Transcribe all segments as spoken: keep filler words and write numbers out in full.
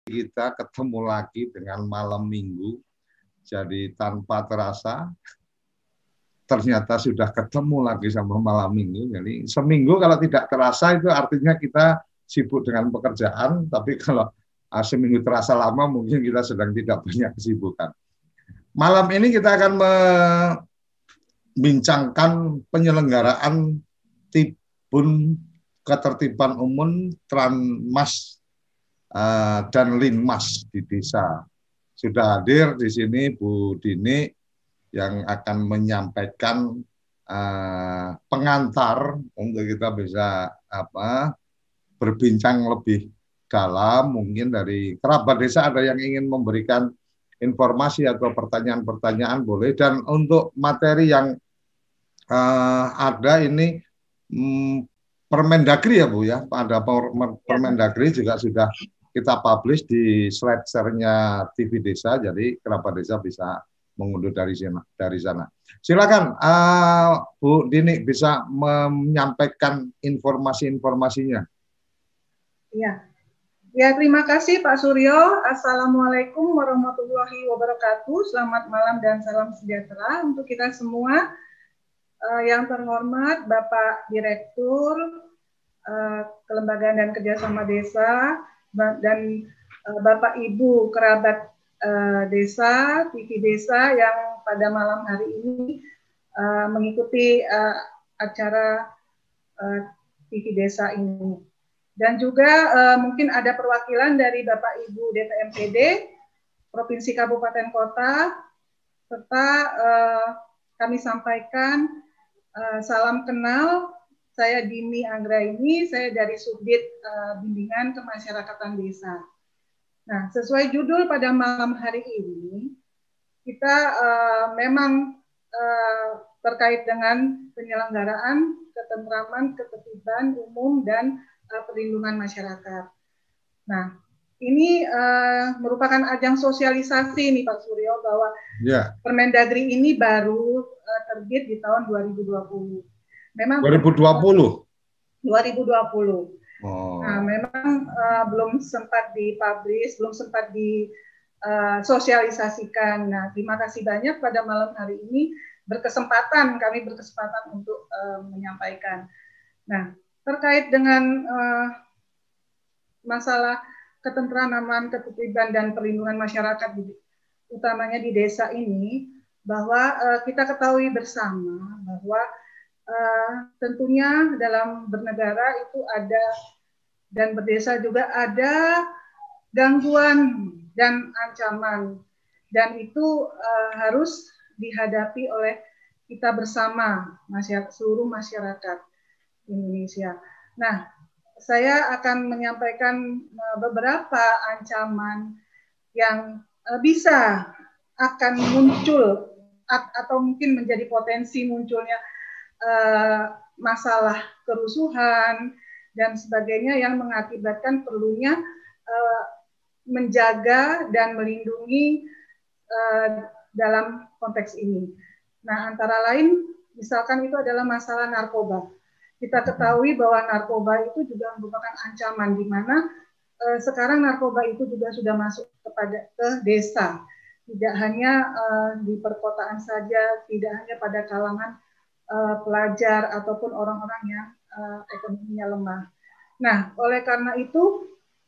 kita ketemu lagi dengan malam minggu. Jadi tanpa terasa, ternyata sudah ketemu lagi sama malam minggu. Jadi seminggu kalau tidak terasa itu artinya kita sibuk dengan pekerjaan, tapi kalau uh, seminggu terasa lama mungkin kita sedang tidak banyak kesibukan. Malam ini kita akan membincangkan penyelenggaraan Tibun Ketertiban Umum Tranmas uh, dan Linmas di desa. Sudah hadir di sini Bu Dini yang akan menyampaikan uh, pengantar untuk kita bisa apa berbincang lebih dalam. Mungkin dari kerabat desa ada yang ingin memberikan informasi atau pertanyaan-pertanyaan boleh. Dan untuk materi yang uh, ada ini hmm, Permendagri ya Bu ya, ada Permendagri juga sudah kita publish di slide share-nya T V Desa, jadi kerabat desa bisa mengunduh dari sana. Dari sana. Silakan uh, Bu Dini bisa menyampaikan informasi-informasinya. Ya, ya terima kasih Pak Suryo. Assalamualaikum warahmatullahi wabarakatuh. Selamat malam dan salam sejahtera untuk kita semua. Uh, yang terhormat Bapak Direktur uh, Kelembagaan dan Kerjasama Desa dan uh, Bapak Ibu kerabat uh, desa, T V Desa yang pada malam hari ini uh, mengikuti uh, acara uh, T V Desa ini. Dan juga uh, mungkin ada perwakilan dari Bapak Ibu D P M P D, Provinsi Kabupaten Kota, serta uh, kami sampaikan uh, salam kenal. Saya Dini Anggraini, saya dari Subdit uh, Bimbingan Kemasyarakatan Desa. Nah, sesuai judul pada malam hari ini, kita uh, memang uh, terkait dengan penyelenggaraan ketentraman, ketertiban umum, dan uh, perlindungan masyarakat. Nah, ini uh, merupakan ajang sosialisasi nih Pak Suryo bahwa yeah. Permendagri ini baru uh, terbit di tahun dua ribu dua puluh. Memang dua ribu dua puluh. dua ribu dua puluh. Oh. Nah, memang uh, belum sempat dipublish, belum sempat disosialisasikan. Uh, nah, terima kasih banyak pada malam hari ini berkesempatan kami berkesempatan untuk uh, menyampaikan. Nah, terkait dengan uh, masalah ketentraman, ketertiban dan perlindungan masyarakat di, utamanya di desa ini, bahwa uh, kita ketahui bersama bahwa Uh, tentunya dalam bernegara itu ada dan berdesa juga ada gangguan dan ancaman, dan itu uh, harus dihadapi oleh kita bersama masyarakat, seluruh masyarakat Indonesia. Nah, saya akan menyampaikan uh, beberapa ancaman yang uh, bisa akan muncul atau mungkin menjadi potensi munculnya Uh, masalah kerusuhan dan sebagainya yang mengakibatkan perlunya uh, menjaga dan melindungi uh, dalam konteks ini. Nah, antara lain misalkan itu adalah masalah narkoba. Kita ketahui bahwa narkoba itu juga merupakan ancaman, di mana uh, sekarang narkoba itu juga sudah masuk kepada ke desa. Tidak hanya uh, di perkotaan saja, tidak hanya pada kalangan Uh, pelajar ataupun orang-orang yang uh, ekonominya lemah. Nah, oleh karena itu,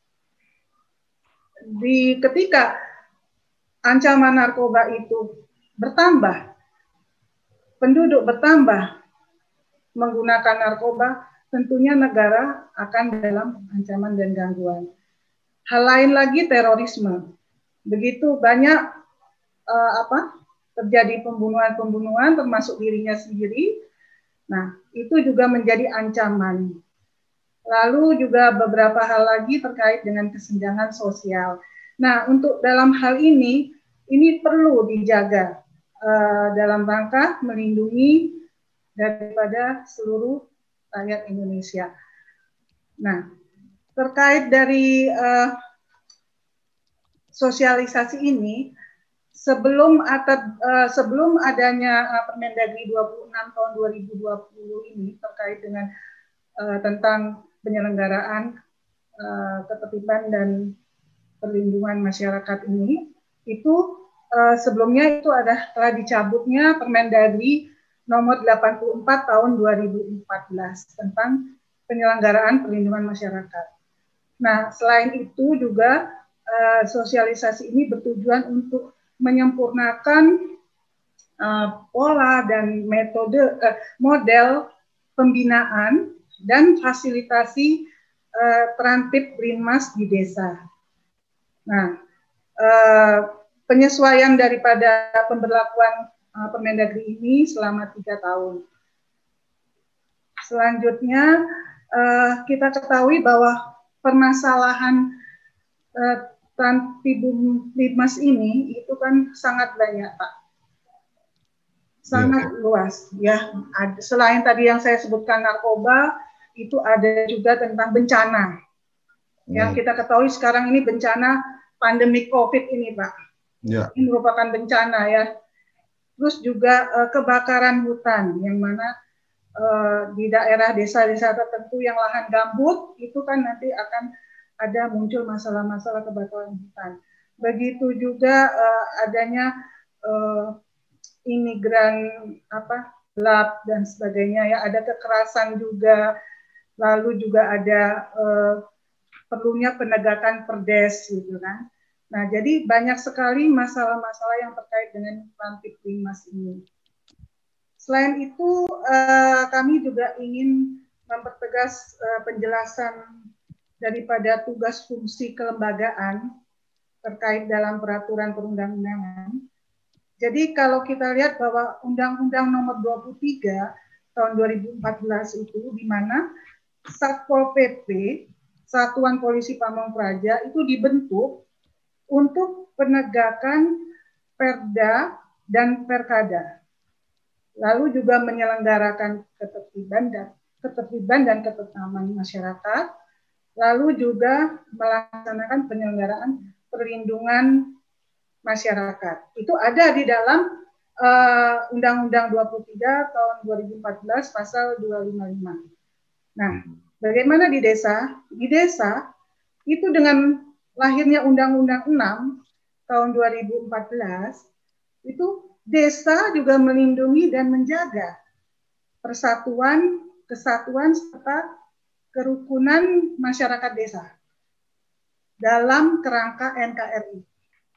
di ketika ancaman narkoba itu bertambah, penduduk bertambah menggunakan narkoba, tentunya negara akan dalam ancaman dan gangguan. Hal lain lagi terorisme. Begitu banyak uh, apa? terjadi pembunuhan-pembunuhan termasuk dirinya sendiri. Nah, itu juga menjadi ancaman. Lalu juga beberapa hal lagi terkait dengan kesenjangan sosial. Nah, untuk dalam hal ini, ini perlu dijaga uh, dalam rangka melindungi daripada seluruh rakyat Indonesia. Nah, terkait dari uh, sosialisasi ini, Sebelum atau, uh, sebelum adanya uh, Permendagri dua puluh enam tahun dua ribu dua puluh ini terkait dengan uh, tentang penyelenggaraan uh, ketertiban dan perlindungan masyarakat ini itu uh, sebelumnya itu ada telah dicabutnya Permendagri nomor delapan puluh empat tahun dua ribu empat belas tentang penyelenggaraan perlindungan masyarakat. Nah, selain itu juga uh, sosialisasi ini bertujuan untuk menyempurnakan uh, pola dan metode uh, model pembinaan dan fasilitasi uh, terantip Linmas di desa. Nah, uh, penyesuaian daripada pemberlakuan uh, Permendagri ini selama tiga tahun. Selanjutnya, uh, kita ketahui bahwa permasalahan uh, Trantibum Linmas ini itu kan sangat banyak, Pak. Sangat yeah. luas, ya. Selain tadi yang saya sebutkan narkoba, itu ada juga tentang bencana. Hmm. Yang kita ketahui sekarang ini bencana pandemi COVID ini, Pak. Yeah. Ini merupakan bencana, ya. Terus juga uh, kebakaran hutan, yang mana uh, di daerah desa-desa tertentu yang lahan gambut, itu kan nanti akan ada muncul masalah-masalah kebakaran hutan. Begitu juga uh, adanya uh, imigran apa gelap dan sebagainya, ya, ada kekerasan juga, lalu juga ada eh, perlunya penegakan perdes gitu kan. Nah, jadi banyak sekali masalah-masalah yang terkait dengan Trantib Linmas ini. Selain itu eh, kami juga ingin mempertegas eh, penjelasan daripada tugas fungsi kelembagaan terkait dalam peraturan perundang-undangan. Jadi kalau kita lihat bahwa Undang-Undang Nomor dua puluh tiga tahun dua ribu empat belas itu, di mana Satpol P P, Satuan Polisi Pamong Praja, itu dibentuk untuk penegakan Perda dan Perkada. Lalu juga menyelenggarakan ketertiban dan ketertiban dan ketentraman masyarakat, lalu juga melaksanakan penyelenggaraan perlindungan masyarakat. Itu ada di dalam uh, Undang-Undang dua puluh tiga tahun dua ribu empat belas pasal dua ratus lima puluh lima. Nah, bagaimana di desa? Di desa itu dengan lahirnya Undang-Undang enam tahun dua ribu empat belas, itu desa juga melindungi dan menjaga persatuan, kesatuan serta kerukunan masyarakat desa dalam kerangka N K R I.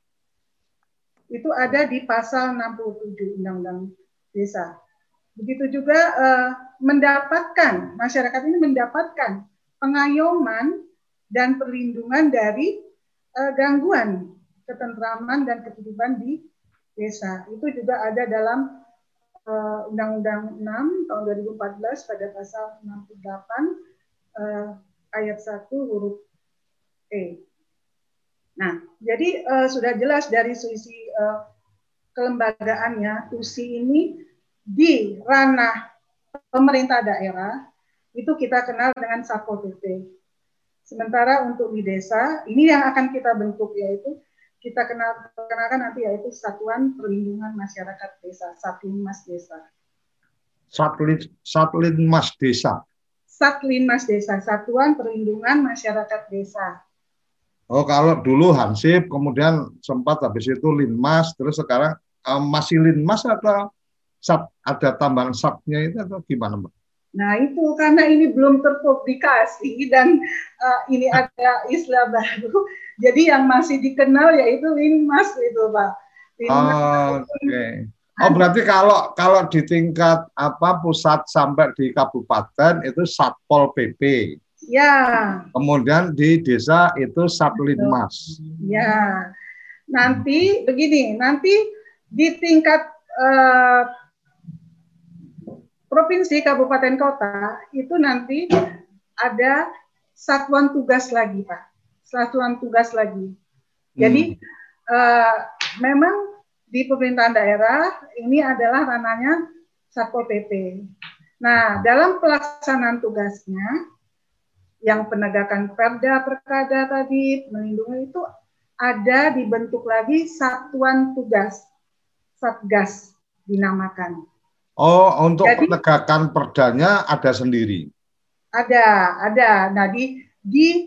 Itu ada di pasal enam puluh tujuh Undang-Undang Desa. Begitu juga eh, mendapatkan, masyarakat ini mendapatkan pengayoman dan perlindungan dari eh, gangguan ketentraman dan ketertiban di desa. Itu juga ada dalam eh, Undang-Undang enam tahun dua ribu empat belas pada pasal enam puluh delapan eh, ayat satu huruf E. Nah, jadi uh, sudah jelas dari sisi uh, kelembagaannya, T U S I ini di ranah pemerintah daerah, itu kita kenal dengan Satpol P P. Sementara untuk di desa, ini yang akan kita bentuk, yaitu kita kenal, kenalkan nanti yaitu Satuan Perlindungan Masyarakat Desa, Satlinmas Desa. Satlin, Satlinmas Desa. Satlinmas Desa, Satuan Perlindungan Masyarakat Desa. Oh, kalau dulu Hansip, kemudian sempat habis itu Linmas, terus sekarang um, masih Linmas atau sat, ada tambahan satnya itu atau gimana, Mbak? Nah, itu karena ini belum terpublikasi dan uh, ini ada istilah baru, jadi yang masih dikenal yaitu Linmas itu, Pak. Linmas. Oh, oke. Okay. Oh, berarti kalau kalau di tingkat apa pusat sampai di kabupaten itu Satpol P P. Ya. Kemudian di desa itu Satlinmas. Ya. Nanti begini, nanti di tingkat uh, provinsi, kabupaten, kota itu nanti ada satuan tugas lagi, Pak. Satuan tugas lagi. Jadi hmm. uh, memang di pemerintahan daerah ini adalah ranahnya Satpol P P. Nah, dalam pelaksanaan tugasnya yang penegakan perda, perkada tadi, melindungi itu ada dibentuk lagi satuan tugas, Satgas dinamakan. Oh, untuk jadi, penegakan perdanya ada sendiri? Ada, ada. Nah, di, di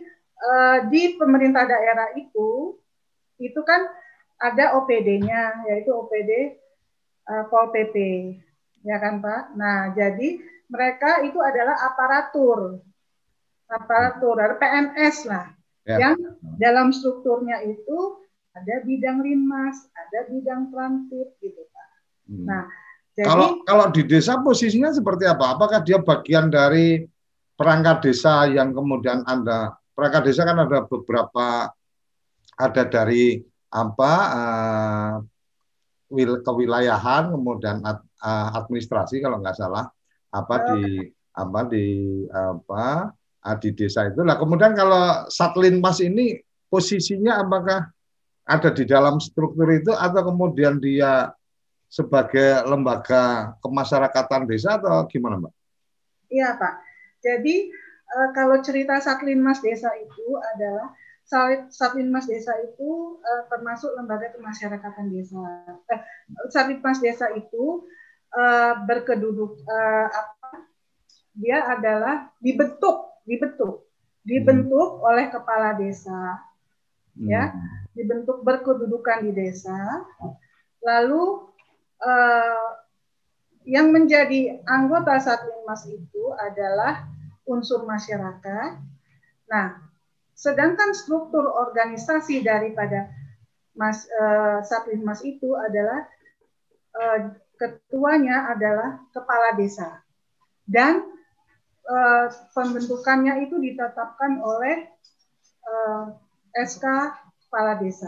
uh, di pemerintah daerah itu itu kan ada O P D-nya, yaitu O P D uh, Pol P P, ya kan Pak? Nah, jadi mereka itu adalah aparatur, aparatur, P N S lah, ya. Yang dalam strukturnya itu ada bidang linmas, ada bidang transit, gitu Pak. Hmm. Nah, jadi kalau kalau di desa posisinya seperti apa? Apakah dia bagian dari perangkat desa yang kemudian Anda, perangkat desa kan ada beberapa, ada dari apa uh, wil, kewilayahan, kemudian ad, uh, administrasi kalau nggak salah, apa di apa di apa uh, di desa itu. Nah, kemudian kalau Satlinmas ini posisinya apakah ada di dalam struktur itu atau kemudian dia sebagai lembaga kemasyarakatan desa atau gimana, Mbak? Iya, Pak. Jadi uh, kalau cerita Satlinmas desa itu adalah Satlinmas desa itu uh, termasuk lembaga kemasyarakatan desa. Eh, Satlinmas desa itu uh, berkeduduk uh, apa? Dia adalah dibentuk, dibentuk, dibentuk hmm. oleh kepala desa, hmm. ya, dibentuk berkedudukan di desa. Lalu uh, yang menjadi anggota Satlinmas itu adalah unsur masyarakat. Nah, sedangkan struktur organisasi daripada Mas uh, Satlinmas itu adalah uh, ketuanya adalah kepala desa dan uh, pembentukannya itu ditetapkan oleh uh, S K kepala desa.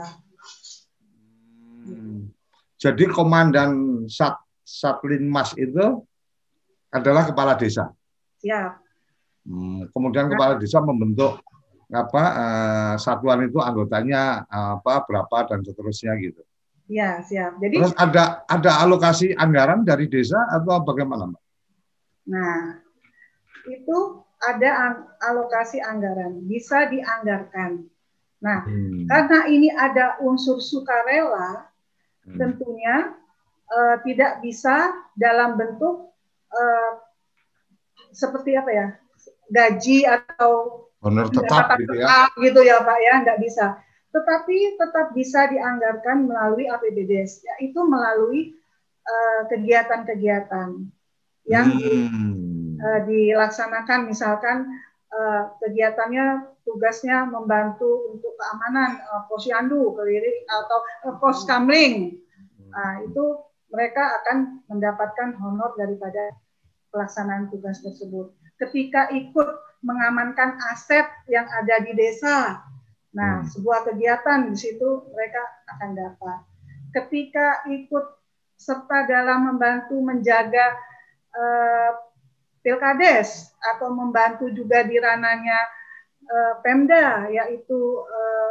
Hmm. Jadi komandan Sat Satlinmas itu adalah kepala desa. Siap. Hmm, kemudian kepala desa membentuk apa uh, satuan itu anggotanya uh, apa berapa dan seterusnya gitu. Ya, siap. Jadi terus ada ada alokasi anggaran dari desa atau bagaimana, Mbak? Nah, itu ada alokasi anggaran, bisa dianggarkan. Nah, hmm. karena ini ada unsur sukarela, hmm. tentunya uh, tidak bisa dalam bentuk uh, seperti apa ya, gaji atau honor tetap gitu ya, tetap, gitu ya Pak ya, nggak bisa. Tetapi tetap bisa dianggarkan melalui A P B D S, yaitu melalui kegiatan-kegiatan uh, yang hmm. di, uh, dilaksanakan, misalkan uh, kegiatannya tugasnya membantu untuk keamanan uh, posyandu, keliling atau uh, pos kamling. Nah, itu mereka akan mendapatkan honor daripada pelaksanaan tugas tersebut. Ketika ikut mengamankan aset yang ada di desa, nah hmm. sebuah kegiatan di situ mereka akan dapat. Ketika ikut serta dalam membantu menjaga uh, Pilkades atau membantu juga di ranahnya uh, Pemda, yaitu uh,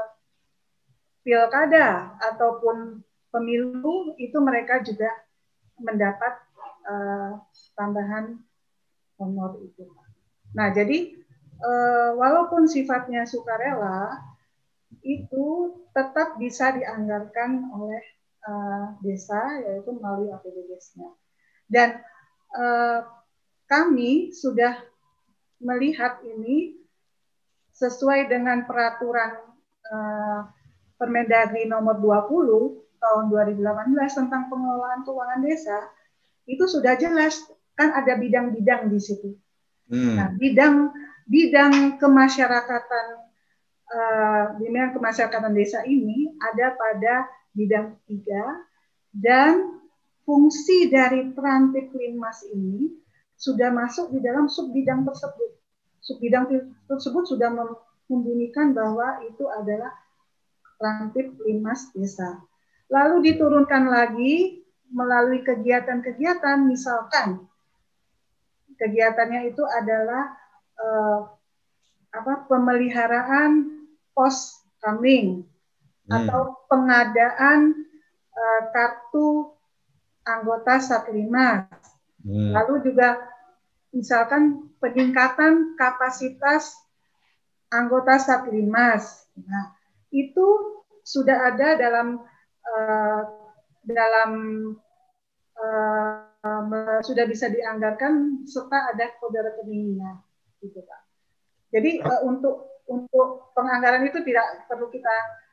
pilkada ataupun pemilu, itu mereka juga mendapat uh, tambahan honor itu. Nah, jadi uh, walaupun sifatnya sukarela, itu tetap bisa dianggarkan oleh uh, desa, yaitu melalui A P B D S-nya. Dan uh, kami sudah melihat ini sesuai dengan peraturan uh, Permendagri nomor dua puluh tahun dua ribu delapan belas tentang pengelolaan keuangan desa, itu sudah jelas kan ada bidang-bidang di situ. Hmm. Nah, bidang bidang kemasyarakatan uh, bidang kemasyarakatan desa ini ada pada bidang tiga, dan fungsi dari Trantip Linmas ini sudah masuk di dalam subbidang tersebut. Subbidang tersebut sudah membunyikan bahwa itu adalah Trantip Linmas desa. Lalu diturunkan lagi melalui kegiatan-kegiatan, misalkan kegiatannya itu adalah eh, apa pemeliharaan pos kamling hmm. atau pengadaan eh, kartu anggota Satlinmas. Hmm. Lalu juga misalkan peningkatan kapasitas anggota Satlinmas. Nah, itu sudah ada dalam uh, dalam uh, sudah bisa dianggarkan serta ada kode rekeningnya, gitu Pak. Jadi uh, untuk untuk penganggaran itu tidak perlu kita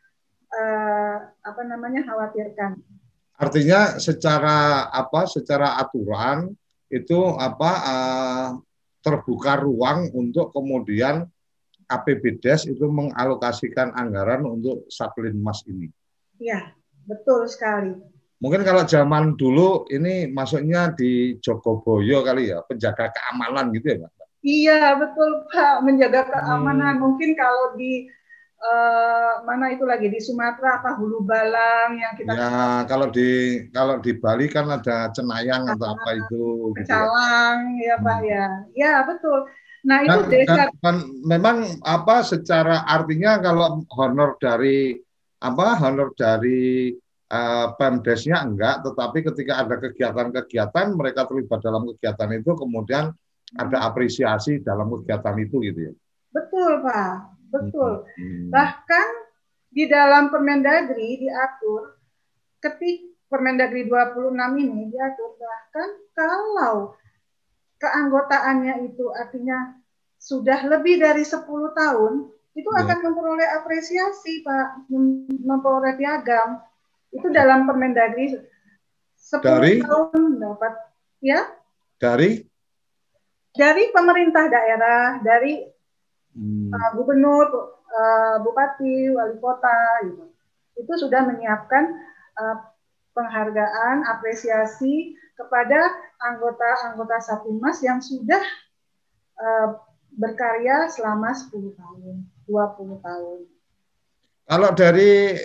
uh, apa namanya khawatirkan. Artinya secara apa? Secara aturan itu apa? Uh, terbuka ruang untuk kemudian A P B D E S itu mengalokasikan anggaran untuk Satlinmas ini. Iya, betul sekali. Mungkin kalau zaman dulu ini masuknya di Jogoboyo kali ya, penjaga keamanan gitu ya, Pak? Iya, betul Pak, menjaga keamanan. Hmm. Mungkin kalau di uh, mana itu lagi di Sumatera apa Hulu Balang yang kita ya kalau di kalau di Bali kan ada Cenayang atau apa itu Kecalang gitu ya, ya Pak hmm. ya. Ya, betul. Nah, itu dan, desa dan, dan memang apa secara artinya kalau honor dari apa honor dari Uh, Pemdesnya enggak, tetapi ketika ada kegiatan-kegiatan mereka terlibat dalam kegiatan itu, kemudian ada apresiasi dalam kegiatan itu gitu ya. Betul Pak, betul. Hmm. Bahkan di dalam Permendagri diatur, ketika Permendagri dua puluh enam ini diatur bahkan kalau keanggotaannya itu artinya sudah lebih dari sepuluh tahun, itu ya. akan memperoleh apresiasi Pak, memperoleh piagam. Itu dalam Permendagri sepuluh dari, tahun dapat ya dari dari pemerintah daerah, dari hmm. uh, gubernur, uh, bupati, wali kota gitu. Itu sudah menyiapkan uh, penghargaan, apresiasi kepada anggota-anggota Satlinmas yang sudah uh, berkarya selama sepuluh tahun, dua puluh tahun. Kalau dari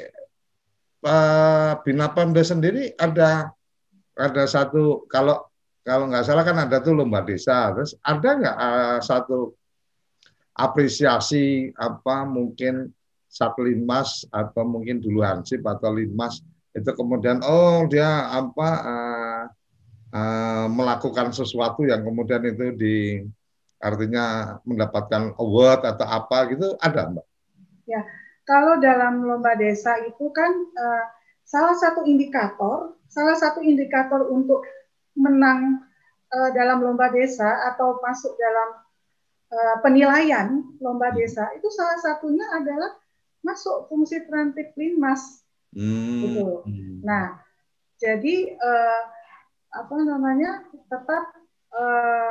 Uh, Bina Pemda sendiri ada ada satu kalau kalau nggak salah kan ada tuh lomba desa, terus ada nggak uh, satu apresiasi apa mungkin Satlinmas atau mungkin dulu Hansip atau Linmas itu kemudian oh dia apa uh, uh, melakukan sesuatu yang kemudian itu di artinya mendapatkan award atau apa gitu ada Mbak? Ya. Kalau dalam lomba desa itu kan uh, salah satu indikator, salah satu indikator untuk menang uh, dalam lomba desa atau masuk dalam uh, penilaian lomba desa itu salah satunya adalah masuk fungsi transit Linmas. Hmm. Gitu. Nah, jadi uh, apa namanya tetap uh,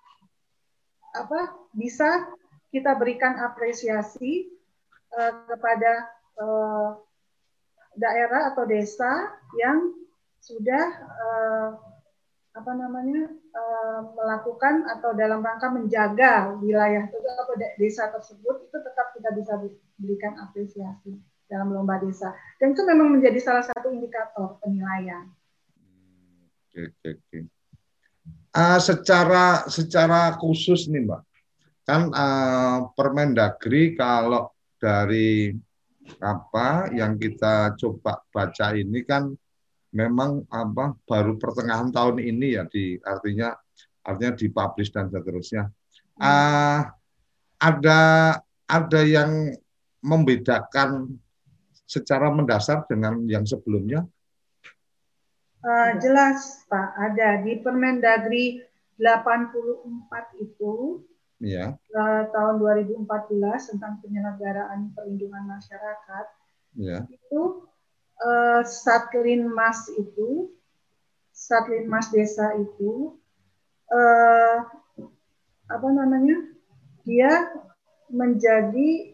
apa bisa kita berikan apresiasi kepada uh, daerah atau desa yang sudah uh, apa namanya uh, melakukan atau dalam rangka menjaga wilayah atau desa tersebut itu tetap kita bisa berikan apresiasi dalam lomba desa dan itu memang menjadi salah satu indikator penilaian. Oke, oke, oke. Uh, secara secara khusus nih Mbak, kan uh, Permendagri kalau dari apa yang kita coba baca ini kan memang apa baru pertengahan tahun ini ya di artinya artinya dipublish dan seterusnya. Hmm. Uh, ada ada yang membedakan secara mendasar dengan yang sebelumnya? Uh, jelas Pak, ada di Permendagri delapan puluh empat itu. Ya. Uh, tahun dua ribu empat belas tentang penyelenggaraan perlindungan masyarakat, ya. Itu uh, Satlinmas itu, Satlinmas desa itu, uh, apa namanya, dia menjadi,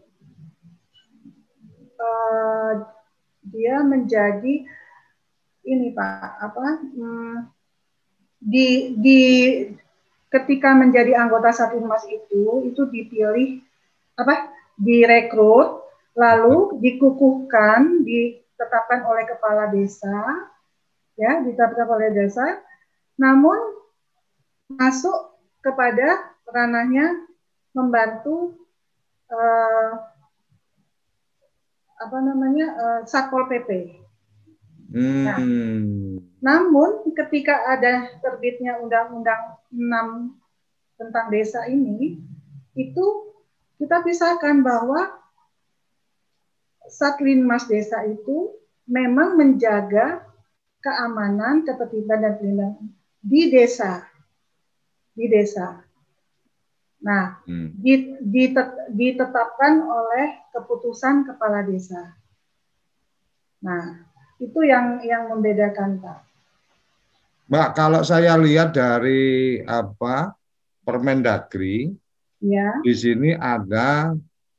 uh, dia menjadi ini Pak, apa, hmm, di di ketika menjadi anggota Satlinmas itu, itu dipilih, apa, direkrut, lalu dikukuhkan, ditetapkan oleh kepala desa, ya, ditetapkan oleh desa, namun masuk kepada ranahnya membantu, eh, apa namanya, eh, Satpol P P. Nah, hmm. Namun ketika ada terbitnya Undang-Undang enam tentang desa ini, itu kita pisahkan bahwa Satlinmas desa itu memang menjaga keamanan, ketertiban dan perlindungan di desa, di desa. Nah, hmm. ditetapkan oleh keputusan kepala desa. Nah, itu yang yang membedakan, Pak. Mbak, kalau saya lihat dari apa Permendagri, ya. Di sini ada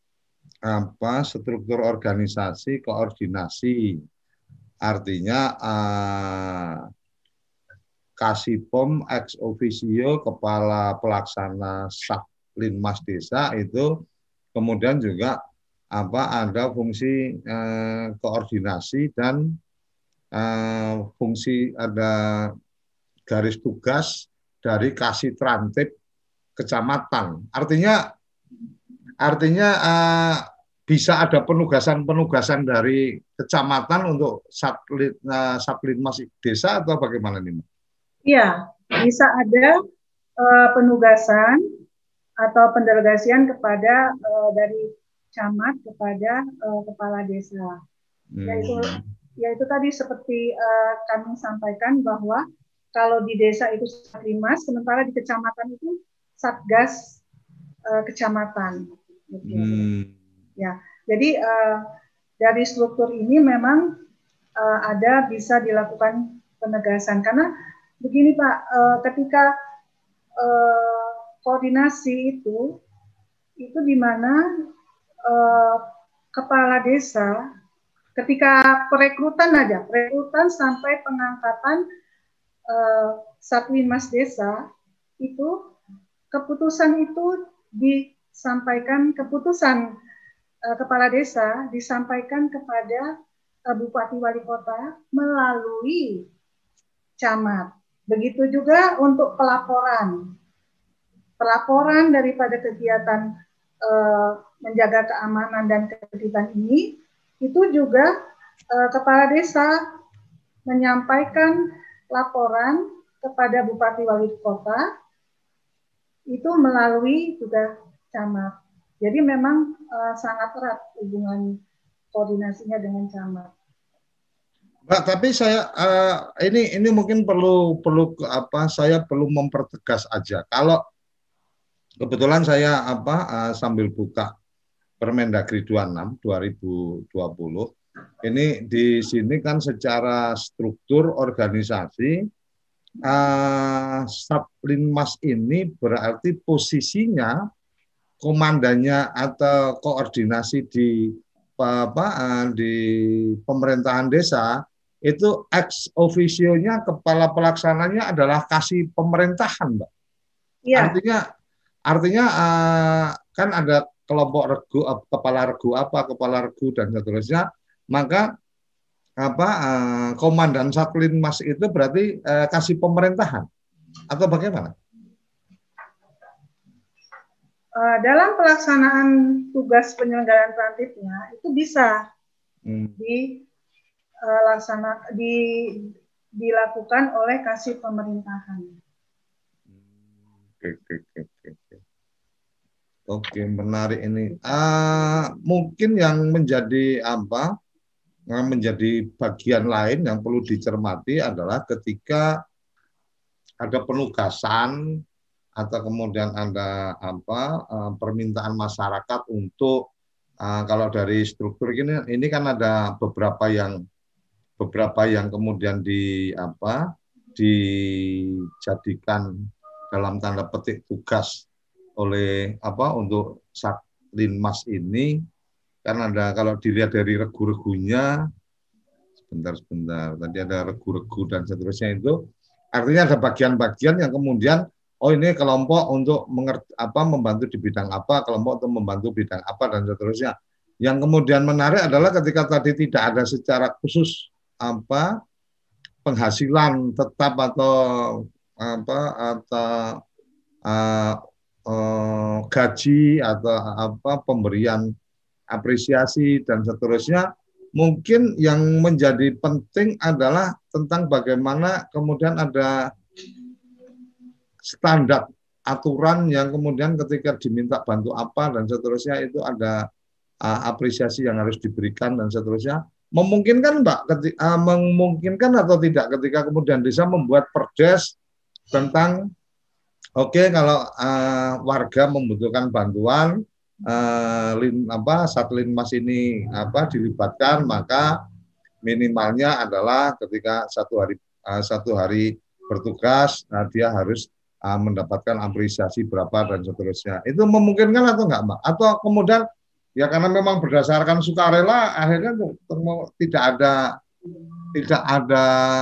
apa struktur organisasi koordinasi. Artinya eh, Kasipom ex officio kepala pelaksana Satlinmas desa itu kemudian juga apa ada fungsi eh, koordinasi dan eh, fungsi ada garis tugas dari Kasitrantip kecamatan. Artinya artinya uh, bisa ada penugasan-penugasan dari kecamatan untuk satlin, uh, Satlinmas desa atau bagaimana nih? Iya, bisa ada uh, penugasan atau pendelegasian kepada uh, dari camat kepada uh, kepala desa. Hmm. Yaitu yaitu tadi seperti uh, kami sampaikan bahwa kalau di desa itu Satlinmas, sementara di kecamatan itu Satgas uh, kecamatan. Gitu. Hmm. Ya, jadi uh, dari struktur ini memang uh, ada bisa dilakukan penegasan karena begini Pak, uh, ketika uh, koordinasi itu itu di mana uh, kepala desa ketika perekrutan aja, perekrutan sampai pengangkatan uh, Satlinmas desa itu keputusan itu disampaikan keputusan uh, kepala desa disampaikan kepada uh, bupati wali kota melalui camat. Begitu juga untuk pelaporan. Pelaporan daripada kegiatan uh, menjaga keamanan dan ketertiban ini itu juga uh, kepala desa menyampaikan laporan kepada bupati wali kota itu melalui juga camat. Jadi memang uh, sangat erat hubungan koordinasinya dengan camat. Mbak, tapi saya uh, ini ini mungkin perlu perlu apa? Saya perlu mempertegas aja. Kalau kebetulan saya apa uh, sambil buka Permendagri dua puluh enam dua ribu dua puluh ini di sini kan secara struktur organisasi uh, Satlinmas ini berarti posisinya komandannya atau koordinasi di apa di pemerintahan desa itu ex officio-nya kepala pelaksananya adalah kasih pemerintahan, Mbak. Ya. Artinya artinya uh, kan ada kelompok regu, kepala regu apa, kepala regu dan seterusnya, maka apa uh, komandan Satlinmas itu berarti uh, kasih pemerintahan atau bagaimana? Uh, dalam pelaksanaan tugas penyelenggaraan tertibnya itu bisa hmm. di uh, laksana di dilakukan oleh kasih pemerintahan. Oke, oke, oke, oke. Oke, menarik ini. Uh, mungkin yang menjadi apa? Yang menjadi bagian lain yang perlu dicermati adalah ketika ada penugasan atau kemudian ada apa uh, permintaan masyarakat untuk uh, kalau dari struktur ini ini kan ada beberapa yang beberapa yang kemudian di apa dijadikan dalam tanda petik tugas oleh apa untuk Satlinmas ini kan ada kalau dilihat dari regu-regunya sebentar-sebentar tadi ada regu-regu dan seterusnya itu artinya ada bagian-bagian yang kemudian oh ini kelompok untuk mengerti, apa membantu di bidang apa kelompok untuk membantu bidang apa dan seterusnya yang kemudian menarik adalah ketika tadi tidak ada secara khusus apa penghasilan tetap atau apa atau uh, uh, gaji atau apa pemberian apresiasi dan seterusnya mungkin yang menjadi penting adalah tentang bagaimana kemudian ada standar aturan yang kemudian ketika diminta bantu apa dan seterusnya itu ada uh, apresiasi yang harus diberikan dan seterusnya memungkinkan Mbak ketika, uh, memungkinkan atau tidak ketika kemudian desa membuat perdes tentang Oke, kalau uh, warga membutuhkan bantuan, uh, lin, apa, Satlinmas ini apa dilibatkan, maka minimalnya adalah ketika satu hari uh, satu hari bertugas, uh, dia harus uh, mendapatkan apresiasi berapa dan seterusnya. Itu memungkinkan atau enggak, Mbak? Atau kemudian ya karena memang berdasarkan sukarela, akhirnya tidak ada tidak ada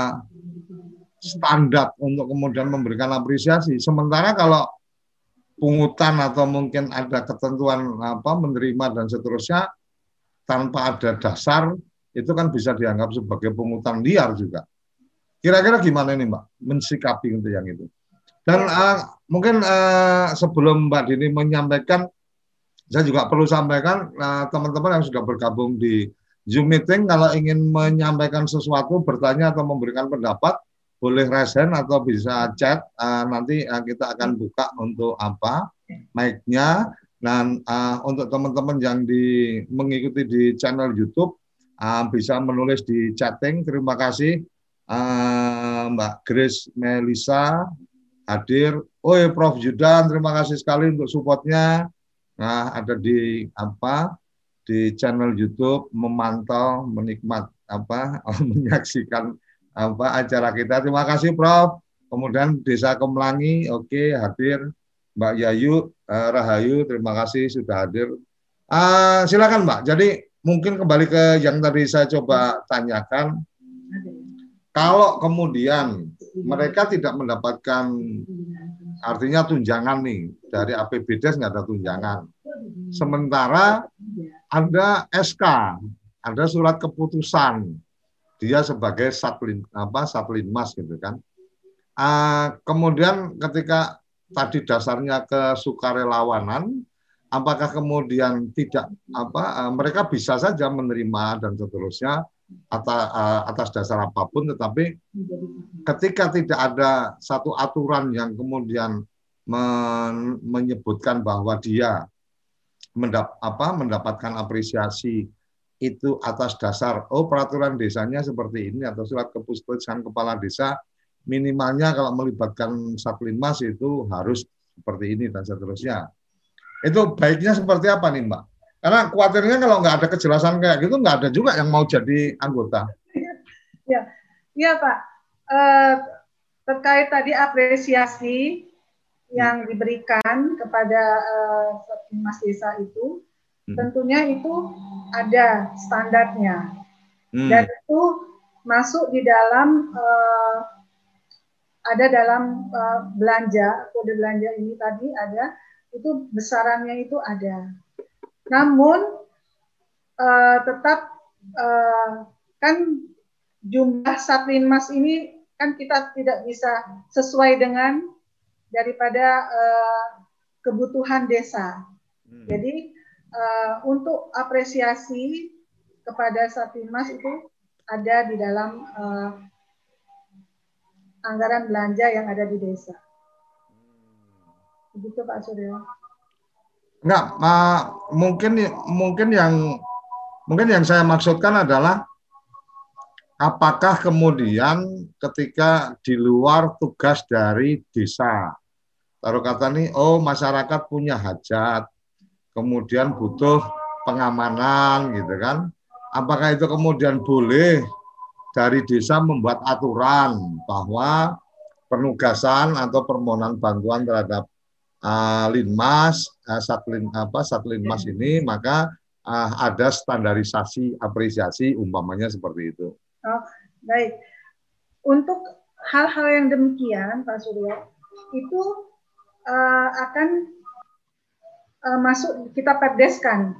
standar untuk kemudian memberikan apresiasi. Sementara kalau pungutan atau mungkin ada ketentuan apa menerima dan seterusnya tanpa ada dasar, itu kan bisa dianggap sebagai pungutan liar juga. Kira-kira gimana ini Mbak mensikapi untuk yang itu? Dan uh, mungkin uh, sebelum Mbak Dini menyampaikan, saya juga perlu sampaikan teman-teman uh, yang sudah bergabung di Zoom meeting, kalau ingin menyampaikan sesuatu, bertanya atau memberikan pendapat, boleh raise hand atau bisa chat. Uh, nanti uh, kita akan buka untuk apa mic-nya. Dan uh, untuk teman-teman yang di, mengikuti di channel YouTube, uh, bisa menulis di chatting. Terima kasih uh, Mbak Grace Melisa hadir. Oh, Prof Judan, terima kasih sekali untuk supportnya. Nah, ada di apa di channel YouTube, memantau, menikmat apa menyaksikan apa acara kita. Terima kasih Prof. Kemudian Desa Kemlangi, oke hadir. Mbak Yayu, uh, Rahayu, terima kasih sudah hadir. Uh, silakan Mbak. Jadi mungkin kembali ke yang tadi saya coba tanyakan. Kalau kemudian mereka tidak mendapatkan, artinya tunjangan nih dari A P B D E S nggak ada tunjangan. Sementara ada S K, ada surat keputusan. Dia sebagai satlin apa Satlinmas gitu kan. Uh, kemudian ketika tadi dasarnya ke sukarelawanan, apakah kemudian tidak apa uh, mereka bisa saja menerima dan seterusnya atas, uh, atas dasar apapun, tetapi ketika tidak ada satu aturan yang kemudian men menyebutkan bahwa dia mendap apa mendapatkan apresiasi itu atas dasar, oh peraturan desanya seperti ini atau surat keputusan kepala desa, minimalnya kalau melibatkan Satlinmas itu harus seperti ini dan seterusnya. Itu baiknya seperti apa nih Mbak? Karena khawatirnya kalau nggak ada kejelasan kayak gitu, nggak ada juga yang mau jadi anggota. Ya, ya Pak. Uh, terkait tadi apresiasi yang diberikan kepada uh, Satlinmas desa itu, hmm. tentunya itu ada standarnya, hmm. dan itu masuk di dalam uh, ada dalam uh, belanja, kode belanja ini tadi ada, itu besarannya itu ada. Namun uh, tetap uh, kan jumlah Satlinmas ini kan kita tidak bisa sesuai dengan daripada uh, kebutuhan desa. Hmm. Jadi uh, untuk apresiasi kepada Satlinmas itu ada di dalam uh, anggaran belanja yang ada di desa. Begitu Pak Suryo. Enggak, uh, mungkin mungkin yang mungkin yang saya maksudkan adalah apakah kemudian ketika di luar tugas dari desa, taruh kata nih, oh masyarakat punya hajat, kemudian butuh pengamanan gitu kan, apakah itu kemudian boleh dari desa membuat aturan bahwa penugasan atau permohonan bantuan terhadap uh, Linmas, uh, Satlin apa Satlinmas ini, maka uh, ada standarisasi apresiasi umpamanya seperti itu. Oh, baik. Untuk hal-hal yang demikian, Pak Suryo, itu uh, akan uh, masuk kita perdeskan.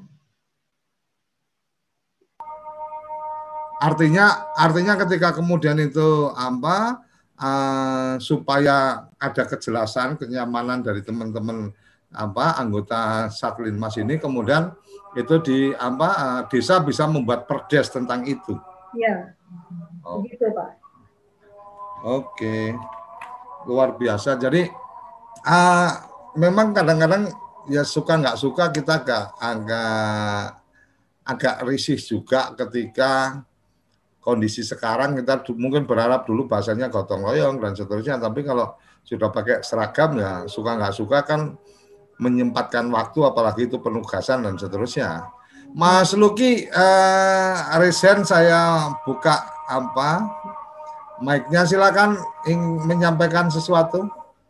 Artinya, artinya ketika kemudian itu apa uh, supaya ada kejelasan, kenyamanan dari teman-teman apa anggota Satlinmas ini, kemudian itu di apa uh, desa bisa membuat perdes tentang itu. Iya, oh. Begitu Pak. Oke, luar biasa. Jadi uh, memang kadang-kadang ya suka nggak suka kita agak agak agak risih juga ketika kondisi sekarang kita mungkin berharap dulu bahasanya gotong royong dan seterusnya, tapi kalau sudah pakai seragam ya suka nggak suka kan menyempatkan waktu, apalagi itu penugasan dan seterusnya. Mas Luki, eh, Resen saya buka apa mic-nya, silakan ingin menyampaikan sesuatu.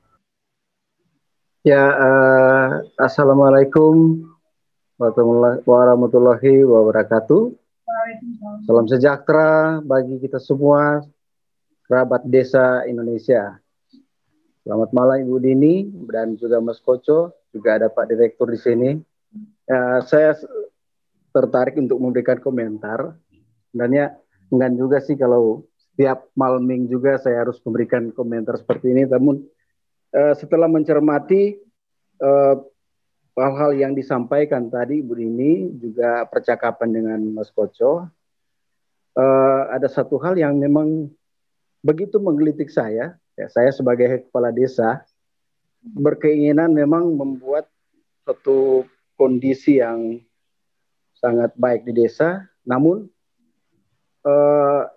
Ya, uh, assalamualaikum warahmatullahi wabarakatuh. Salam sejahtera bagi kita semua, kerabat desa Indonesia. Selamat malam Ibu Dini dan juga Mas Koco, juga ada Pak Direktur di sini. Uh, saya tertarik untuk memberikan komentar. Sebenarnya enggak juga sih kalau setiap malam minggu juga saya harus memberikan komentar seperti ini. Namun uh, setelah mencermati uh, hal-hal yang disampaikan tadi Ibu Dini, juga percakapan dengan Mas Koco, uh, ada satu hal yang memang begitu menggelitik saya. Ya, saya sebagai kepala desa berkeinginan memang membuat suatu kondisi yang sangat baik di desa, namun uh,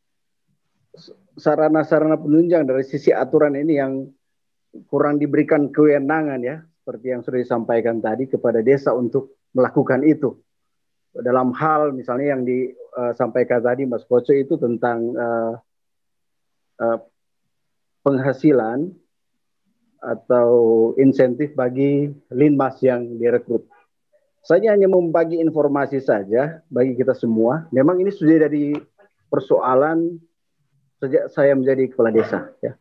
sarana-sarana penunjang dari sisi aturan ini yang kurang diberikan kewenangan ya, seperti yang sudah disampaikan tadi kepada desa untuk melakukan itu. Dalam hal misalnya yang disampaikan tadi Mas Koco itu tentang uh, uh, penghasilan atau insentif bagi linmas yang direkrut. Saya hanya membagi informasi saja bagi kita semua. Memang ini sudah dari persoalan sejak saya menjadi kepala desa. Ya.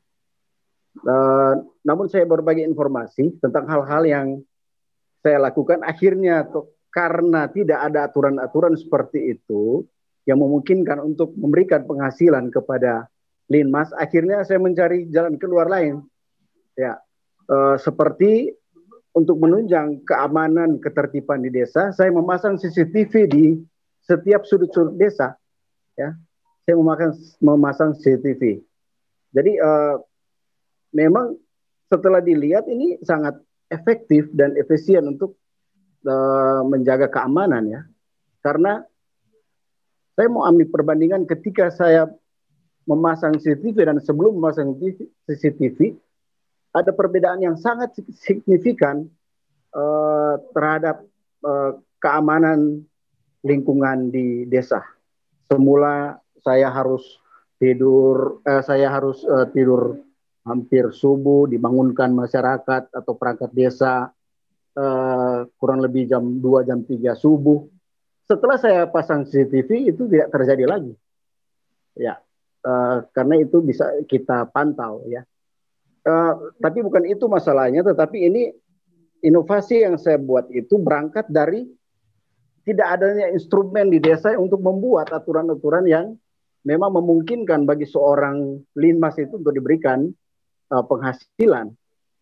Uh, namun saya berbagi informasi tentang hal-hal yang saya lakukan. Akhirnya tuh, karena tidak ada aturan-aturan seperti itu yang memungkinkan untuk memberikan penghasilan kepada linmas, akhirnya saya mencari jalan keluar lain. Ya, uh, seperti untuk menunjang keamanan ketertiban di desa, saya memasang C C T V di setiap sudut-sudut desa. Ya, saya memasang, memasang C C T V. Jadi uh, memang setelah dilihat ini sangat efektif dan efisien untuk uh, menjaga keamanan ya. Karena saya mau ambil perbandingan ketika saya memasang C C T V dan sebelum memasang C C T V, ada perbedaan yang sangat signifikan uh, terhadap uh, keamanan lingkungan di desa. Semula saya harus tidur, uh, saya harus uh, tidur hampir subuh, dibangunkan masyarakat atau perangkat desa uh, kurang lebih jam dua, jam tiga subuh. Setelah saya pasang C C T V itu tidak terjadi lagi. Ya. Uh, karena itu bisa kita pantau ya. Uh, tapi bukan itu masalahnya, tetapi ini inovasi yang saya buat itu berangkat dari tidak adanya instrumen di desa untuk membuat aturan-aturan yang memang memungkinkan bagi seorang linmas itu untuk diberikan uh, penghasilan.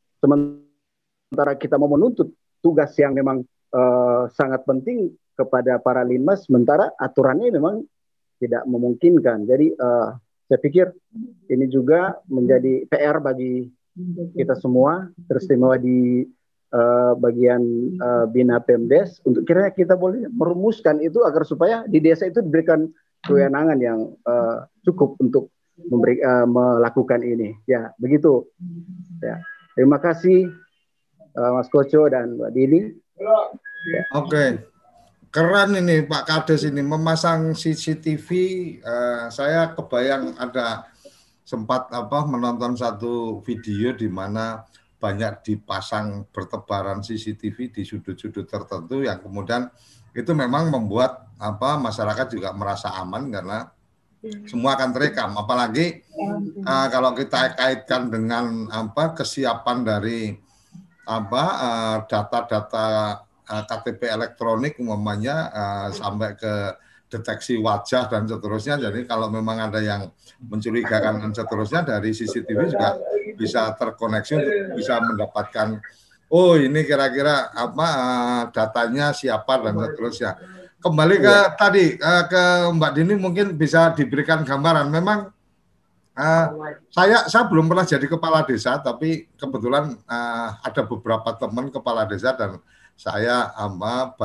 Sementara kita mau menuntut tugas yang memang uh, sangat penting kepada para linmas, sementara aturannya memang tidak memungkinkan. Jadi uh, saya pikir ini juga menjadi P R bagi kita semua, teristimewa di uh, bagian uh, Bina Pemdes, untuk kiranya kita boleh merumuskan itu agar supaya di desa itu diberikan kewenangan yang uh, cukup untuk memberi, uh, melakukan ini. Ya, begitu. Ya. Terima kasih uh, Mas Koco dan Mbak Dini. Ya. Oke. Okay. Keren ini Pak Kades ini memasang C C T V. Uh, saya kebayang ada sempat apa menonton satu video di mana banyak dipasang bertebaran C C T V di sudut-sudut tertentu yang kemudian itu memang membuat apa masyarakat juga merasa aman karena semua akan terekam. Apalagi uh, kalau kita kaitkan dengan apa kesiapan dari apa uh, data-data K T P elektronik umpamanya uh, sampai ke deteksi wajah dan seterusnya. Jadi kalau memang ada yang mencurigakan dan seterusnya dari C C T V juga bisa terkoneksi untuk bisa mendapatkan oh ini kira-kira apa uh, datanya siapa dan seterusnya. Kembali ke ya. tadi uh, ke Mbak Dini mungkin bisa diberikan gambaran. Memang uh, saya saya belum pernah jadi kepala desa, tapi kebetulan uh, ada beberapa teman kepala desa dan saya ama banyak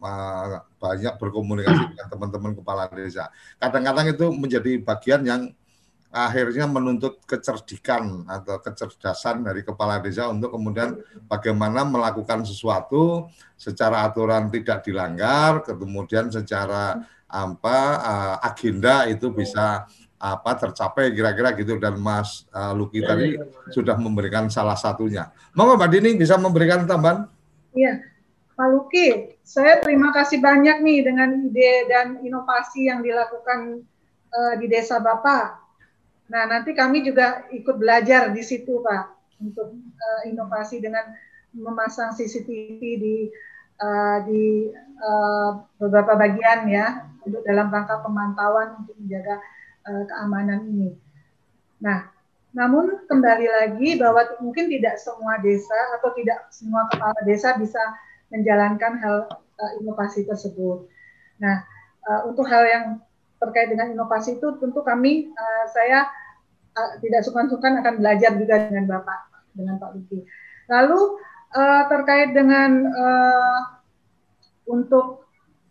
uh, banyak berkomunikasi dengan teman-teman kepala desa. Kadang-kadang itu menjadi bagian yang akhirnya menuntut kecerdikan atau kecerdasan dari kepala desa untuk kemudian bagaimana melakukan sesuatu secara aturan tidak dilanggar, kemudian secara apa uh, agenda itu bisa apa tercapai kira-kira gitu, dan Mas uh, Luki tadi sudah memberikan salah satunya. Monggo Mbak Dini bisa memberikan tambahan? Iya, Pak Luki, saya terima kasih banyak nih dengan ide dan inovasi yang dilakukan uh, di desa Bapak. Nah, nanti kami juga ikut belajar di situ Pak untuk uh, inovasi dengan memasang C C T V di uh, di uh, beberapa bagian ya untuk dalam rangka pemantauan untuk menjaga uh, keamanan ini. Nah, namun kembali lagi bahwa mungkin tidak semua desa atau tidak semua kepala desa bisa menjalankan hal uh, inovasi tersebut. Nah, uh, untuk hal yang terkait dengan inovasi itu tentu kami, uh, saya uh, tidak sungkan-sungkan akan belajar juga dengan Bapak, dengan Pak Luki. Lalu uh, terkait dengan uh, untuk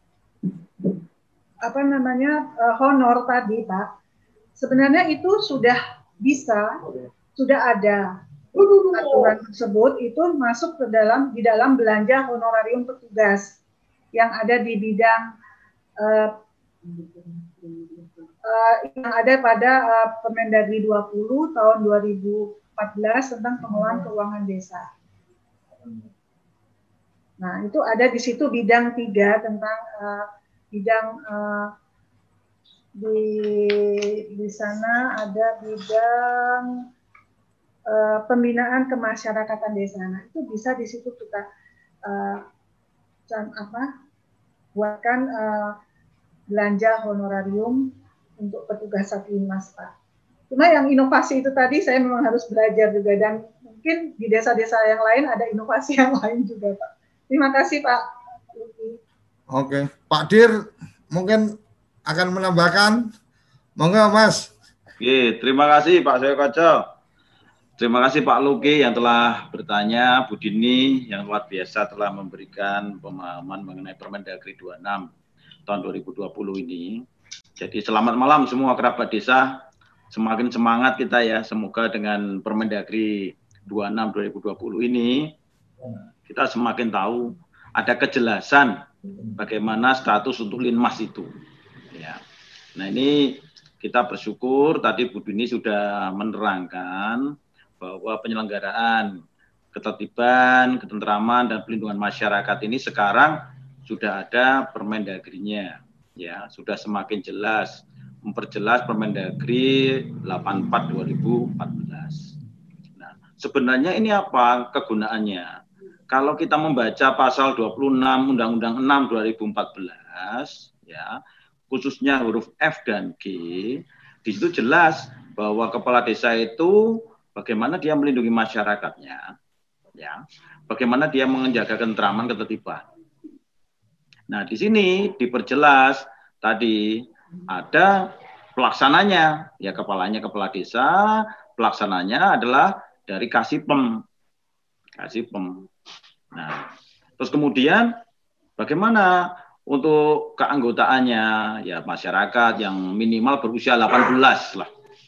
apa namanya uh, honor tadi Pak, sebenarnya itu sudah bisa, sudah ada aturan tersebut itu masuk ke dalam di dalam belanja honorarium petugas yang ada di bidang uh, uh, yang ada pada uh, Permendagri dua puluh tahun dua ribu empat belas tentang pengelolaan keuangan desa. Nah, itu ada di situ bidang tiga tentang uh, bidang uh, di di sana ada bidang uh, pembinaan kemasyarakatan desa. Nah, itu bisa di situ kita uh, apa buatkan uh, belanja honorarium untuk petugas Satlantas, Pak. Cuma yang inovasi itu tadi saya memang harus belajar juga, dan mungkin di desa-desa yang lain ada inovasi yang lain juga, Pak. Terima kasih, Pak. Oke, Pak Dir mungkin akan menambahkan. Monggo, Mas. Oke, terima kasih Pak Soyo Koco. Terima kasih Pak Luki yang telah bertanya, Bu Dini yang luar biasa telah memberikan pemahaman mengenai Permendagri dua puluh enam tahun dua ribu dua puluh ini. Jadi selamat malam semua kerabat desa. Semakin semangat kita ya, semoga dengan Permendagri dua puluh enam dua ribu dua puluh ini kita semakin tahu ada kejelasan bagaimana status untuk Linmas itu. Ya. Nah, ini kita bersyukur tadi Bu Dini sudah menerangkan bahwa penyelenggaraan ketertiban, ketentraman dan pelindungan masyarakat ini sekarang sudah ada Permendagrinya, ya, sudah semakin jelas, memperjelas Permendagri delapan puluh empat dua ribu empat belas. Nah, sebenarnya ini apa kegunaannya? Kalau kita membaca pasal dua puluh enam Undang-Undang enam dua ribu empat belas, ya, khususnya huruf F dan G, di situ jelas bahwa kepala desa itu bagaimana dia melindungi masyarakatnya, ya, bagaimana dia menjaga ketentraman ketertiban. Nah, di sini diperjelas tadi ada pelaksananya, ya, kepalanya kepala desa, pelaksananya adalah dari Kasipem, Kasipem. Nah, terus kemudian bagaimana untuk keanggotaannya, ya, masyarakat yang minimal berusia delapan belas lah.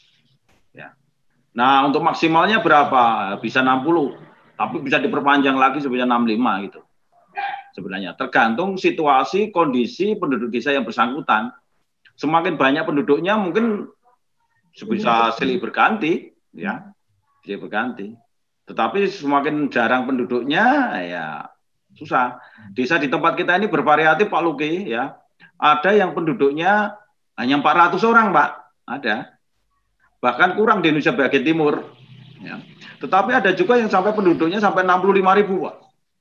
Ya. Nah, untuk maksimalnya berapa? Bisa enam puluh, tapi bisa diperpanjang lagi sampai enam puluh lima gitu. Sebenarnya tergantung situasi, kondisi penduduk desa yang bersangkutan. Semakin banyak penduduknya mungkin bisa silih berganti, ya, silih berganti. Tetapi semakin jarang penduduknya, ya susah. Desa di tempat kita ini bervariatif Pak Luki, ya. Ada yang penduduknya hanya empat ratus orang, Pak. Ada. Bahkan kurang di Indonesia bagian timur. Ya. Tetapi ada juga yang sampai penduduknya sampai enam puluh lima ribu, Pak.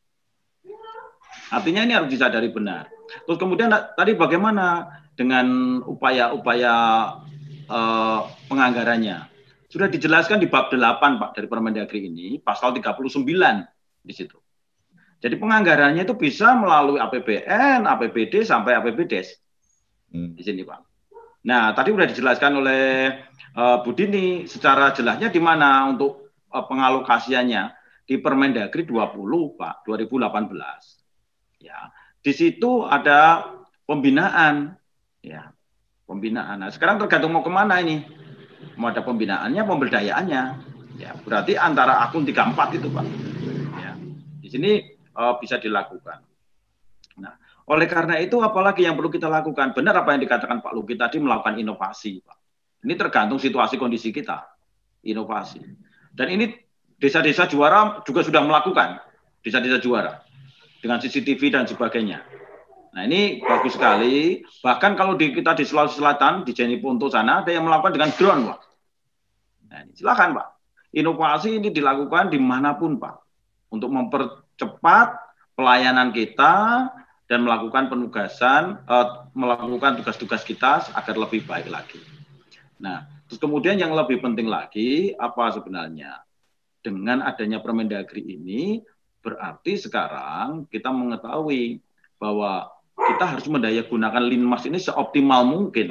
Artinya ini harus disadari benar. Terus kemudian tadi bagaimana dengan upaya-upaya eh, penganggarannya? Sudah dijelaskan di bab delapan, Pak, dari Permendagri ini, pasal tiga puluh sembilan di situ. Jadi penganggarannya itu bisa melalui A P B N, A P B D sampai A P B D E S. Hmm. Di sini, Pak. Nah, tadi sudah dijelaskan oleh uh, Bu Dini secara jelasnya di mana untuk uh, pengalokasiannya di Permendagri dua puluh, Pak, dua ribu delapan belas. Ya. di situ ada pembinaan, ya pembinaan. Nah, sekarang tergantung mau kemana ini, mau ada pembinaannya, pemberdayaannya, ya berarti antara akun tiga puluh empat itu Pak, ya di sini uh, bisa dilakukan. Nah, oleh karena itu apalagi yang perlu kita lakukan? Benar apa yang dikatakan Pak Luki tadi, melakukan inovasi, Pak. Ini tergantung situasi kondisi kita, inovasi. Dan ini desa-desa juara juga sudah melakukan, desa-desa juara dengan C C T V dan sebagainya. Nah ini bagus sekali. Bahkan kalau di, kita di Sulawesi Selatan, di Jeneponto sana, ada yang melakukan dengan drone, Pak. Nah, ini, silakan, Pak. Inovasi ini dilakukan dimanapun, Pak. Untuk mempercepat pelayanan kita dan melakukan penugasan, eh, melakukan tugas-tugas kita agar lebih baik lagi. Nah, terus kemudian yang lebih penting lagi, apa sebenarnya? Dengan adanya Permendagri ini, berarti sekarang kita mengetahui bahwa kita harus mendayagunakan Linmas ini seoptimal mungkin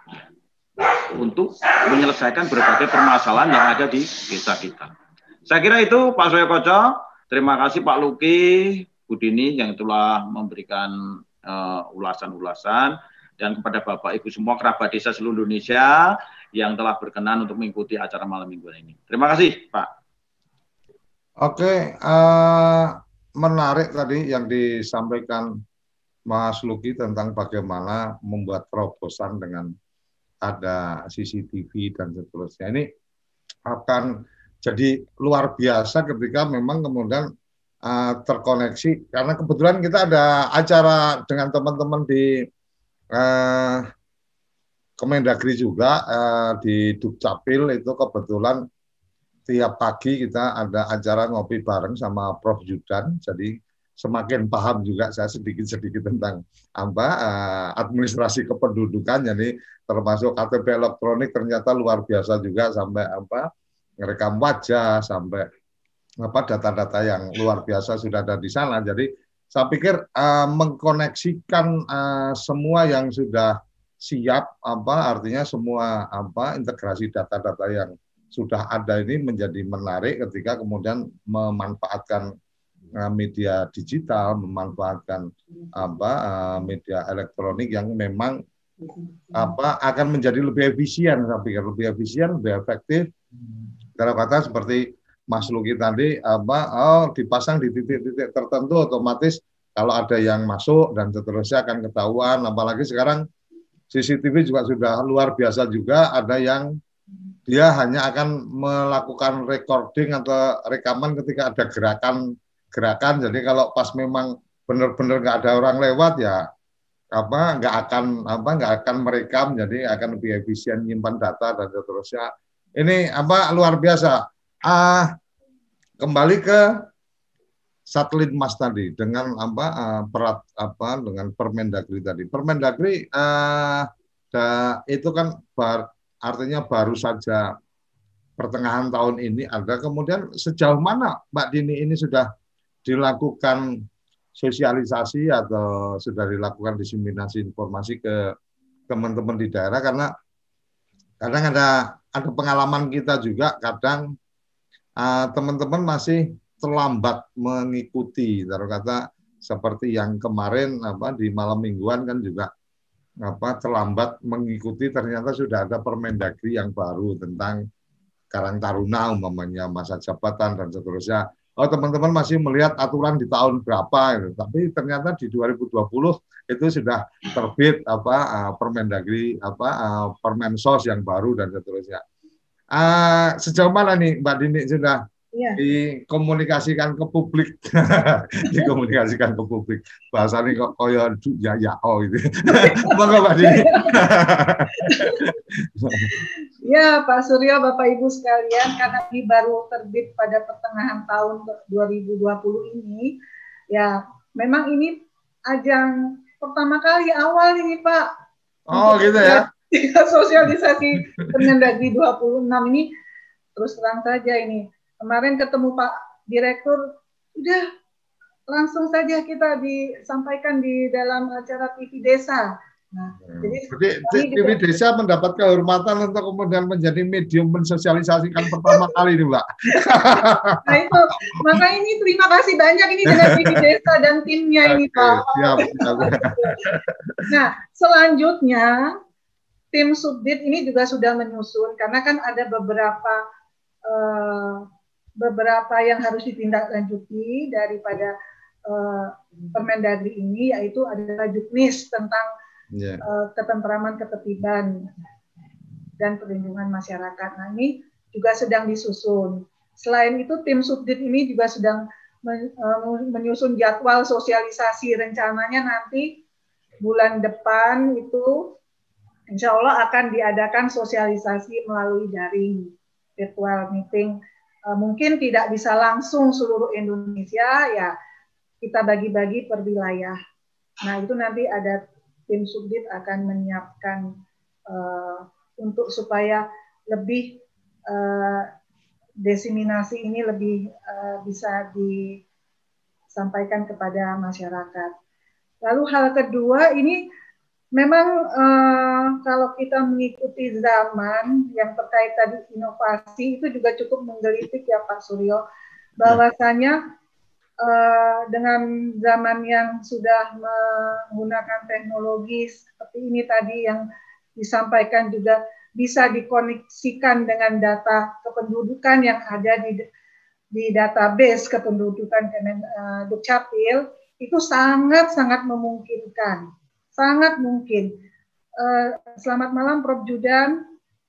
untuk menyelesaikan berbagai permasalahan yang ada di desa kita. Saya kira itu Pak Surya Koco. Terima kasih Pak Luki, Bu Dini yang telah memberikan ulasan-ulasan, uh, dan kepada Bapak Ibu semua kerabat desa seluruh Indonesia yang telah berkenan untuk mengikuti acara malam mingguan ini. Terima kasih Pak. Oke, uh, menarik tadi yang disampaikan Mas Luki tentang bagaimana membuat terobosan dengan ada C C T V dan seterusnya. Ini akan jadi luar biasa ketika memang kemudian uh, terkoneksi. Karena kebetulan kita ada acara dengan teman-teman di uh, Kemendagri juga, uh, di Dukcapil itu kebetulan tiap pagi kita ada acara ngopi bareng sama Prof Yudan. Jadi semakin paham juga saya sedikit-sedikit tentang apa uh, administrasi kependudukan, jadi termasuk K T P elektronik ternyata luar biasa juga, sampai apa merekam wajah, sampai apa data-data yang luar biasa sudah ada di sana. Jadi saya pikir uh, mengkoneksikan uh, semua yang sudah siap, apa artinya semua apa integrasi data-data yang sudah ada ini menjadi menarik ketika kemudian memanfaatkan media digital, memanfaatkan apa media elektronik yang memang apa akan menjadi lebih efisien, saya pikir lebih efisien, lebih efektif. Kalau kata seperti Mas Luki tadi, apa oh dipasang di titik-titik tertentu, otomatis kalau ada yang masuk dan seterusnya akan ketahuan. Apalagi sekarang C C T V juga sudah luar biasa juga, ada yang dia hanya akan melakukan recording atau rekaman ketika ada gerakan gerakan. Jadi kalau pas memang benar-benar nggak ada orang lewat ya apa nggak akan apa nggak akan merekam, jadi akan lebih efisien menyimpan data dan seterusnya. Ini apa luar biasa. Ah kembali ke satelit Mas tadi dengan apa uh, perat apa dengan Permendagri tadi. Permendagri uh, da, itu kan bar, artinya baru saja pertengahan tahun ini ada. Kemudian sejauh mana Mbak Dini ini sudah dilakukan sosialisasi atau sudah dilakukan diseminasi informasi ke teman-teman di daerah? Karena kadang ada ada pengalaman kita juga, kadang teman-teman uh, masih terlambat mengikuti. Taruh kata seperti yang kemarin apa di malam mingguan kan juga apa terlambat mengikuti, ternyata sudah ada Permendagri yang baru tentang Karang Taruna umpamanya, masa jabatan dan seterusnya. Oh teman-teman masih melihat aturan di tahun berapa, gitu. Tapi ternyata di dua ribu dua puluh itu sudah terbit apa uh, Permendagri apa uh, Permensos yang baru dan seterusnya. Uh, sejauh mana nih Mbak Dini sudah ya dikomunikasikan ke publik? Dikomunikasikan ke publik. Bahasanya kok koyo ya ya oh gitu. Monggo Mbak Dini. Ya Pak Surya, Bapak Ibu sekalian, karena ini baru terbit pada pertengahan tahun dua ribu dua puluh ini, ya memang ini ajang pertama kali awal ini Pak. Oh gitu ya. Sosialisasi Permendagri dua puluh enam ini, terus terang saja ini kemarin ketemu Pak Direktur, udah langsung saja kita disampaikan di dalam acara T V Desa. Nah, Hmm. jadi Jadi kami T V juga, Desa mendapat kehormatan untuk kemudian menjadi medium mensosialisasikan pertama kali ini, Mbak. nah itu makanya ini terima kasih banyak ini dengan T V Desa dan timnya ini, Oke, Pak. siap, siap. Nah, selanjutnya tim Subdit ini juga sudah menyusun karena kan ada beberapa eh, beberapa yang harus ditindaklanjuti daripada eh, Permendagri ini, yaitu adalah juknis tentang Yeah. eh, ketentraman, ketertiban dan perlindungan masyarakat. Nah, ini juga sedang disusun. Selain itu, tim Subdit ini juga sedang men, uh, menyusun jadwal sosialisasi. Rencananya nanti bulan depan itu insya Allah akan diadakan sosialisasi melalui daring, virtual meeting. Uh, mungkin tidak bisa langsung seluruh Indonesia, ya kita bagi-bagi per wilayah. Nah, itu nanti ada tim Subdit akan menyiapkan uh, untuk supaya lebih uh, diseminasi ini lebih uh, bisa disampaikan kepada masyarakat. Lalu hal kedua ini memang uh, kalau kita mengikuti zaman yang terkait tadi inovasi itu juga cukup menggelitik ya Pak Suryo, bahwasanya uh, dengan zaman yang sudah menggunakan teknologi seperti ini tadi yang disampaikan juga bisa dikoneksikan dengan data kependudukan yang ada di di database kependudukan uh, Dukcapil, itu sangat-sangat memungkinkan, sangat mungkin. Uh, selamat malam Prof Judan,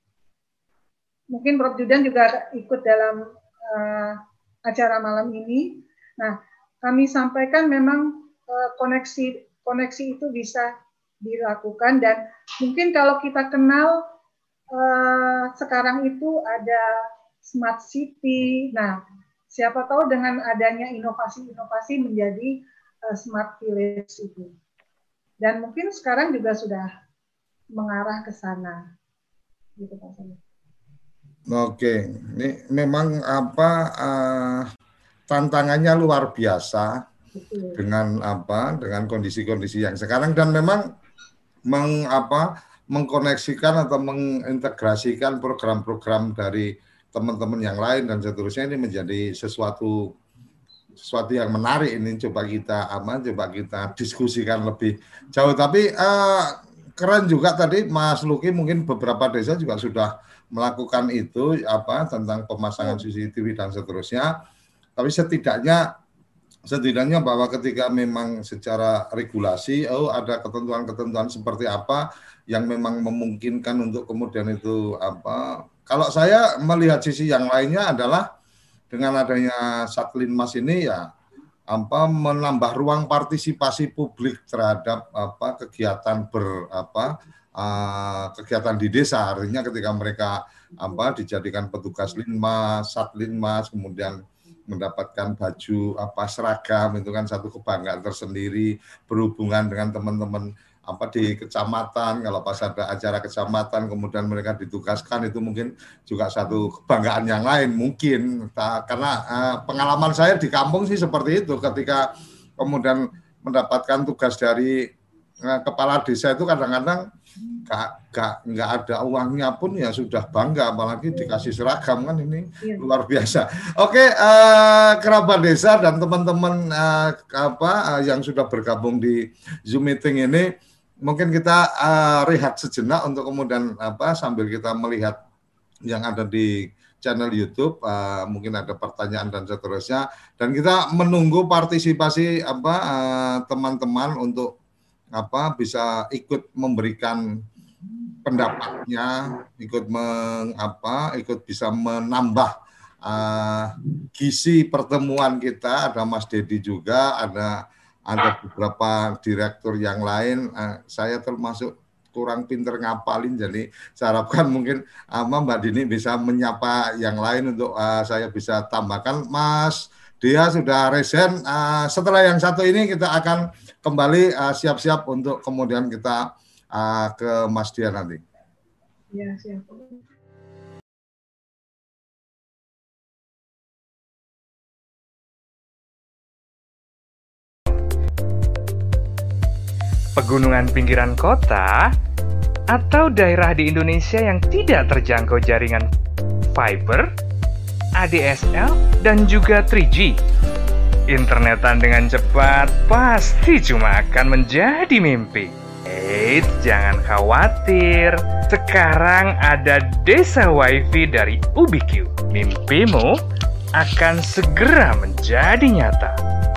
mungkin Prof Judan juga ikut dalam uh, acara malam ini. Nah, kami sampaikan memang uh, koneksi koneksi itu bisa dilakukan, dan mungkin kalau kita kenal Uh, sekarang itu ada smart city. Nah, siapa tahu dengan adanya inovasi-inovasi menjadi uh, smart village itu. Dan mungkin sekarang juga sudah mengarah ke sana. Gitu Pak Sandi. Oke, ini memang apa uh, tantangannya luar biasa. Betul. Dengan apa? Dengan kondisi-kondisi yang sekarang, dan memang mengapa mengkoneksikan atau mengintegrasikan program-program dari teman-teman yang lain dan seterusnya ini menjadi sesuatu sesuatu yang menarik. Ini coba kita apa coba kita diskusikan lebih jauh. Tapi uh, keren juga tadi Mas Luki, mungkin beberapa desa juga sudah melakukan itu apa tentang pemasangan C C T V dan seterusnya. Tapi setidaknya setidaknya bahwa ketika memang secara regulasi oh ada ketentuan-ketentuan seperti apa yang memang memungkinkan untuk kemudian itu apa. Kalau saya melihat sisi yang lainnya adalah dengan adanya Satlinmas ini ya apa menambah ruang partisipasi publik terhadap apa kegiatan ber apa uh, kegiatan di desa. Artinya ketika mereka apa dijadikan petugas Linmas, Satlinmas, kemudian mendapatkan baju apa seragam, itu kan satu kebanggaan tersendiri, berhubungan dengan teman-teman apa di kecamatan. Kalau pas ada acara kecamatan kemudian mereka ditugaskan, itu mungkin juga satu kebanggaan yang lain mungkin. Karena uh, pengalaman saya di kampung sih seperti itu, ketika kemudian mendapatkan tugas dari uh, kepala desa itu kadang-kadang gak, gak, gak ada uangnya pun ya sudah bangga, apalagi dikasih seragam kan, ini luar biasa. Oke, uh, kerabat desa dan teman-teman uh, apa uh, yang sudah bergabung di Zoom meeting ini, mungkin kita uh, rehat sejenak untuk kemudian apa sambil kita melihat yang ada di channel YouTube, uh, mungkin ada pertanyaan dan seterusnya, dan kita menunggu partisipasi apa uh, teman-teman untuk apa bisa ikut memberikan pendapatnya, ikut mengapa, ikut bisa menambah uh, gizi pertemuan kita. Ada Mas Dedi juga, ada ada beberapa direktur yang lain. Uh, saya termasuk kurang pinter ngapalin, jadi saya harapkan mungkin uh, Mbak Dini bisa menyapa yang lain untuk uh, saya bisa tambahkan. Mas Dia sudah resen. Uh, setelah yang satu ini kita akan kembali uh, siap-siap untuk kemudian kita uh, ke Mas Dia nanti. Ya, siap. pegunungan pinggiran kota, atau daerah di Indonesia yang tidak terjangkau jaringan fiber, A D S L, dan juga tiga G. Internetan dengan cepat pasti cuma akan menjadi mimpi. Eits, jangan khawatir. Sekarang ada Desa Wifi dari Ubique. Mimpimu akan segera menjadi nyata.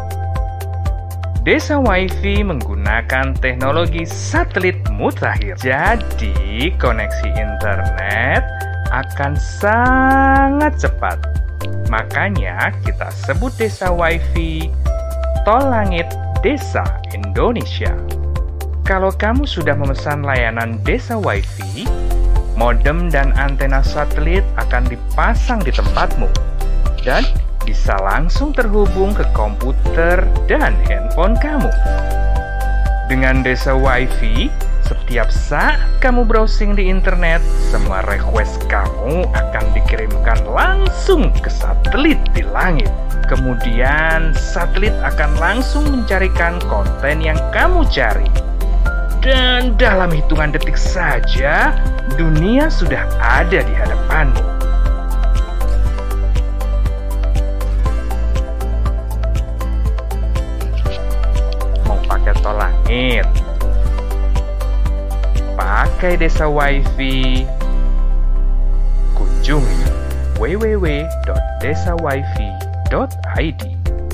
Desa Wifi menggunakan teknologi satelit mutakhir. Jadi, koneksi internet akan sangat cepat. Makanya kita sebut Desa Wifi Tol Langit Desa Indonesia. Kalau kamu sudah memesan layanan Desa Wifi, modem dan antena satelit akan dipasang di tempatmu dan bisa langsung terhubung ke komputer dan handphone kamu. Dengan Desa Wifi, setiap saat kamu browsing di internet, semua request kamu akan dikirimkan langsung ke satelit di langit. Kemudian, satelit akan langsung mencarikan konten yang kamu cari. Dan dalam hitungan detik saja, dunia sudah ada di hadapanmu. Mau pakai tol langit? Pakai Desa Wifi. Kunjungi w w w dot desa wifi dot i d.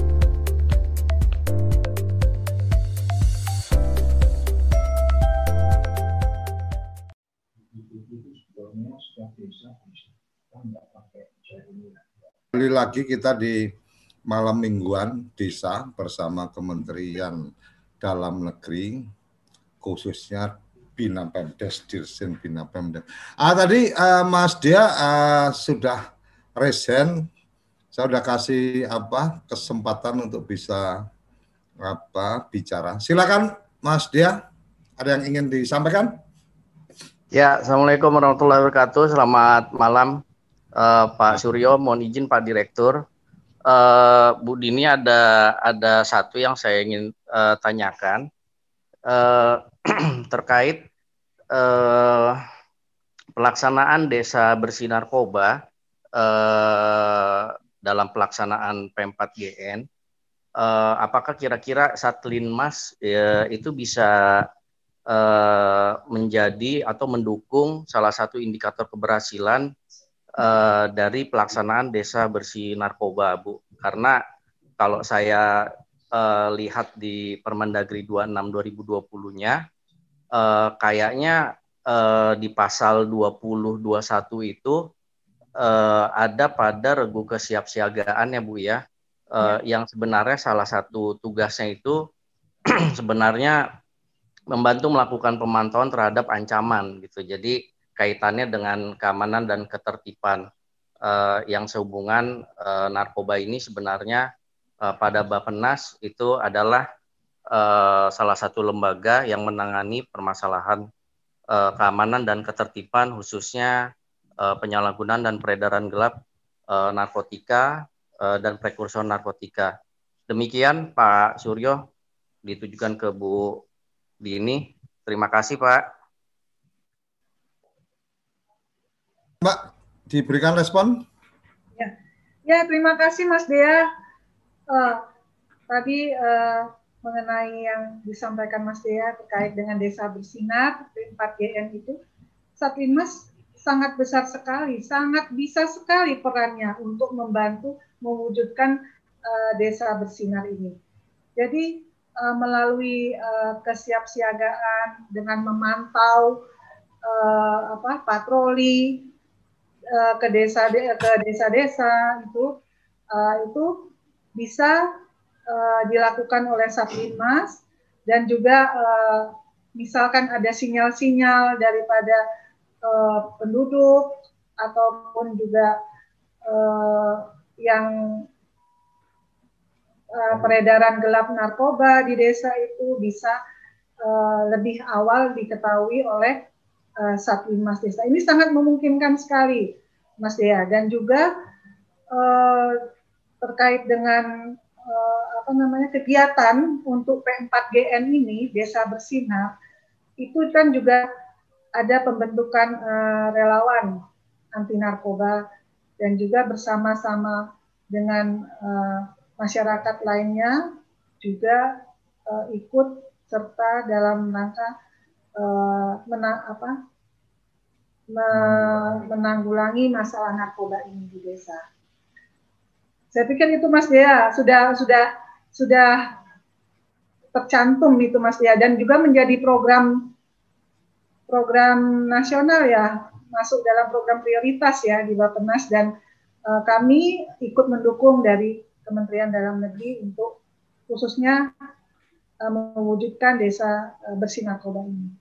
Kembali lagi kita di malam mingguan desa bersama Kementerian Dalam Negeri, khususnya Bina Pemdes, Dirjen Bina Pemdes. Ah tadi uh, Mas Dia uh, sudah resen, saya sudah kasih apa kesempatan untuk bisa apa bicara. Silakan Mas Dia, ada yang ingin disampaikan? Ya, Assalamualaikum warahmatullahi wabarakatuh. Selamat malam uh, Pak Suryo. Mohon izin Pak Direktur. Uh, Bu Dini ada ada satu yang saya ingin uh, tanyakan uh, terkait uh, pelaksanaan Desa Bersih Narkoba uh, dalam pelaksanaan P empat G N. Uh, apakah kira-kira Satlinmas uh, itu bisa Uh, menjadi atau mendukung salah satu indikator keberhasilan uh, dari pelaksanaan Desa Bersih Narkoba, Bu? Karena kalau saya uh, lihat di Permendagri dua puluh enam dua ribu dua puluh-nya, uh, kayaknya uh, di pasal dua puluh dua puluh satu itu uh, ada pada regu kesiapsiagaan ya, Bu ya, uh, ya. Yang sebenarnya salah satu tugasnya itu sebenarnya membantu melakukan pemantauan terhadap ancaman gitu. Jadi kaitannya dengan keamanan dan ketertiban uh, yang sehubungan uh, narkoba ini sebenarnya uh, pada Bappenas itu adalah uh, salah satu lembaga yang menangani permasalahan uh, keamanan dan ketertiban, khususnya uh, penyalahgunaan dan peredaran gelap uh, narkotika uh, dan prekursor narkotika. Demikian Pak Suryo, ditujukan ke Bu Dini. Terima kasih Pak. Mbak, diberikan respon? Ya, ya terima kasih Mas Dea. Uh, tadi uh, mengenai yang disampaikan Mas Dea terkait dengan Desa Bersinar, P empat G N itu, Satlinmas sangat besar sekali, sangat bisa sekali perannya untuk membantu mewujudkan uh, Desa Bersinar ini. Jadi, Uh, melalui uh, kesiapsiagaan dengan memantau uh, apa patroli uh, ke desa de, ke desa-desa itu uh, itu bisa uh, dilakukan oleh Satlinmas, dan juga uh, misalkan ada sinyal-sinyal daripada uh, penduduk ataupun juga uh, yang Uh, peredaran gelap narkoba di desa itu bisa uh, lebih awal diketahui oleh uh, Satlinmas Desa. Ini sangat memungkinkan sekali, Mas Dea. Dan juga uh, terkait dengan uh, apa apa namanya kegiatan untuk P empat G N ini, Desa Bersinar, itu kan juga ada pembentukan uh, relawan anti narkoba dan juga bersama-sama dengan uh, masyarakat lainnya juga uh, ikut serta dalam rangka uh, mena apa, menanggulangi masalah narkoba ini di desa. Saya pikir itu Mas Dea sudah sudah sudah tercantum itu Mas Dea, dan juga menjadi program program nasional ya, masuk dalam program prioritas ya di Bappenas, dan uh, kami ikut mendukung dari Kementerian Dalam Negeri untuk khususnya uh, mewujudkan desa uh, bersih narkoba ini.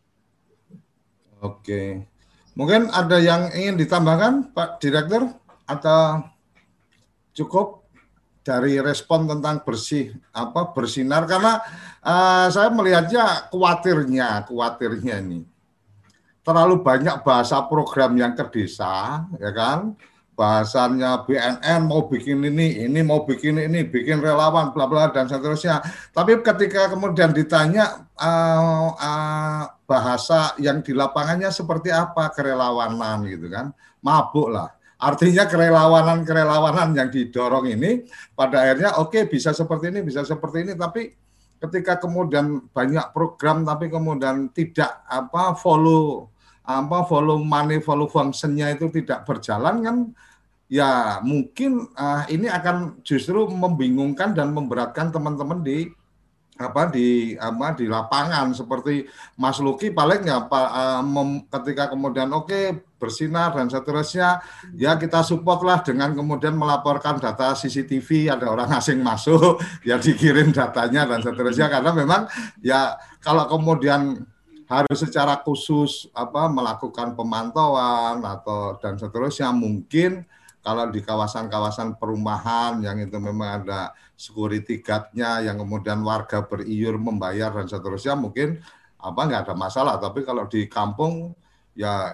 Oke, mungkin ada yang ingin ditambahkan Pak Direktur atau cukup dari respon tentang bersih apa bersinar, karena uh, saya melihatnya khawatirnya khawatirnya ini terlalu banyak bahasa program yang ke desa, ya kan, bahasanya B N N mau bikin ini ini mau bikin ini bikin relawan bla bla dan seterusnya, tapi ketika kemudian ditanya uh, uh, bahasa yang di lapangannya seperti apa kerelawanan gitu kan, mabuk lah. Artinya kerelawanan-kerelawanan yang didorong ini pada akhirnya oke okay, bisa seperti ini, bisa seperti ini, tapi ketika kemudian banyak program tapi kemudian tidak apa follow apa follow money, follow functionnya itu tidak berjalan kan, ya mungkin uh, ini akan justru membingungkan dan memberatkan teman-teman di apa di apa di lapangan seperti Mas Luki paling ya Pak uh, mem, ketika kemudian oke okay, bersinar dan seterusnya ya kita support lah dengan kemudian melaporkan data C C T V ada orang asing masuk ya dikirim datanya dan seterusnya, karena memang ya kalau kemudian harus secara khusus apa melakukan pemantauan atau dan seterusnya, mungkin kalau di kawasan-kawasan perumahan yang itu memang ada security guard-nya yang kemudian warga beriur membayar dan seterusnya, mungkin apa nggak ada masalah. Tapi kalau di kampung ya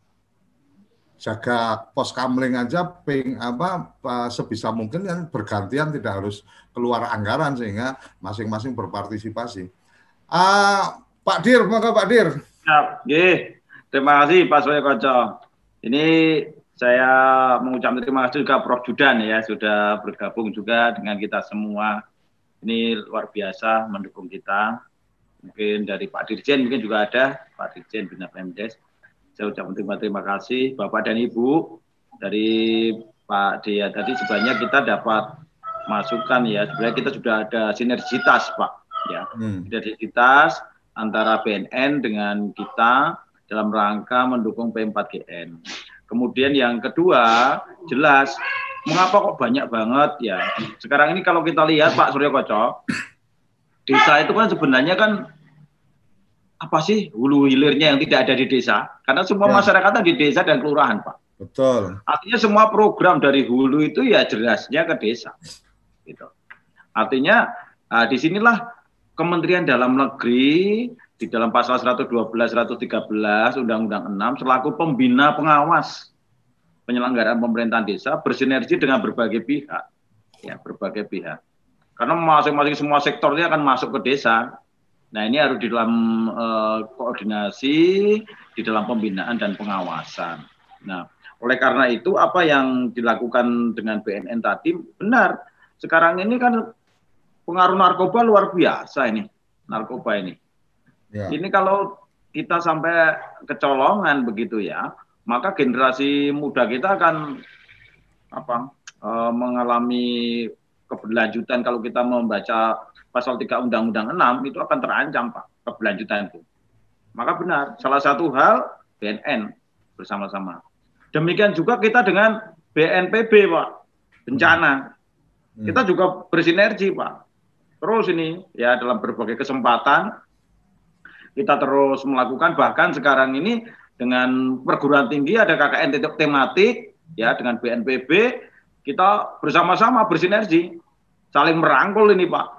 jaga pos kamling aja ping apa sebisa mungkin yang bergantian, tidak harus keluar anggaran sehingga masing-masing berpartisipasi. Uh, Pak Dir, monggo Pak Dir. Ya, terima kasih Pak Suryo Koco. Ini saya mengucapkan terima kasih juga Prof Judan ya sudah bergabung juga dengan kita semua. Ini luar biasa mendukung kita. Mungkin dari Pak Dirjen mungkin juga ada Pak Dirjen Bina Pemdes. Saya ucapkan terima terima kasih Bapak dan Ibu dari Pak Dea tadi, sebenarnya kita dapat masukan ya. Sebenarnya kita sudah ada sinergitas Pak ya. Hmm. Sinergitas antara B N N dengan kita dalam rangka mendukung P empat G N. Kemudian yang kedua, jelas mengapa kok banyak banget ya. Sekarang ini kalau kita lihat Pak Suryo Koco, desa itu kan sebenarnya kan apa sih hulu hilirnya yang tidak ada di desa? Karena semua ya. Masyarakat di desa dan kelurahan Pak. Betul. Artinya semua program dari hulu itu ya jelasnya ke desa. Gitu. Artinya nah, disinilah Kementerian Dalam Negeri di dalam pasal seratus dua belas, seratus tiga belas Undang-Undang enam selaku pembina pengawas penyelenggaraan pemerintahan desa bersinergi dengan berbagai pihak, ya berbagai pihak. Karena masing-masing semua sektornya akan masuk ke desa. Nah ini harus di dalam uh, koordinasi, di dalam pembinaan dan pengawasan. Nah oleh karena itu apa yang dilakukan dengan B N N tadi benar. Sekarang ini kan pengaruh narkoba luar biasa ini, narkoba ini. Ya. Ini kalau kita sampai kecolongan begitu ya, maka generasi muda kita akan apa e, mengalami keberlanjutan. Kalau kita membaca pasal tiga Undang-Undang enam itu akan terancam Pak keberlanjutan itu. Maka benar, salah satu hal B N N bersama-sama. Demikian juga kita dengan B N P B Pak, bencana. Hmm. Kita juga bersinergi Pak. Terus ini ya dalam berbagai kesempatan kita terus melakukan, bahkan sekarang ini dengan perguruan tinggi ada K K N tematik ya dengan B N P B kita bersama-sama bersinergi saling merangkul ini Pak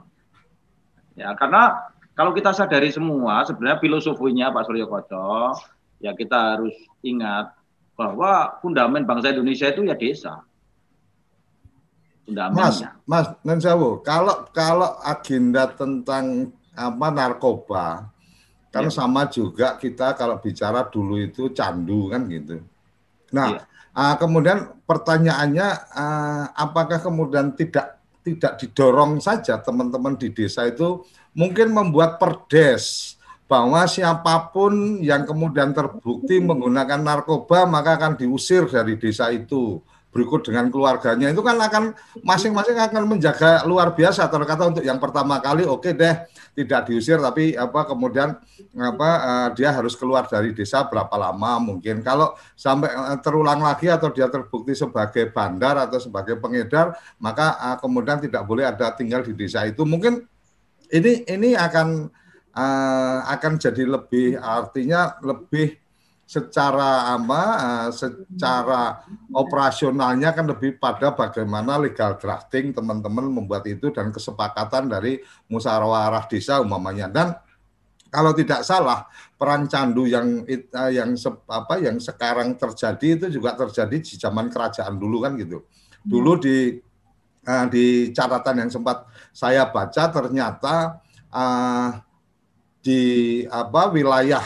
ya, karena kalau kita sadari semua sebenarnya filosofinya Pak Suryo Koco ya kita harus ingat bahwa fundament bangsa Indonesia itu ya desa. Mas, Mas Nensawo, kalau kalau agenda tentang apa narkoba, kan ya. Sama juga kita kalau bicara dulu itu candu kan gitu. Nah, ya. uh, kemudian pertanyaannya, uh, apakah kemudian tidak tidak didorong saja teman-teman di desa itu mungkin membuat perdes bahwa siapapun yang kemudian terbukti menggunakan narkoba maka akan diusir dari desa itu. Berikut dengan keluarganya itu kan akan masing-masing akan menjaga luar biasa. Terkata untuk yang pertama kali oke okay deh tidak diusir tapi apa kemudian apa uh, dia harus keluar dari desa berapa lama mungkin. Kalau sampai uh, terulang lagi atau dia terbukti sebagai bandar atau sebagai pengedar maka uh, kemudian tidak boleh ada tinggal di desa itu. Mungkin ini ini akan uh, akan jadi lebih artinya lebih secara apa uh, secara operasionalnya kan lebih pada bagaimana legal drafting teman-teman membuat itu dan kesepakatan dari musyawarah desa umpamanya. Dan kalau tidak salah peran candu yang uh, yang se, apa yang sekarang terjadi itu juga terjadi di zaman kerajaan dulu kan gitu. Dulu di uh, di catatan yang sempat saya baca ternyata uh, di apa wilayah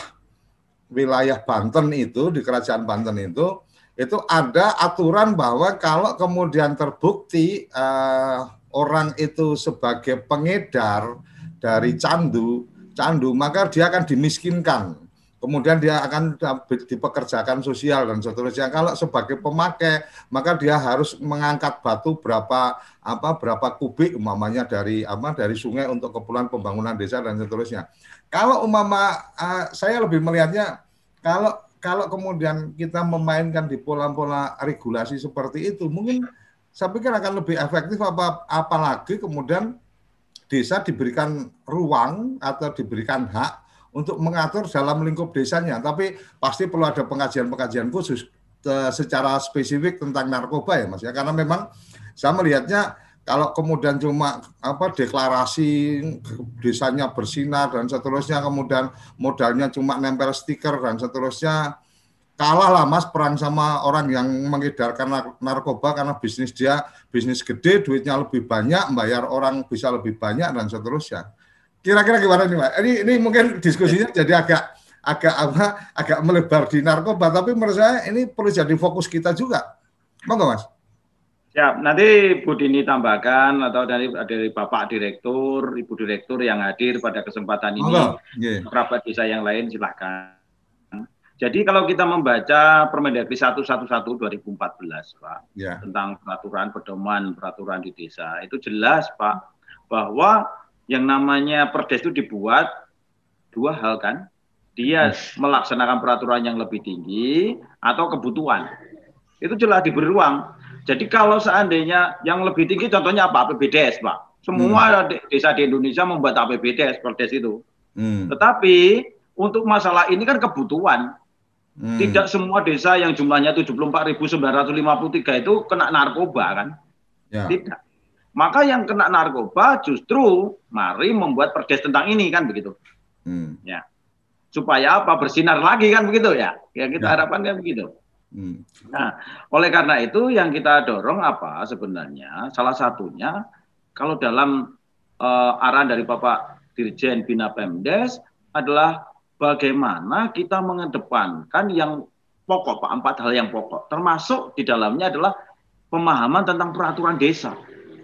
wilayah Banten itu, di kerajaan Banten itu, itu ada aturan bahwa kalau kemudian terbukti uh, orang itu sebagai pengedar dari candu, candu, maka dia akan dimiskinkan. Kemudian dia akan dipekerjakan sosial dan seterusnya. Kalau sebagai pemakai, maka dia harus mengangkat batu berapa apa berapa kubik umpamanya dari apa dari sungai untuk keperluan pembangunan desa dan seterusnya. Kalau umpama uh, saya lebih melihatnya kalau kalau kemudian kita memainkan di pola-pola regulasi seperti itu, mungkin saya pikir akan lebih efektif apa apalagi kemudian desa diberikan ruang atau diberikan hak untuk mengatur dalam lingkup desanya. Tapi pasti perlu ada pengajian-pengajian khusus uh, secara spesifik tentang narkoba ya Mas ya, karena memang saya melihatnya kalau kemudian cuma apa deklarasi desanya bersinar dan seterusnya, kemudian modalnya cuma nempel stiker dan seterusnya, kalah lah Mas perang sama orang yang mengedarkan narkoba karena bisnis dia bisnis gede, duitnya lebih banyak, bayar orang bisa lebih banyak dan seterusnya. Kira-kira gimana nih Pak? Ini ini mungkin diskusinya jadi agak agak apa agak melebar di narkoba, tapi menurut saya ini perlu jadi fokus kita juga. Monggo Mas. Ya, nanti Bu Dini tambahkan atau dari dari Bapak Direktur, Ibu Direktur yang hadir pada kesempatan ini, oh, yeah. Kerabat desa yang lain silahkan. Jadi kalau kita membaca Permendagri seratus sebelas dua ribu empat belas, Pak, yeah. tentang peraturan pedoman peraturan di desa, itu jelas Pak bahwa yang namanya perdes itu dibuat dua hal kan, dia hmm. melaksanakan peraturan yang lebih tinggi atau kebutuhan, itu jelas diberi ruang. Jadi kalau seandainya yang lebih tinggi contohnya apa? A P B D S, Pak. Semua hmm. desa di Indonesia membuat A P B D S, perdes itu. Hmm. Tetapi untuk masalah ini kan kebutuhan. Hmm. Tidak semua desa yang jumlahnya tujuh puluh empat ribu sembilan ratus lima puluh tiga itu kena narkoba kan? Ya. Tidak. Maka yang kena narkoba justru mari membuat perdes tentang ini kan begitu. Hmm. Ya. Supaya apa? Bersinar lagi kan begitu ya. Ya kita ya. harapkan kan begitu. Hmm. Nah, oleh karena itu yang kita dorong apa sebenarnya salah satunya kalau dalam uh, arahan dari Bapak Dirjen Bina Pemdes adalah bagaimana kita mengedepankan yang pokok Pak, empat hal yang pokok, termasuk di dalamnya adalah pemahaman tentang peraturan desa.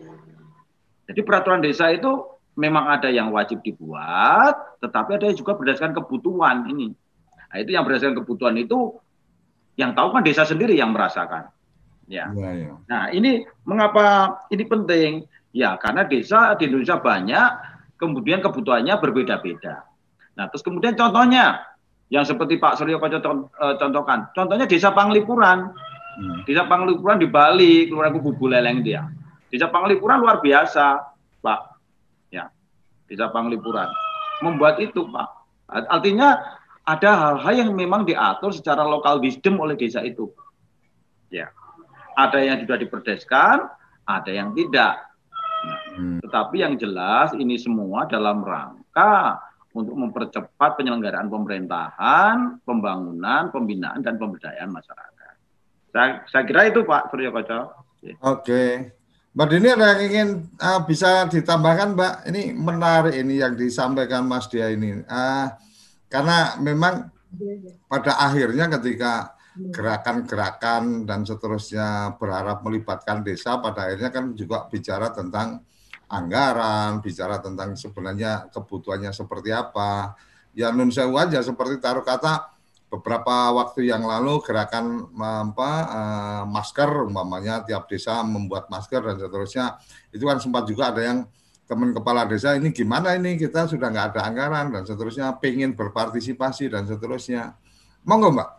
Jadi peraturan desa itu memang ada yang wajib dibuat, tetapi ada juga berdasarkan kebutuhan ini. Nah, itu yang berdasarkan kebutuhan itu yang tahu kan desa sendiri yang merasakan. Ya. Ya, ya. Nah, ini mengapa ini penting? Ya, karena desa di Indonesia banyak, kemudian kebutuhannya berbeda-beda. Nah, terus kemudian contohnya yang seperti Pak Suryo contohkan, contohnya Desa Panglipuran. Hmm. Desa Panglipuran di Bali, Kelurahan Kubu Buleleng dia. Desa Panglipuran luar biasa, Pak. Ya. Desa Panglipuran membuat itu, Pak. Artinya ada hal-hal yang memang diatur secara lokal wisdom oleh desa itu. Ya. Ada yang sudah diperdeskan, ada yang tidak. Nah, hmm. Tetapi yang jelas ini semua dalam rangka untuk mempercepat penyelenggaraan pemerintahan, pembangunan, pembinaan, dan pemberdayaan masyarakat. Saya, saya kira itu Pak Suryo Koco. Oke. Mbak Dini ada yang ingin uh, bisa ditambahkan, Mbak? Ini menarik ini yang disampaikan Mas Dia ini. Uh, karena memang pada akhirnya ketika gerakan-gerakan dan seterusnya berharap melibatkan desa, pada akhirnya kan juga bicara tentang anggaran, bicara tentang sebenarnya kebutuhannya seperti apa. Ya nun sewu aja, seperti taruh kata beberapa waktu yang lalu gerakan apa, uh, masker umpamanya tiap desa membuat masker dan seterusnya, itu kan sempat juga ada yang teman kepala desa ini gimana ini kita sudah nggak ada anggaran dan seterusnya, pengen berpartisipasi dan seterusnya. Monggo Mbak.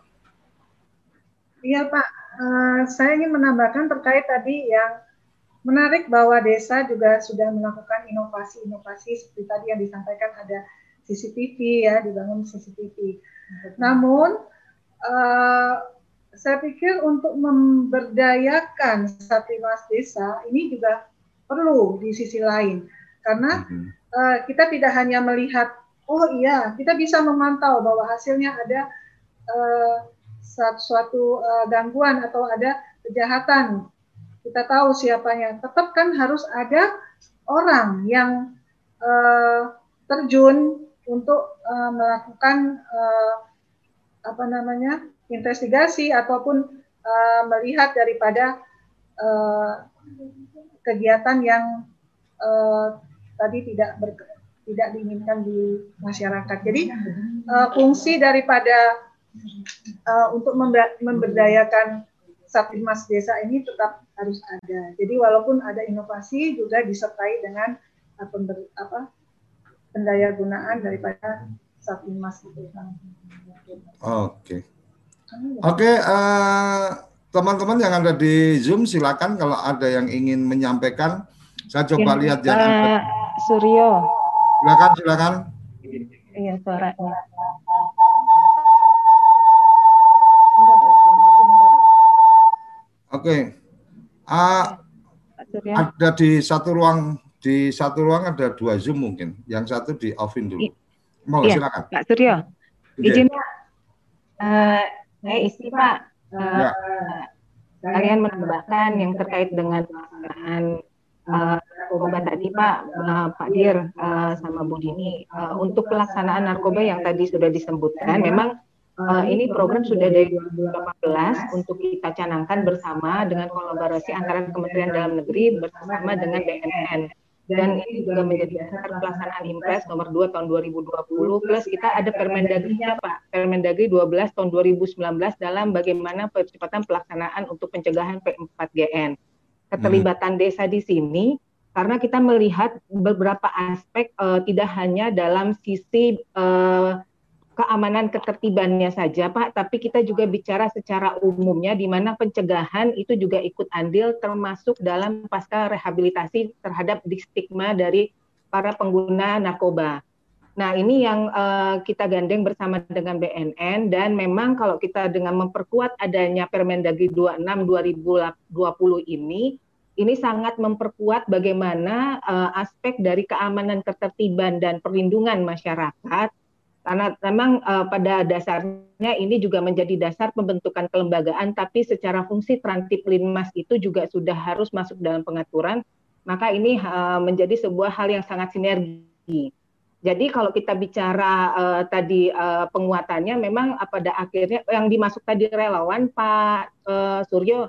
Iya Pak, uh, saya ingin menambahkan terkait tadi yang menarik bahwa desa juga sudah melakukan inovasi-inovasi seperti tadi yang disampaikan, ada C C T V ya, dibangun C C T V. Namun, uh, saya pikir untuk memberdayakan Satlimas Desa ini juga perlu di sisi lain. Karena uh, kita tidak hanya melihat, oh iya, kita bisa memantau bahwa hasilnya ada uh, suatu uh, gangguan atau ada kejahatan. Kita tahu siapanya. Tetap kan harus ada orang yang uh, terjun untuk uh, melakukan uh, apa namanya investigasi ataupun uh, melihat daripada uh, kegiatan yang uh, tadi tidak ber, tidak diinginkan di masyarakat. Jadi uh, fungsi daripada uh, untuk memberdayakan Satlimas Desa ini tetap harus ada. Jadi walaupun ada inovasi juga disertai dengan uh, pember, apa pendaya gunaan daripada Satlimas itu. Oke. Oke, uh, teman-teman yang ada di Zoom silakan kalau ada yang ingin menyampaikan. Saya coba ya, lihat yang Pak Suryo. Silakan, silakan. Iya, suaranya. Oke. Uh, ada di satu ruang Di satu ruang ada dua Zoom mungkin. Yang satu di offin dulu. Mau iya, silakan. Pak Suryo. Okay. Izin Pak. Uh, saya isi Pak. Uh, ya. Kalian menambahkan yang terkait dengan pelaksanaan narkoba uh, tadi Pak, uh, Pak Dir uh, sama Bu Dini. Uh, untuk pelaksanaan narkoba yang tadi sudah disebutkan, memang uh, ini program sudah dari dua ribu delapan belas untuk kita canangkan bersama dengan kolaborasi antara Kementerian Dalam Negeri bersama dengan B N N. Dan ini juga menjadi dasar pelaksanaan Impres nomor dua tahun dua ribu dua puluh, plus kita ada Permendagri-nya Pak, Permendagri dua belas tahun dua ribu sembilan belas dalam bagaimana percepatan pelaksanaan untuk pencegahan P empat G N. Keterlibatan hmm. desa di sini, karena kita melihat beberapa aspek, uh, tidak hanya dalam sisi uh, keamanan ketertibannya saja Pak, tapi kita juga bicara secara umumnya di mana pencegahan itu juga ikut andil termasuk dalam pasca rehabilitasi terhadap stigma dari para pengguna narkoba. Nah ini yang uh, kita gandeng bersama dengan B N N, dan memang kalau kita dengan memperkuat adanya Permendagri dua puluh enam dua ribu dua puluh ini, ini sangat memperkuat bagaimana uh, aspek dari keamanan ketertiban dan perlindungan masyarakat. Karena memang uh, pada dasarnya ini juga menjadi dasar pembentukan kelembagaan, tapi secara fungsi Trantiplinmas itu juga sudah harus masuk dalam pengaturan, maka ini uh, menjadi sebuah hal yang sangat sinergi. Jadi kalau kita bicara uh, tadi uh, penguatannya, memang pada akhirnya yang dimasuk tadi relawan Pak uh, Suryo,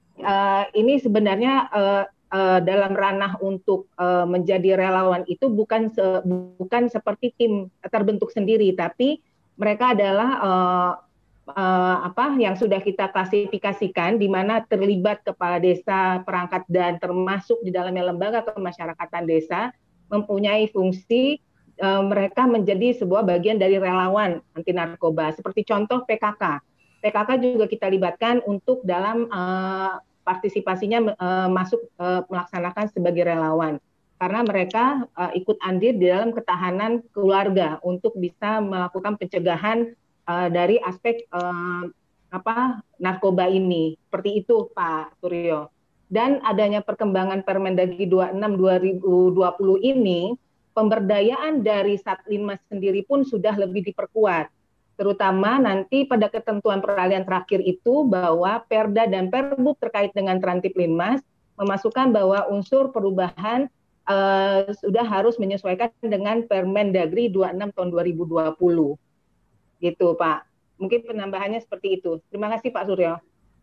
uh, ini sebenarnya uh, Uh, dalam ranah untuk uh, menjadi relawan itu bukan se bukan seperti tim terbentuk sendiri, tapi mereka adalah uh, uh, apa yang sudah kita klasifikasikan, di mana terlibat kepala desa, perangkat dan termasuk di dalamnya lembaga kemasyarakatan desa, mempunyai fungsi uh, mereka menjadi sebuah bagian dari relawan anti narkoba. Seperti contoh P K K, P K K juga kita libatkan untuk dalam uh, partisipasinya uh, masuk uh, melaksanakan sebagai relawan, karena mereka uh, ikut andil di dalam ketahanan keluarga untuk bisa melakukan pencegahan uh, dari aspek uh, apa narkoba ini. Seperti itu Pak Suryo. Dan adanya perkembangan Permendagri dua puluh enam dua ribu dua puluh ini, pemberdayaan dari Satlimas sendiri pun sudah lebih diperkuat. Terutama nanti pada ketentuan peralihan terakhir itu bahwa Perda dan Perbuk terkait dengan Trantiplinmas memasukkan bahwa unsur perubahan uh, sudah harus menyesuaikan dengan Permendagri dua puluh enam tahun dua ribu dua puluh. Gitu, Pak. Mungkin penambahannya seperti itu. Terima kasih, Pak Suryo.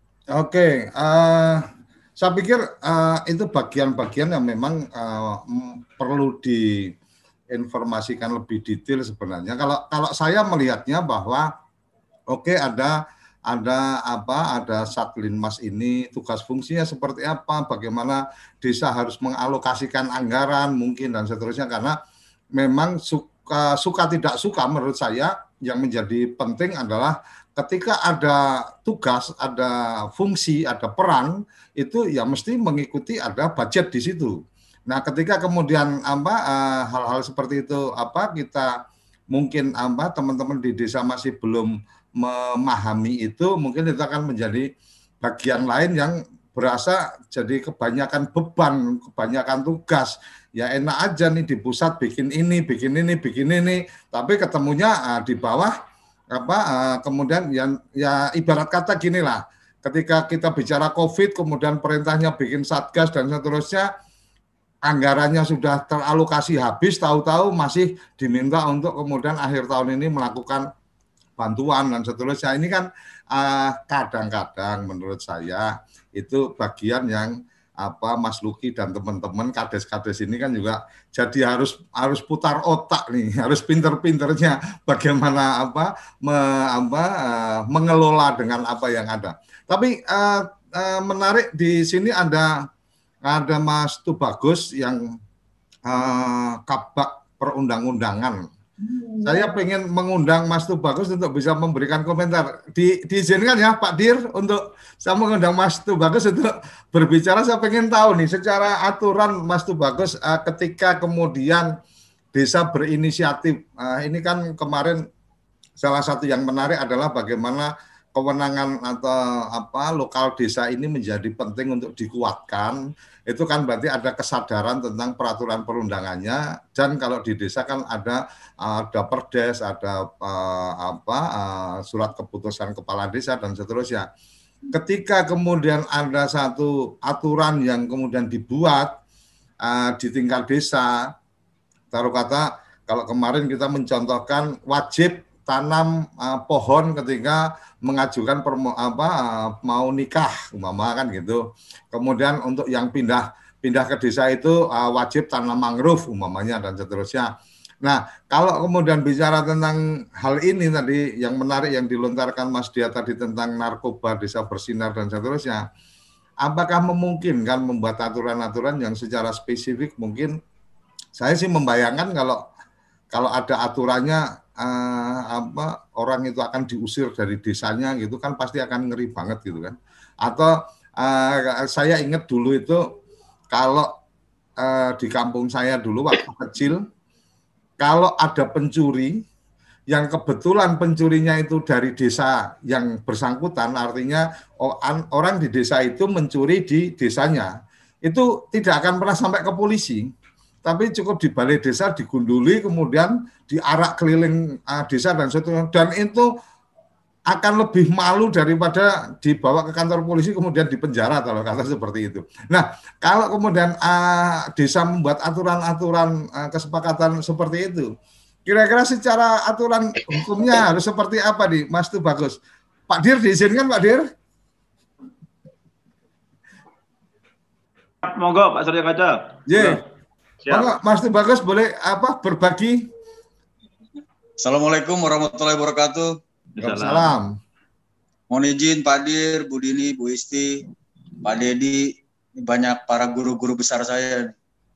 Oke, uh, saya pikir uh, itu bagian-bagian yang memang uh, perlu diinformasikan lebih detail sebenarnya. Kalau kalau saya melihatnya bahwa oke okay, ada ada apa ada Satlinmas ini tugas fungsinya seperti apa, bagaimana desa harus mengalokasikan anggaran mungkin dan seterusnya, karena memang suka suka tidak suka menurut saya yang menjadi penting adalah ketika ada tugas, ada fungsi, ada peran, itu ya mesti mengikuti ada budget di situ. Nah, ketika kemudian apa hal-hal seperti itu apa kita mungkin apa teman-teman di desa masih belum memahami itu, mungkin itu akan menjadi bagian lain yang berasa jadi kebanyakan beban, kebanyakan tugas. Ya enak aja nih di pusat bikin ini, bikin ini, bikin ini, tapi ketemunya uh, di bawah apa uh, kemudian yang ya ibarat kata gini lah, ketika kita bicara COVID, kemudian perintahnya bikin satgas dan seterusnya, anggarannya sudah teralokasi habis, tahu-tahu masih diminta untuk kemudian akhir tahun ini melakukan bantuan dan seterusnya. Ini kan uh, kadang-kadang menurut saya itu bagian yang apa Mas Luki dan teman-teman kades-kades ini kan juga jadi harus harus putar otak nih, harus pinter-pinternya bagaimana apa, me, apa uh, mengelola dengan apa yang ada. Tapi uh, uh, menarik di sini ada ada Mas Tubagus yang uh, kabak perundang-undangan. Hmm. Saya pengen mengundang Mas Tubagus untuk bisa memberikan komentar. Di, diizinkan ya Pak Dir untuk saya mengundang Mas Tubagus untuk berbicara. Saya pengen tahu nih secara aturan Mas Tubagus uh, ketika kemudian desa berinisiatif. Uh, ini kan kemarin salah satu yang menarik adalah bagaimana kewenangan atau apa lokal desa ini menjadi penting untuk dikuatkan. Itu kan berarti ada kesadaran tentang peraturan perundangannya, dan kalau di desa kan ada ada perdes, ada uh, apa uh, surat keputusan kepala desa dan seterusnya. Ketika kemudian ada satu aturan yang kemudian dibuat uh, di tingkat desa, taruh kata kalau kemarin kita mencontohkan wajib tanam uh, pohon ketika mengajukan permo, apa uh, mau nikah umpama kan gitu. Kemudian untuk yang pindah pindah ke desa itu uh, wajib tanam mangrove umpamanya dan seterusnya. Nah, kalau kemudian bicara tentang hal ini tadi yang menarik yang dilontarkan Mas Dia tadi tentang narkoba desa bersinar dan seterusnya, apakah memungkinkan membuat aturan-aturan yang secara spesifik? Mungkin saya sih membayangkan kalau kalau ada aturannya Uh, apa orang itu akan diusir dari desanya gitu kan pasti akan ngeri banget gitu kan. Atau uh, saya ingat dulu itu kalau uh, di kampung saya dulu waktu kecil, kalau ada pencuri yang kebetulan pencurinya itu dari desa yang bersangkutan, artinya orang di desa itu mencuri di desanya, itu tidak akan pernah sampai ke polisi, tapi cukup di balai desa digunduli, kemudian diarak keliling uh, desa dan seterusnya, dan itu akan lebih malu daripada dibawa ke kantor polisi kemudian dipenjara kalau kata seperti itu. Nah, kalau kemudian uh, desa membuat aturan-aturan uh, kesepakatan seperti itu, kira-kira secara aturan hukumnya harus seperti apa nih, Mas Tubagus? Pak Dir diizinkan, Pak Dir? Monggo, Pak Surya Kaca. Yeah. Monggo, Mas Tubagus boleh apa berbagi? Assalamualaikum warahmatullahi wabarakatuh. Salam. Mohon izin Pak Dir, Bu Dini, Bu Isti, Pak Dedi, banyak para guru-guru besar saya.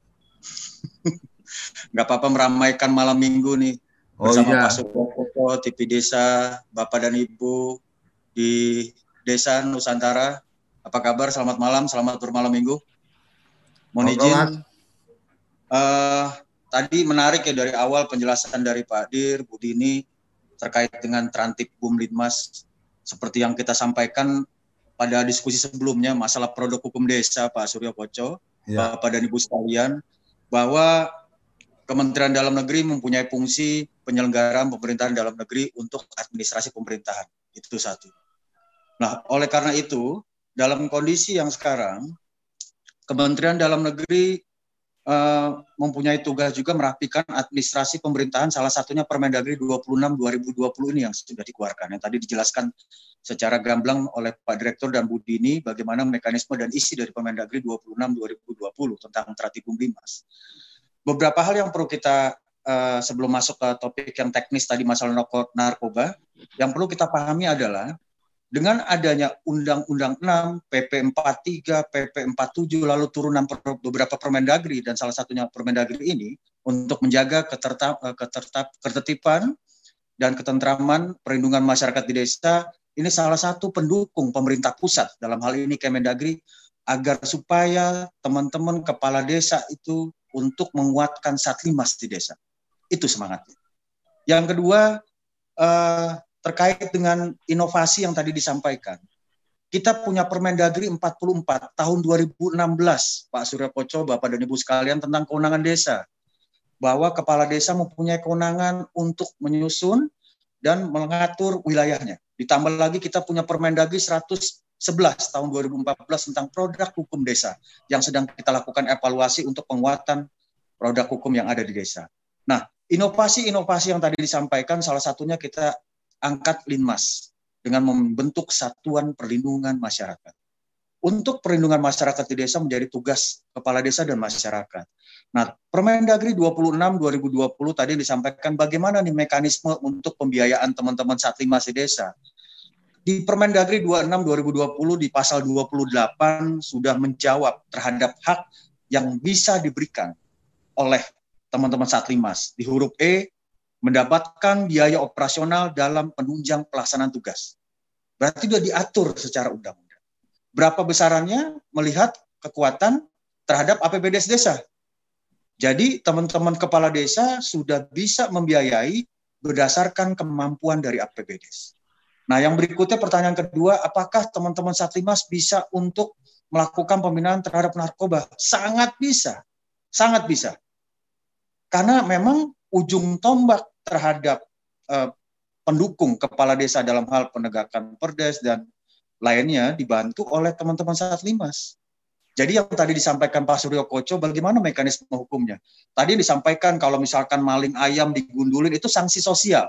Nggak apa-apa meramaikan malam minggu nih bersama oh, iya. Pak Sukoto, T V Desa, Bapak dan Ibu di Desa Nusantara. Apa kabar? Selamat malam, selamat bermalam minggu. Mohon izin. Uh, tadi menarik ya dari awal penjelasan dari Pak Dir, Bu Dini terkait dengan Trantip Bumlitmas seperti yang kita sampaikan pada diskusi sebelumnya masalah produk hukum desa Pak Suryo Koco, ya. Bapak dan Ibu sekalian, bahwa Kementerian Dalam Negeri mempunyai fungsi penyelenggaraan pemerintahan dalam negeri untuk administrasi pemerintahan. Itu satu. Nah, oleh karena itu, dalam kondisi yang sekarang, Kementerian Dalam Negeri uh, mempunyai tugas juga merapikan administrasi pemerintahan, salah satunya Permendagri dua puluh enam dua ribu dua puluh ini yang sudah dikeluarkan. Yang tadi dijelaskan secara gamblang oleh Pak Direktur dan Bu Dini bagaimana mekanisme dan isi dari Permendagri dua puluh enam dua ribu dua puluh tentang Tratibum Bimas. Beberapa hal yang perlu kita uh, sebelum masuk ke topik yang teknis tadi masalah narkoba, yang perlu kita pahami adalah dengan adanya Undang-Undang enam, P P empat puluh tiga, P P empat puluh tujuh, lalu turunan per, beberapa Permendagri, dan salah satunya Permendagri ini, untuk menjaga ketertap, ketertap, ketertiban dan ketentraman perlindungan masyarakat di desa, ini salah satu pendukung pemerintah pusat, dalam hal ini Kemendagri, agar supaya teman-teman kepala desa itu untuk menguatkan Satlimas di desa. Itu semangatnya. Yang kedua, eh, terkait dengan inovasi yang tadi disampaikan. Kita punya Permendagri empat puluh empat tahun dua ribu enam belas, Pak Surya Koco, Bapak dan Ibu sekalian, tentang kewenangan desa. Bahwa kepala desa mempunyai kewenangan untuk menyusun dan mengatur wilayahnya. Ditambah lagi kita punya Permendagri seratus sebelas tahun dua ribu empat belas tentang produk hukum desa yang sedang kita lakukan evaluasi untuk penguatan produk hukum yang ada di desa. Nah, inovasi-inovasi yang tadi disampaikan, salah satunya kita angkat Linmas dengan membentuk Satuan Perlindungan Masyarakat. Untuk perlindungan masyarakat di desa menjadi tugas kepala desa dan masyarakat. Nah, Permendagri dua puluh enam dua ribu dua puluh tadi disampaikan bagaimana nih mekanisme untuk pembiayaan teman-teman Satlimas di desa. Di Permendagri dua puluh enam dua ribu dua puluh di pasal dua puluh delapan sudah menjawab terhadap hak yang bisa diberikan oleh teman-teman Satlimas. Di huruf E, mendapatkan biaya operasional dalam penunjang pelaksanaan tugas. Berarti sudah diatur secara undang-undang. Berapa besarannya melihat kekuatan terhadap A P B D E S desa. Jadi teman-teman kepala desa sudah bisa membiayai berdasarkan kemampuan dari A P B D E S. Nah, yang berikutnya pertanyaan kedua, apakah teman-teman Satlimas bisa untuk melakukan pembinaan terhadap narkoba? Sangat bisa, sangat bisa. Karena memang ujung tombak terhadap uh, pendukung kepala desa dalam hal penegakan Perdes dan lainnya dibantu oleh teman-teman Satlimas. Jadi yang tadi disampaikan Pak Suryo Koco, bagaimana mekanisme hukumnya? Tadi disampaikan kalau misalkan maling ayam digundulin itu sanksi sosial.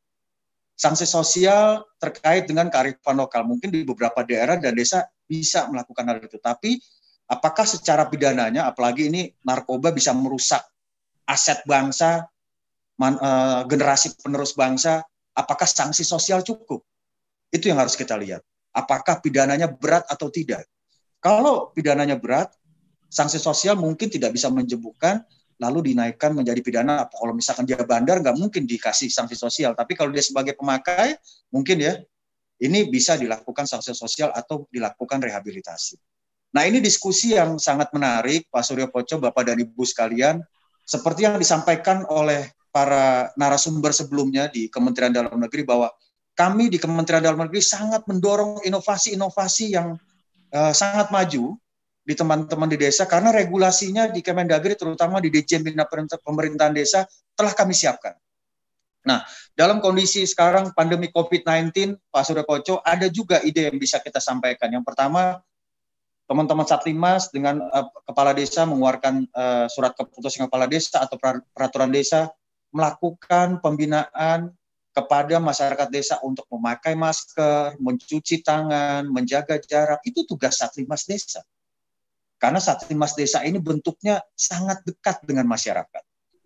Sanksi sosial terkait dengan kearifan lokal. Mungkin di beberapa daerah dan desa bisa melakukan hal itu. Tapi apakah secara pidananya, apalagi ini narkoba bisa merusak aset bangsa, Man, uh, generasi penerus bangsa, apakah sanksi sosial cukup? Itu yang harus kita lihat. Apakah pidananya berat atau tidak? Kalau pidananya berat, sanksi sosial mungkin tidak bisa menjembuhkan, lalu dinaikkan menjadi pidana. Kalau misalkan dia bandar, nggak mungkin dikasih sanksi sosial. Tapi kalau dia sebagai pemakai, mungkin ya, ini bisa dilakukan sanksi sosial atau dilakukan rehabilitasi. Nah, ini diskusi yang sangat menarik, Pak Suryo Koco, Bapak dan Ibu sekalian, seperti yang disampaikan oleh para narasumber sebelumnya di Kementerian Dalam Negeri bahwa kami di Kementerian Dalam Negeri sangat mendorong inovasi-inovasi yang uh, sangat maju di teman-teman di desa karena regulasinya di Kemendagri terutama di Ditjen Bina Pemerintahan Desa telah kami siapkan. Nah, dalam kondisi sekarang pandemi covid sembilan belas, Pak Surya Koco, ada juga ide yang bisa kita sampaikan. Yang pertama, teman-teman Satlimas dengan uh, kepala desa mengeluarkan uh, surat keputusan kepala desa atau peraturan desa melakukan pembinaan kepada masyarakat desa untuk memakai masker, mencuci tangan, menjaga jarak. Itu tugas Satlimas desa. Karena Satlimas desa ini bentuknya sangat dekat dengan masyarakat.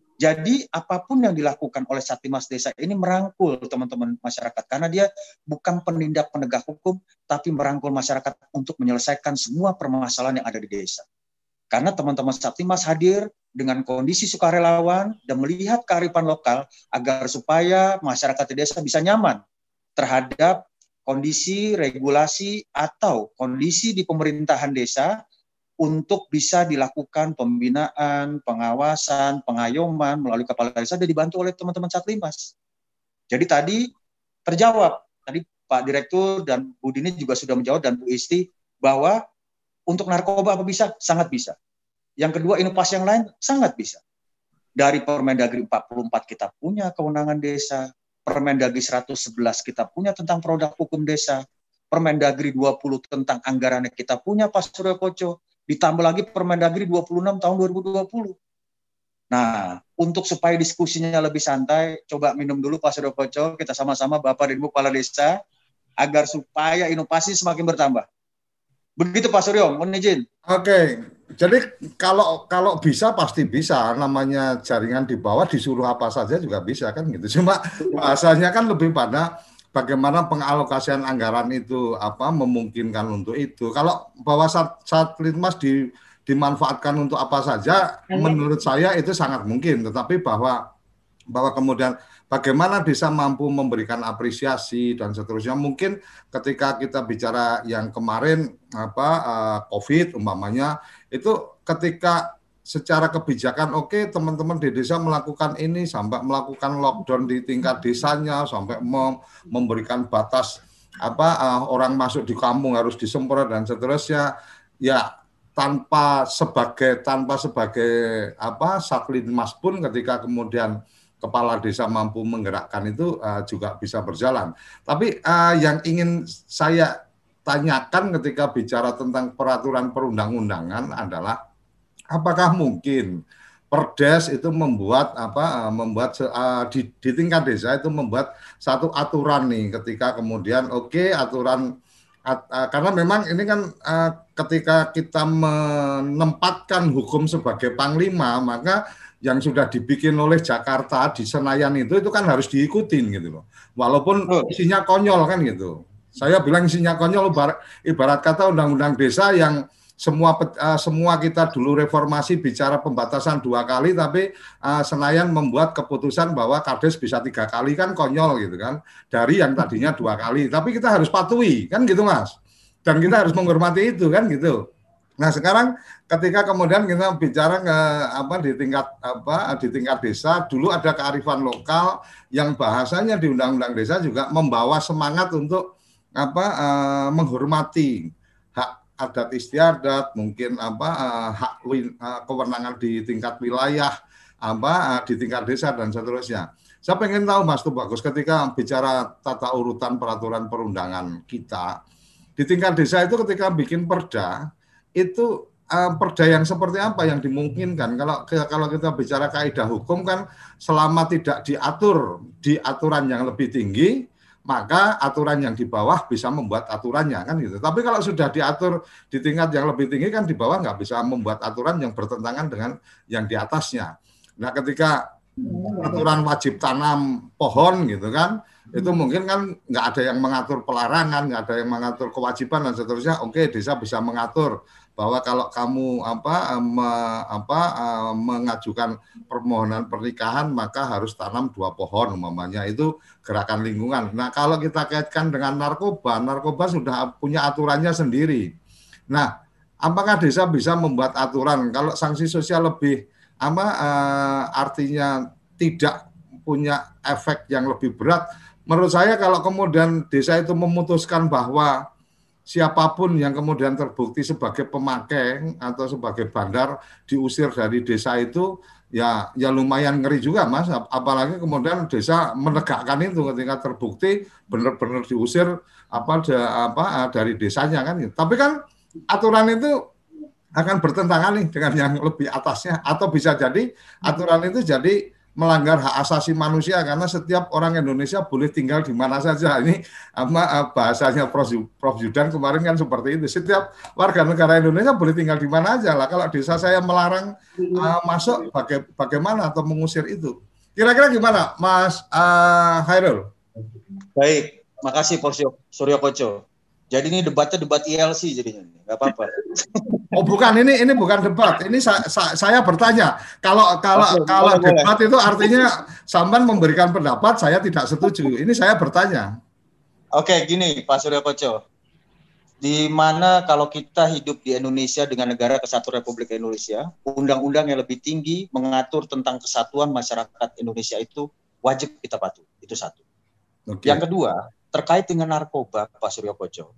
Jadi apapun yang dilakukan oleh Satlimas desa ini merangkul teman-teman masyarakat. Karena dia bukan penindak penegak hukum, tapi merangkul masyarakat untuk menyelesaikan semua permasalahan yang ada di desa. Karena teman-teman Satlimas hadir dengan kondisi sukarelawan dan melihat kearifan lokal agar supaya masyarakat di desa bisa nyaman terhadap kondisi, regulasi, atau kondisi di pemerintahan desa untuk bisa dilakukan pembinaan, pengawasan, pengayoman melalui kepala desa dan dibantu oleh teman-teman Satlimas. Jadi tadi terjawab, tadi Pak Direktur dan Bu Dini juga sudah menjawab dan Bu Isti bahwa untuk narkoba apa bisa? Sangat bisa. Yang kedua, inovasi yang lain sangat bisa. Dari Permendagri empat puluh empat kita punya kewenangan desa, Permendagri seratus sebelas kita punya tentang produk hukum desa, Permendagri dua puluh tentang anggarannya kita punya Pak Surya Koco, ditambah lagi Permendagri dua puluh enam tahun dua ribu dua puluh. Nah, untuk supaya diskusinya lebih santai, coba minum dulu Pak Suryo Koco, kita sama-sama Bapak dan Ibu Kepala Desa, agar supaya inovasi semakin bertambah. Begitu Pak Suryo, mohon izin. Oke, jadi kalau kalau bisa pasti bisa, namanya jaringan di bawah disuruh apa saja juga bisa kan gitu. Cuma bahasanya kan lebih pada bagaimana pengalokasian anggaran itu apa memungkinkan untuk itu. Kalau bahwa saat, saat Litmas di dimanfaatkan untuk apa saja, menurut saya itu sangat mungkin. Tetapi bahwa bahwa kemudian bagaimana desa mampu memberikan apresiasi dan seterusnya, mungkin ketika kita bicara yang kemarin apa uh, COVID umpamanya, itu ketika secara kebijakan oke okay, teman-teman di desa melakukan ini sampai melakukan lockdown di tingkat desanya, sampai mem memberikan batas apa uh, orang masuk di kampung harus disemprot dan seterusnya, ya tanpa sebagai tanpa sebagai apa Satlinmas pun ketika kemudian kepala desa mampu menggerakkan itu uh, juga bisa berjalan. Tapi uh, yang ingin saya tanyakan ketika bicara tentang peraturan perundang-undangan adalah apakah mungkin Perdes itu membuat apa uh, membuat uh, di, di tingkat desa itu membuat satu aturan nih ketika kemudian oke okay, aturan At, uh, karena memang ini kan uh, ketika kita menempatkan hukum sebagai panglima, maka yang sudah dibikin oleh Jakarta di Senayan itu itu kan harus diikutin gitu loh. Walaupun isinya konyol kan gitu. Saya bilang isinya konyol ibarat, ibarat kata undang-undang desa yang semua uh, semua kita dulu reformasi bicara pembatasan dua kali, tapi uh, Senayan membuat keputusan bahwa Kades bisa tiga kali, kan konyol gitu kan, dari yang tadinya dua kali. Tapi kita harus patuhi kan gitu Mas, dan kita harus menghormati itu kan gitu. Nah sekarang ketika kemudian kita bicara ke apa di tingkat apa di tingkat desa, dulu ada kearifan lokal yang bahasanya di undang-undang desa juga membawa semangat untuk apa uh, menghormati hak adat istiadat, mungkin apa uh, hak uh, kewenangan di tingkat wilayah, apa uh, di tingkat desa dan seterusnya. Saya pengen tahu Mas Tuh Bagus, ketika bicara tata urutan peraturan perundangan kita di tingkat desa itu ketika bikin perda itu uh, perda yang seperti apa yang dimungkinkan? Kalau kalau kita bicara kaidah hukum kan selama tidak diatur di aturan yang lebih tinggi, maka aturan yang di bawah bisa membuat aturannya kan gitu. Tapi kalau sudah diatur di tingkat yang lebih tinggi kan di bawah nggak bisa membuat aturan yang bertentangan dengan yang di atasnya. Nah ketika aturan wajib tanam pohon gitu kan, itu mungkin kan nggak ada yang mengatur pelarangan, nggak ada yang mengatur kewajiban dan seterusnya. Oke, desa bisa mengatur bahwa kalau kamu apa me, apa uh, mengajukan permohonan pernikahan maka harus tanam dua pohon umpamanya, itu gerakan lingkungan. Nah kalau kita kaitkan dengan narkoba, narkoba sudah punya aturannya sendiri. Nah apakah desa bisa membuat aturan kalau sanksi sosial lebih apa uh, artinya tidak punya efek yang lebih berat? Menurut saya kalau kemudian desa itu memutuskan bahwa siapapun yang kemudian terbukti sebagai pemakai atau sebagai bandar diusir dari desa itu, ya ya lumayan ngeri juga Mas. Apalagi kemudian desa menegakkan itu ketika terbukti benar-benar diusir apa, apa dari desanya kan. Tapi kan aturan itu akan bertentangan nih dengan yang lebih atasnya, atau bisa jadi aturan itu jadi melanggar hak asasi manusia karena setiap orang Indonesia boleh tinggal di mana saja. Ini apa bahasanya Prof Yudan kemarin kan seperti itu. Setiap warga negara Indonesia boleh tinggal di mana aja lah. Kalau desa saya melarang uh, masuk, baga bagaimana atau mengusir itu? Kira-kira gimana, Mas uh, Khairul? Baik, makasih Prof Suryo Koco. Jadi ini debatnya debat I L C jadinya, nggak apa-apa. Oh bukan, ini ini bukan debat. Ini sa sa saya bertanya. Kalau kalau oh, kalau boleh, debat boleh. Itu artinya Samban memberikan pendapat, saya tidak setuju. Ini saya bertanya. Oke, gini Pak Suryo Koco. Di mana kalau kita hidup di Indonesia dengan negara kesatuan Republik Indonesia, undang-undang yang lebih tinggi mengatur tentang kesatuan masyarakat Indonesia itu wajib kita patuh. Itu satu. Okay. Yang kedua, terkait dengan narkoba, Pak Suryo Koco.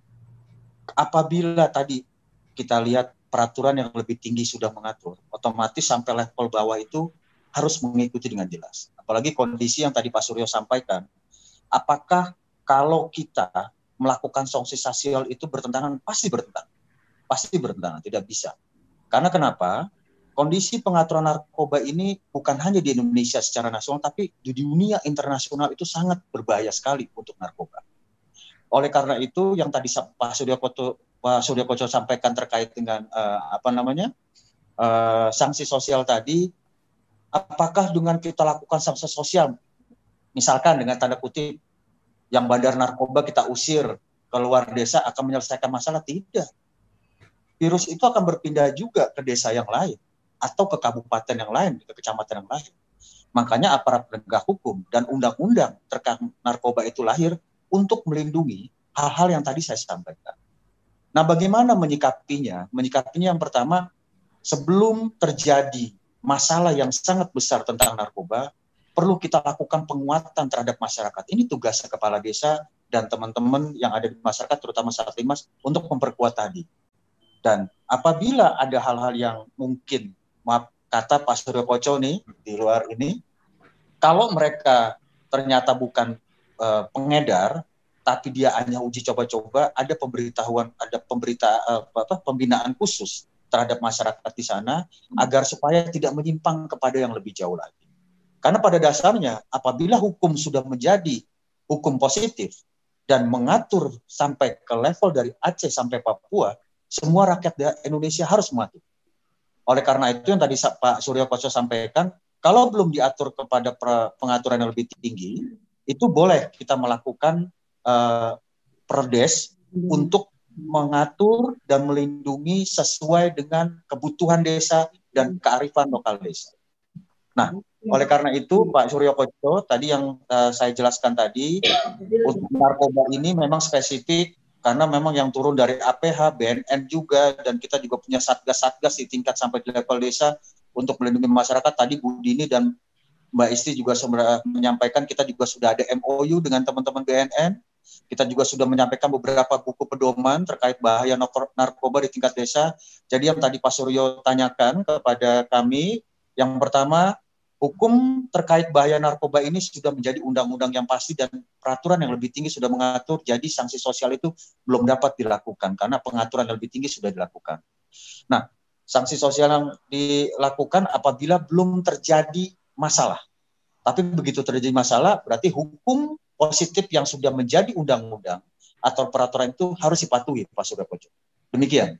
Apabila tadi kita lihat peraturan yang lebih tinggi sudah mengatur, otomatis sampai level bawah itu harus mengikuti dengan jelas. Apalagi kondisi yang tadi Pak Suryo sampaikan, apakah kalau kita melakukan sanksi sosial itu bertentangan? Pasti bertentangan. Pasti bertentangan, tidak bisa. Karena kenapa? Kondisi pengaturan narkoba ini bukan hanya di Indonesia secara nasional, tapi di dunia internasional itu sangat berbahaya sekali untuk narkoba. Oleh karena itu, yang tadi Pak Suryo Koco, Pak Suryo Koco sampaikan terkait dengan uh, apa namanya uh, sanksi sosial tadi, apakah dengan kita lakukan sanksi sosial, misalkan dengan tanda kutip, yang bandar narkoba kita usir keluar desa akan menyelesaikan masalah? Tidak. Virus itu akan berpindah juga ke desa yang lain, atau ke kabupaten yang lain, ke kecamatan yang lain. Makanya aparat penegak hukum dan undang-undang terkait narkoba itu lahir untuk melindungi hal-hal yang tadi saya sampaikan. Nah, bagaimana menyikapinya? Menyikapinya yang pertama, sebelum terjadi masalah yang sangat besar tentang narkoba, perlu kita lakukan penguatan terhadap masyarakat. Ini tugasnya kepala desa dan teman-teman yang ada di masyarakat, terutama Satlimas, untuk memperkuat tadi. Dan apabila ada hal-hal yang mungkin, maaf kata Pak Suryo Koco nih di luar ini, kalau mereka ternyata bukan uh, pengedar, tapi dia hanya uji coba-coba, ada pemberitahuan, ada pemberita uh, apa, pembinaan khusus terhadap masyarakat di sana agar supaya tidak menyimpang kepada yang lebih jauh lagi. Karena pada dasarnya apabila hukum sudah menjadi hukum positif dan mengatur sampai ke level dari Aceh sampai Papua, semua rakyat Indonesia harus mematuhi. Oleh karena itu yang tadi Pak Suryo Koco sampaikan, kalau belum diatur kepada pengaturan yang lebih tinggi, itu boleh kita melakukan uh, perdes hmm. untuk mengatur dan melindungi sesuai dengan kebutuhan desa dan kearifan lokal desa. Nah, oleh karena itu Pak Suryo Koco tadi yang uh, saya jelaskan tadi, untuk narkoba ini memang spesifik karena memang yang turun dari A P H, B N N juga, dan kita juga punya satgas-satgas di tingkat sampai di level desa untuk melindungi masyarakat. Tadi Bu Dini dan Mbak Isti juga sudah menyampaikan, kita juga sudah ada M O U dengan teman-teman B N N. Kita juga sudah menyampaikan beberapa buku pedoman terkait bahaya narkoba di tingkat desa. Jadi yang tadi Pak Suryo tanyakan kepada kami, yang pertama, hukum terkait bahaya narkoba ini sudah menjadi undang-undang yang pasti dan peraturan yang lebih tinggi sudah mengatur, jadi sanksi sosial itu belum dapat dilakukan karena pengaturan yang lebih tinggi sudah dilakukan. Nah, sanksi sosial yang dilakukan apabila belum terjadi masalah. Tapi begitu terjadi masalah, berarti hukum positif yang sudah menjadi undang-undang atau peraturan itu harus dipatuhi, Pak Suryo Koco. Demikian.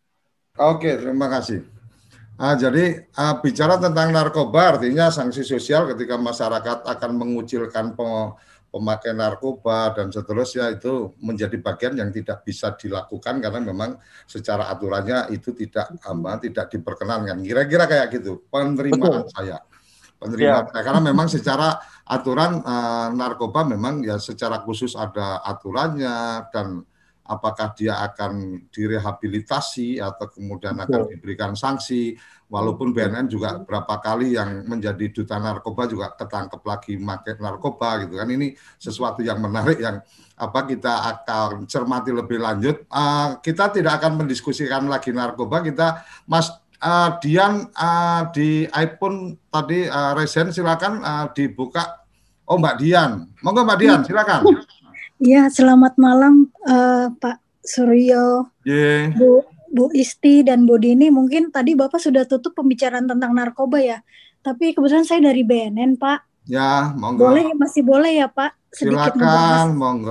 Oke, terima kasih. Ah, jadi ah, bicara tentang narkoba artinya sanksi sosial ketika masyarakat akan mengucilkan pemakai narkoba dan seterusnya itu menjadi bagian yang tidak bisa dilakukan karena memang secara aturannya itu tidak apa tidak diperkenankan. Kira-kira kayak gitu penerimaan Betul. saya. Penerimaan ya. Saya karena memang secara aturan ah, narkoba memang ya secara khusus ada aturannya dan apakah dia akan direhabilitasi atau kemudian akan diberikan sanksi, walaupun B N N juga berapa kali yang menjadi duta narkoba juga ketangkep lagi pakai narkoba gitu kan. Ini sesuatu yang menarik yang apa kita akan cermati lebih lanjut. Uh, kita tidak akan mendiskusikan lagi narkoba, kita Mas uh, Dian uh, di iPhone tadi uh, Resen silakan uh, dibuka. Oh Mbak Dian, monggo Mbak Dian silakan. Ya, selamat malam uh, Pak Suryo, yeah. Bu Bu Isti dan Bu Dini. Mungkin tadi Bapak sudah tutup pembicaraan tentang narkoba ya. Tapi kebetulan saya dari B N N, Pak. Ya, monggo. Boleh, masih boleh ya, Pak? Sedikit silakan, monggo.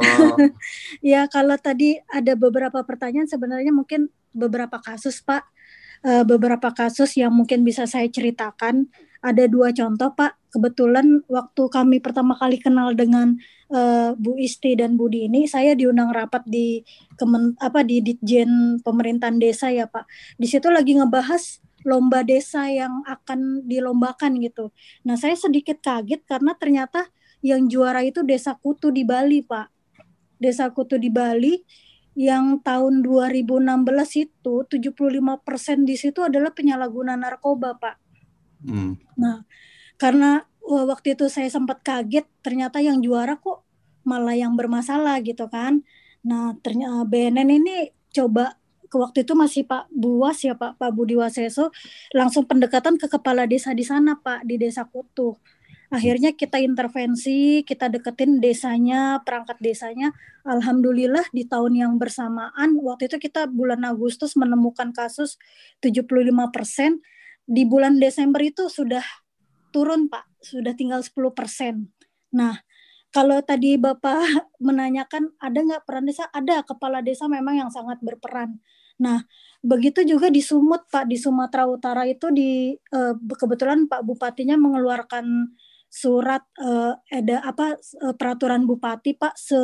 Ya, kalau tadi ada beberapa pertanyaan, sebenarnya mungkin beberapa kasus, Pak. Uh, beberapa kasus yang mungkin bisa saya ceritakan. Ada dua contoh, Pak. Kebetulan waktu kami pertama kali kenal dengan uh, Bu Isti dan Bu Dini, saya diundang rapat di kemen, apa di Ditjen Pemerintahan Desa ya, Pak. Di situ lagi ngebahas lomba desa yang akan dilombakan gitu. Nah, saya sedikit kaget karena ternyata yang juara itu Desa Kutu di Bali, Pak. Desa Kutu di Bali yang tahun dua ribu enam belas itu tujuh puluh lima persen di situ adalah penyalahguna narkoba, Pak. Hmm. Nah, karena wah, waktu itu saya sempat kaget, ternyata yang juara kok malah yang bermasalah gitu kan. Nah, ternyata B N N ini coba ke waktu itu masih Pak Buas ya Pak, Pak Budi Waseso, langsung pendekatan ke kepala desa di sana Pak, di Desa Kutu. Akhirnya kita intervensi, kita deketin desanya, perangkat desanya. Alhamdulillah di tahun yang bersamaan, waktu itu kita bulan Agustus menemukan kasus tujuh puluh lima persen. Di bulan Desember itu sudah turun, Pak. Sudah tinggal sepuluh persen. Nah, kalau tadi Bapak menanyakan ada nggak peran desa? Ada, kepala desa memang yang sangat berperan. Nah, begitu juga di Sumut, Pak. Di Sumatera Utara itu di eh, kebetulan Pak Bupatinya mengeluarkan surat uh, ada apa uh, peraturan bupati Pak se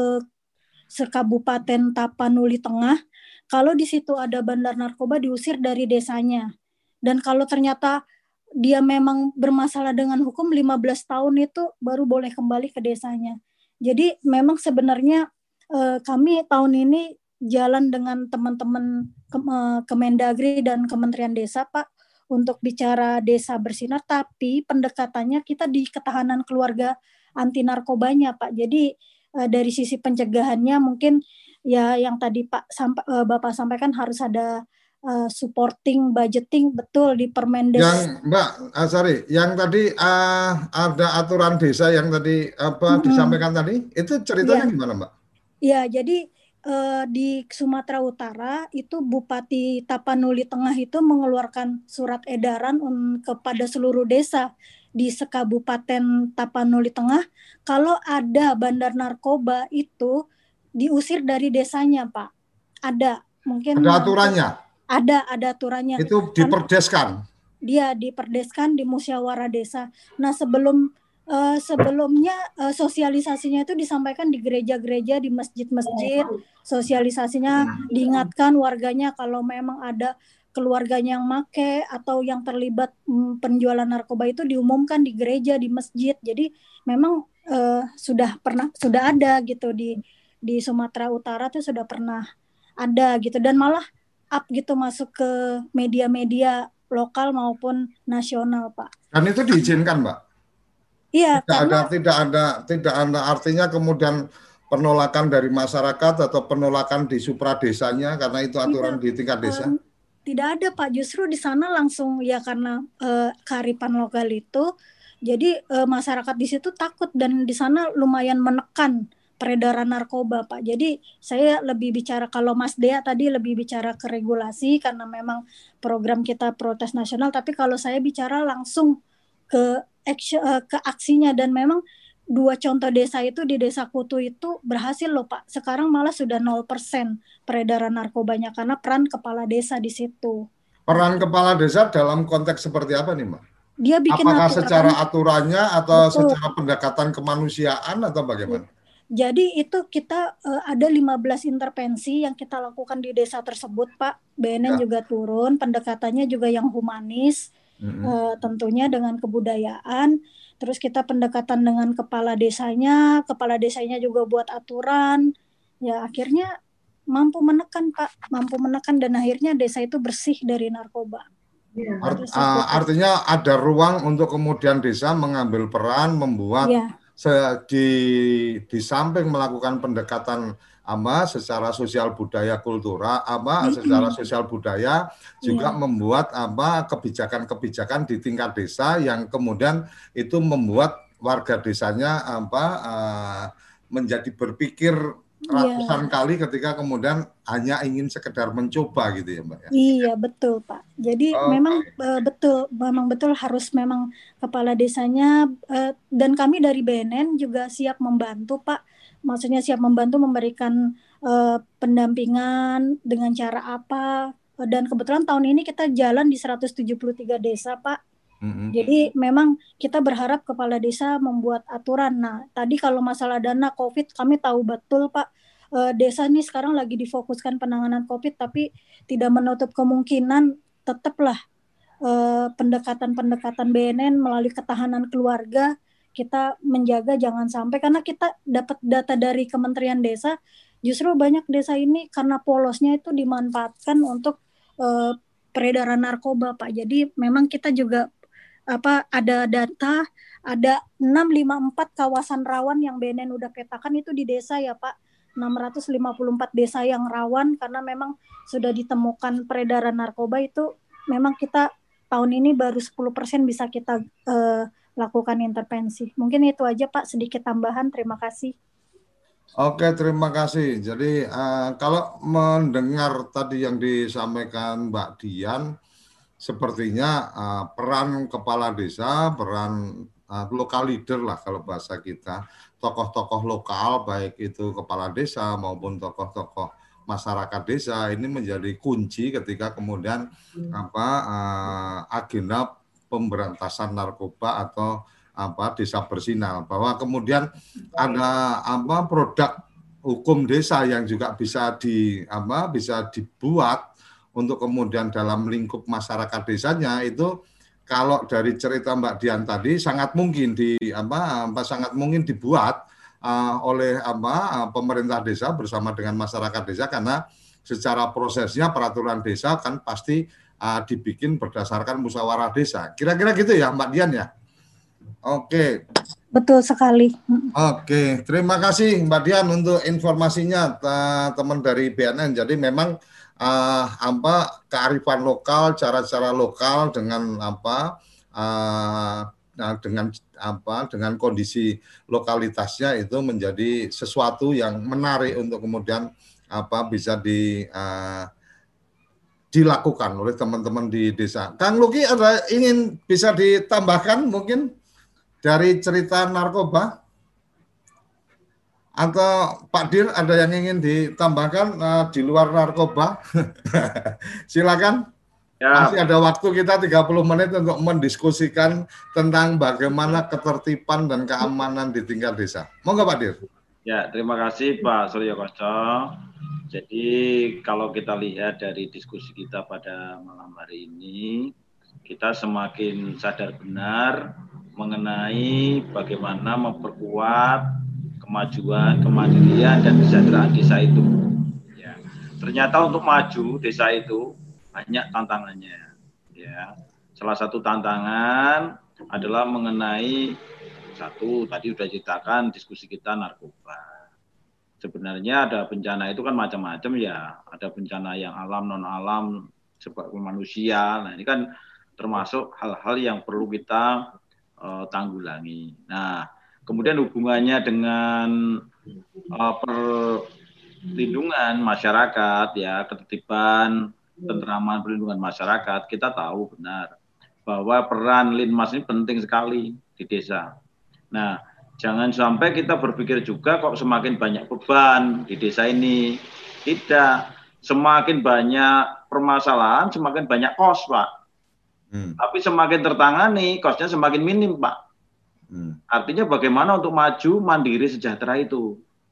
sekabupaten Tapanuli Tengah, kalau di situ ada bandar narkoba diusir dari desanya. Dan kalau ternyata dia memang bermasalah dengan hukum lima belas tahun itu baru boleh kembali ke desanya. Jadi memang sebenarnya uh, kami tahun ini jalan dengan teman-teman Kemendagri dan Kementerian Desa Pak untuk bicara desa bersinar, tapi pendekatannya kita di ketahanan keluarga anti narkobanya, Pak. Jadi uh, dari sisi pencegahannya mungkin ya yang tadi Pak sampa, uh, Bapak sampaikan harus ada uh, supporting, budgeting, betul di Permendes. Yang Mbak, uh, sorry, yang tadi uh, ada aturan desa yang tadi apa mm-hmm. disampaikan tadi, itu ceritanya ya. Gimana, Mbak? Ya, jadi Uh, di Sumatera Utara itu Bupati Tapanuli Tengah itu mengeluarkan surat edaran um, kepada seluruh desa di sekabupaten Tapanuli Tengah kalau ada bandar narkoba itu diusir dari desanya, Pak. Ada, mungkin ada aturannya. Ada, ada aturannya. Itu diperdeskan. Dia diperdeskan di musyawarah desa. Nah, sebelum Uh, sebelumnya uh, sosialisasinya itu disampaikan di gereja-gereja, di masjid-masjid, sosialisasinya diingatkan warganya kalau memang ada keluarganya yang make atau yang terlibat mm, penjualan narkoba itu diumumkan di gereja, di masjid. Jadi memang uh, sudah pernah sudah ada gitu di di Sumatera Utara tuh sudah pernah ada gitu dan malah up gitu masuk ke media-media lokal maupun nasional, Pak. Dan itu diizinkan, Mbak? Iya, tidak karena, ada tidak ada tidak ada artinya kemudian penolakan dari masyarakat atau penolakan di supradesanya karena itu aturan tidak, di tingkat desa. Um, tidak ada, Pak. Justru di sana langsung ya karena uh, kearifan lokal itu, jadi uh, masyarakat di situ takut dan di sana lumayan menekan peredaran narkoba, Pak. Jadi saya lebih bicara kalau Mas Dea tadi lebih bicara ke regulasi karena memang program kita protes nasional, tapi kalau saya bicara langsung ke action, uh, ke aksinya dan memang dua contoh desa itu di Desa Kutu itu berhasil loh, Pak. Sekarang malah sudah nol persen peredaran narkobanya karena peran kepala desa di situ. Peran kepala desa dalam konteks seperti apa nih, Mbak? Dia bikin apakah aturan, secara aturannya atau betul. Secara pendekatan kemanusiaan atau bagaimana? Jadi itu kita uh, ada lima belas intervensi yang kita lakukan di desa tersebut, Pak. B N N ya. Juga turun, pendekatannya juga yang humanis. Mm-hmm. Uh, tentunya dengan kebudayaan, terus kita pendekatan dengan kepala desanya, kepala desanya juga buat aturan, ya akhirnya mampu menekan Pak, mampu menekan dan akhirnya desa itu bersih dari narkoba. Yeah. Art, uh, artinya ada ruang untuk kemudian desa mengambil peran, membuat yeah. se- di di samping melakukan pendekatan ama secara sosial budaya kultural apa secara sosial budaya juga yeah. membuat apa kebijakan-kebijakan di tingkat desa yang kemudian itu membuat warga desanya apa uh, menjadi berpikir ratusan yeah. kali ketika kemudian hanya ingin sekedar mencoba gitu ya, Mbak ya. Iya, betul, Pak. Jadi oh, memang okay. uh, betul memang betul harus memang kepala desanya uh, dan kami dari B N N juga siap membantu, Pak. Maksudnya siap membantu memberikan uh, pendampingan dengan cara apa dan kebetulan tahun ini kita jalan di seratus tujuh puluh tiga desa, Pak. Mm-hmm. Jadi memang kita berharap kepala desa membuat aturan. Nah, tadi kalau masalah dana COVID kami tahu betul, Pak, uh, desa ini sekarang lagi difokuskan penanganan COVID tapi tidak menutup kemungkinan tetaplah uh, pendekatan-pendekatan B N N melalui ketahanan keluarga kita menjaga jangan sampai karena kita dapat data dari Kementerian Desa justru banyak desa ini karena polosnya itu dimanfaatkan untuk uh, peredaran narkoba, Pak. Jadi memang kita juga apa ada data ada enam ratus lima puluh empat kawasan rawan yang B N N udah petakan itu di desa ya, Pak. enam ratus lima puluh empat desa yang rawan karena memang sudah ditemukan peredaran narkoba itu memang kita tahun ini baru sepuluh persen bisa kita uh, lakukan intervensi. Mungkin itu aja Pak, sedikit tambahan. Terima kasih. Oke, terima kasih. Jadi uh, kalau mendengar tadi yang disampaikan Mbak Dian, sepertinya uh, peran kepala desa, peran uh, lokal leader lah kalau bahasa kita, tokoh-tokoh lokal, baik itu kepala desa maupun tokoh-tokoh masyarakat desa ini menjadi kunci ketika kemudian apa uh, agenda pemberantasan narkoba atau apa desa bersinar, bahwa kemudian ada apa produk hukum desa yang juga bisa di apa bisa dibuat untuk kemudian dalam lingkup masyarakat desanya. Itu kalau dari cerita Mbak Dian tadi sangat mungkin di apa, apa sangat mungkin dibuat uh, oleh apa pemerintah desa bersama dengan masyarakat desa, karena secara prosesnya peraturan desa kan pasti uh, dibikin berdasarkan musyawarah desa. Kira-kira gitu ya Mbak Dian ya? Oke. Betul sekali. Oke, terima kasih Mbak Dian untuk informasinya, teman dari B N N. Jadi memang uh, apa kearifan lokal, cara-cara lokal dengan apa uh, nah, dengan apa dengan kondisi lokalitasnya itu menjadi sesuatu yang menarik untuk kemudian apa bisa di uh, dilakukan oleh teman-teman di desa. Kang Luki, ada ingin bisa ditambahkan mungkin dari cerita narkoba? Atau Pak Dir ada yang ingin ditambahkan uh, di luar narkoba? Silakan. Ya. Masih ada waktu kita tiga puluh menit untuk mendiskusikan tentang bagaimana ketertiban dan keamanan di tingkat desa. Monggo Pak Dir. Ya, terima kasih Pak Suryo Koco. Jadi kalau kita lihat dari diskusi kita pada malam hari ini, kita semakin sadar benar mengenai bagaimana memperkuat kemajuan, kemandirian, dan kesejahteraan desa itu. Ya. Ternyata untuk maju desa itu banyak tantangannya. Ya. Salah satu tantangan adalah mengenai satu tadi sudah ceritakan diskusi kita narkoba. Sebenarnya ada bencana itu kan macam-macam ya. Ada bencana yang alam, non alam, sebagai manusia. Nah ini kan termasuk hal-hal yang perlu kita Uh, tanggulangi. Nah, kemudian hubungannya dengan uh, perlindungan masyarakat, ya, ketertiban, ketentraman, perlindungan masyarakat, kita tahu benar bahwa peran Linmas ini penting sekali di desa. Nah, jangan sampai kita berpikir juga kok semakin banyak beban di desa ini. Tidak, semakin banyak permasalahan, semakin banyak kos, Pak. Hmm. Tapi semakin tertangani, kosnya semakin minim, Pak. Hmm. Artinya bagaimana untuk maju, mandiri, sejahtera itu.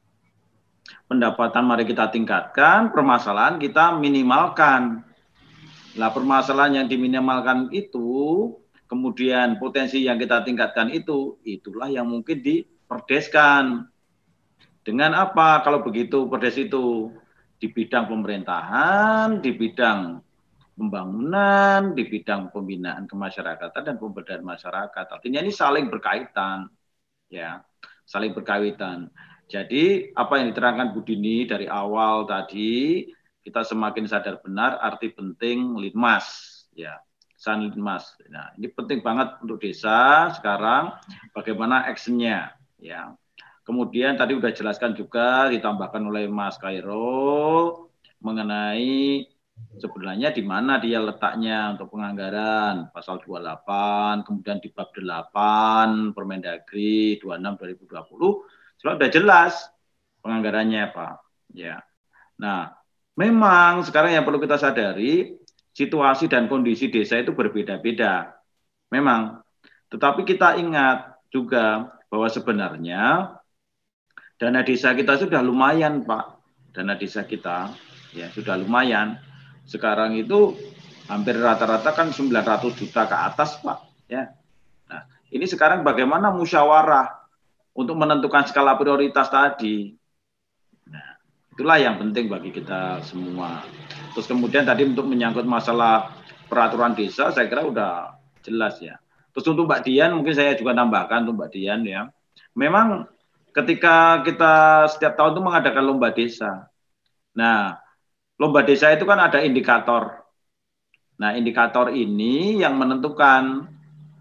Pendapatan mari kita tingkatkan, permasalahan kita minimalkan. Nah, permasalahan yang diminimalkan itu, kemudian potensi yang kita tingkatkan itu, itulah yang mungkin diperdeskan. Dengan apa kalau begitu perdes itu? Di bidang pemerintahan, di bidang pembangunan, di bidang pembinaan kemasyarakatan dan pemberdayaan masyarakat. Artinya ini saling berkaitan, ya, saling berkaitan. Jadi apa yang diterangkan Bu Dini dari awal tadi, kita semakin sadar benar arti penting Linmas, ya, San Linmas. Nah, ini penting banget untuk desa sekarang. Bagaimana actionnya, ya. Kemudian tadi sudah jelaskan juga, ditambahkan oleh Mas Kairo mengenai sebenarnya di mana dia letaknya untuk penganggaran, pasal dua puluh delapan, kemudian di bab delapan Permendagri dua puluh enam dua ribu dua puluh sudah jelas penganggarannya, Pak. Ya. Nah, memang sekarang yang perlu kita sadari, situasi dan kondisi desa itu berbeda-beda. Memang, tetapi kita ingat juga bahwa sebenarnya dana desa kita sudah lumayan, Pak. Dana desa kita ya sudah lumayan. Sekarang itu hampir rata-rata kan sembilan ratus juta ke atas, Pak. Ya. Nah, ini sekarang bagaimana musyawarah untuk menentukan skala prioritas tadi. Nah, itulah yang penting bagi kita semua. Terus kemudian tadi untuk menyangkut masalah peraturan desa, saya kira udah jelas ya. Terus untuk Mbak Dian, mungkin saya juga tambahkan untuk Mbak Dian ya. Memang ketika kita setiap tahun itu mengadakan lomba desa. Nah, lomba desa itu kan ada indikator. Nah, indikator ini yang menentukan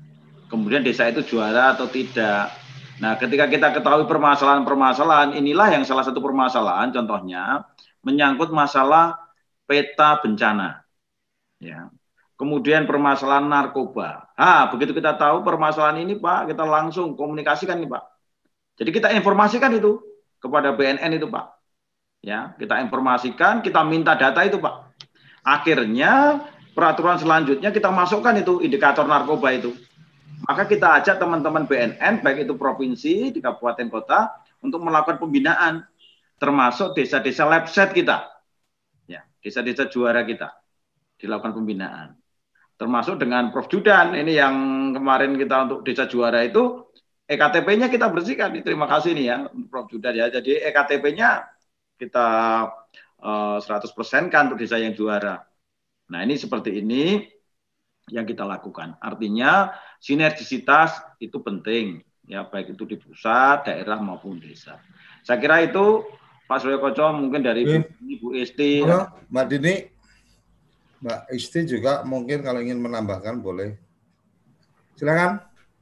kemudian desa itu juara atau tidak. Nah, ketika kita ketahui permasalahan-permasalahan, inilah yang salah satu permasalahan, contohnya menyangkut masalah peta bencana. Ya. Kemudian permasalahan narkoba. Ah, begitu kita tahu permasalahan ini, Pak, kita langsung komunikasikan nih, Pak. Jadi kita informasikan itu kepada B N N itu, Pak. Ya, kita informasikan, kita minta data itu, Pak. Akhirnya peraturan selanjutnya kita masukkan itu indikator narkoba itu. Maka kita ajak teman-teman B N N, baik itu provinsi, di kabupaten kota, untuk melakukan pembinaan, termasuk desa-desa lab set kita, ya, desa-desa juara kita, dilakukan pembinaan. Termasuk dengan Prof Judan, ini yang kemarin kita untuk desa juara itu, E K T P-nya kita bersihkan. Terima kasih nih ya, Prof Judan ya. Jadi E K T P-nya kita uh, seratus persen kan untuk desa yang juara. Nah ini seperti ini yang kita lakukan. Artinya sinergisitas itu penting, ya baik itu di pusat, daerah maupun desa. Saya kira itu Pak Suryo Koco mungkin dari Ibu Isti. Halo, Mbak Dini. Mbak Isti juga mungkin kalau ingin menambahkan boleh. Silakan.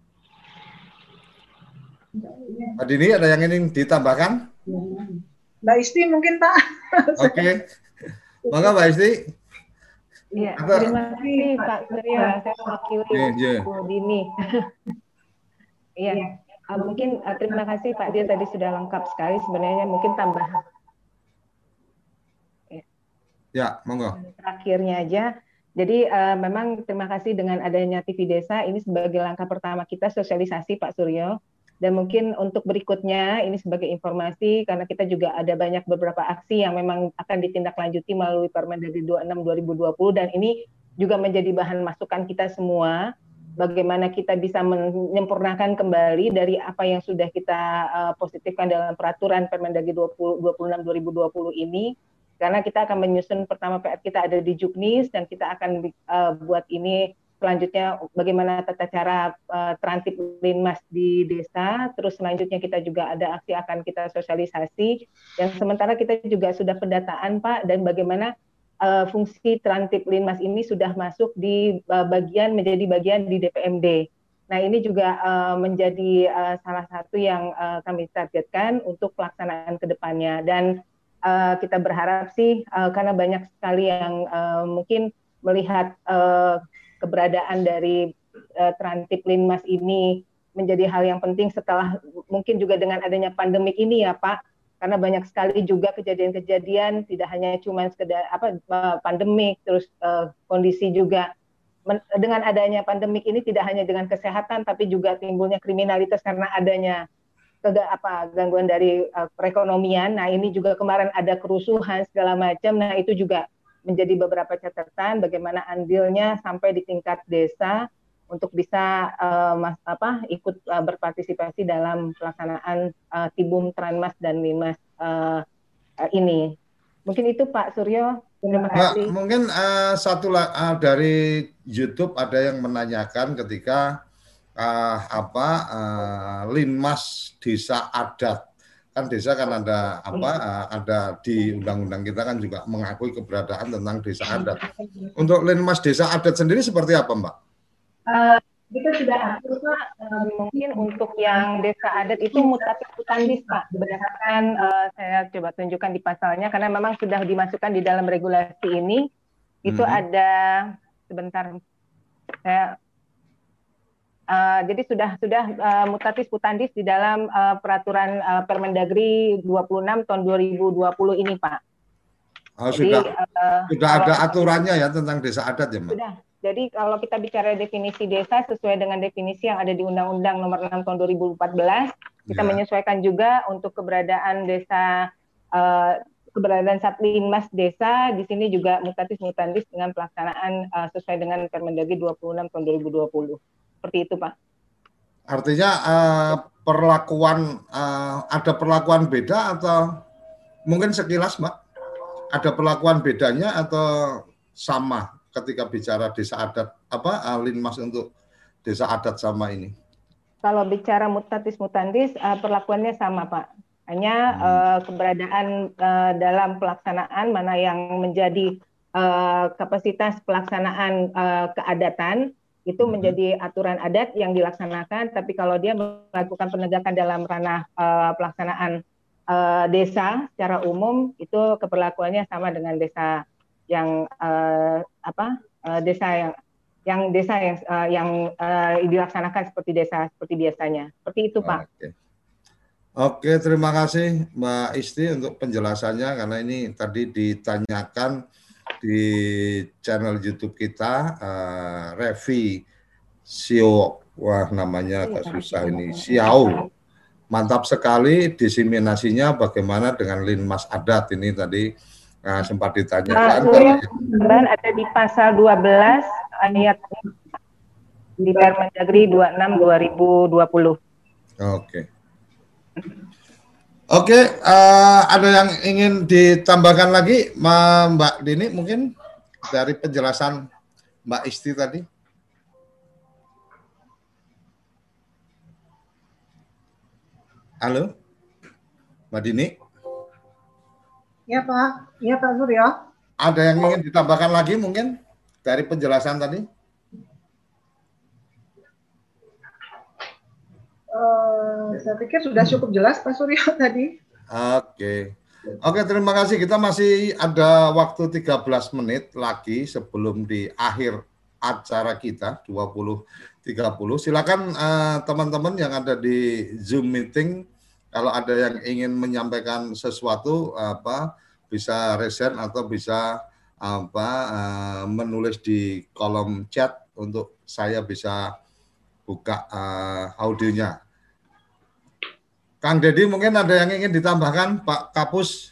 Mbak Dini ada yang ingin ditambahkan? Mbak Isti mungkin Pak. Oke. Okay. Maka Mbak Isti. Iya, terima kasih Pak Suryo. Saya mewakili Bu Dini. Iya, uh, mungkin uh, terima kasih Pak Dir tadi sudah lengkap sekali. Sebenarnya mungkin tambahan. Ya, monggo. Terakhirnya aja. Jadi uh, memang terima kasih dengan adanya T V Desa ini sebagai langkah pertama kita sosialisasi Pak Suryo. Dan mungkin untuk berikutnya ini sebagai informasi karena kita juga ada banyak beberapa aksi yang memang akan ditindaklanjuti melalui Permendagri dua puluh enam dua ribu dua puluh dan ini juga menjadi bahan masukan kita semua bagaimana kita bisa menyempurnakan kembali dari apa yang sudah kita uh, positifkan dalam peraturan Permendagri dua puluh enam dua ribu dua puluh ini. Karena kita akan menyusun pertama P R kita ada di Juknis dan kita akan uh, buat ini selanjutnya bagaimana tata cara uh, terantip linmas di desa. Terus selanjutnya kita juga ada aksi akan kita sosialisasi. Dan sementara kita juga sudah pendataan Pak dan bagaimana uh, fungsi terantip linmas ini sudah masuk di uh, bagian menjadi bagian di D P M D. Nah ini juga uh, menjadi uh, salah satu yang uh, kami targetkan untuk pelaksanaan kedepannya dan Uh, kita berharap sih uh, karena banyak sekali yang uh, mungkin melihat uh, keberadaan dari uh, terantip linmas ini menjadi hal yang penting setelah mungkin juga dengan adanya pandemik ini ya Pak, karena banyak sekali juga kejadian-kejadian tidak hanya cuma sekedar apa uh, pandemik terus uh, kondisi juga men dengan adanya pandemik ini tidak hanya dengan kesehatan tapi juga timbulnya kriminalitas karena adanya ke apa gangguan dari uh, perekonomian. Nah ini juga kemarin ada kerusuhan segala macam. Nah itu juga menjadi beberapa catatan bagaimana andilnya sampai di tingkat desa untuk bisa uh, mas, apa ikut uh, berpartisipasi dalam pelaksanaan uh, Tibum, Tranmas dan Linmas uh, uh, ini. Mungkin itu Pak Suryo. Terima kasih. Nah, mungkin uh, satu uh, dari YouTube ada yang menanyakan ketika Uh, apa uh, linmas desa adat kan desa kan ada apa uh, ada di undang-undang kita kan juga mengakui keberadaan tentang desa adat. Untuk linmas desa adat sendiri seperti apa Mbak? Uh, kita sudah atur Pak, uh, mungkin untuk yang desa adat itu mutatis mutandis Pak berdasarkan uh, saya coba tunjukkan di pasalnya karena memang sudah dimasukkan di dalam regulasi ini itu hmm. ada sebentar saya Uh, jadi sudah sudah uh, mutatis mutandis di dalam uh, peraturan uh, Permendagri dua puluh enam tahun dua ribu dua puluh ini Pak. Oh, jadi, sudah uh, sudah ada aturannya ya tentang desa adat ya Mbak? Sudah. Jadi kalau kita bicara definisi desa sesuai dengan definisi yang ada di Undang-Undang Nomor enam tahun dua ribu empat belas, kita ya. menyesuaikan juga untuk keberadaan desa uh, keberadaan Satlinmas desa di sini juga mutatis mutandis dengan pelaksanaan uh, sesuai dengan Permendagri dua puluh enam tahun dua ribu dua puluh. Seperti itu Pak. Artinya uh, perlakuan uh, ada perlakuan beda atau mungkin sekilas Mbak ada perlakuan bedanya atau sama ketika bicara desa adat apa uh, linmas untuk desa adat sama ini? Kalau bicara mutatis mutandis uh, perlakuannya sama Pak. Hanya hmm. uh, keberadaan uh, dalam pelaksanaan mana yang menjadi uh, kapasitas pelaksanaan uh, keadatan itu menjadi aturan adat yang dilaksanakan, tapi kalau dia melakukan penegakan dalam ranah uh, pelaksanaan uh, desa secara umum, itu keperlakuannya sama dengan desa yang uh, apa uh, desa yang yang desa yang uh, yang uh, dilaksanakan seperti desa seperti biasanya. Seperti itu, Pak. Oke. Oke, terima kasih Mbak Isti untuk penjelasannya, karena ini tadi ditanyakan di channel YouTube kita, uh, Revi Sio, wah namanya agak susah ini, Siau. Mantap sekali diseminasinya bagaimana dengan linmas adat ini tadi uh, sempat ditanyakan. Dan ada di pasal dua belas ayat di Permendagri dua puluh enam dua ribu dua puluh. Oke. Oke, uh, ada yang ingin ditambahkan lagi, Mbak Dini mungkin dari penjelasan Mbak Isti tadi? Halo, Mbak Dini? Ya Pak, ya Pak Suryo. Ada yang ingin ditambahkan lagi mungkin dari penjelasan tadi? Uh, saya pikir sudah cukup jelas Pak Suryo tadi. Oke. Oke, terima kasih. Kita masih ada waktu tiga belas menit lagi sebelum di akhir acara kita dua puluh tiga puluh. Silakan teman-teman uh, yang ada di Zoom meeting, kalau ada yang ingin menyampaikan sesuatu apa bisa resen atau bisa apa uh, menulis di kolom chat untuk saya bisa buka uh, audionya. Kang Deddy mungkin ada yang ingin ditambahkan, Pak Kapus?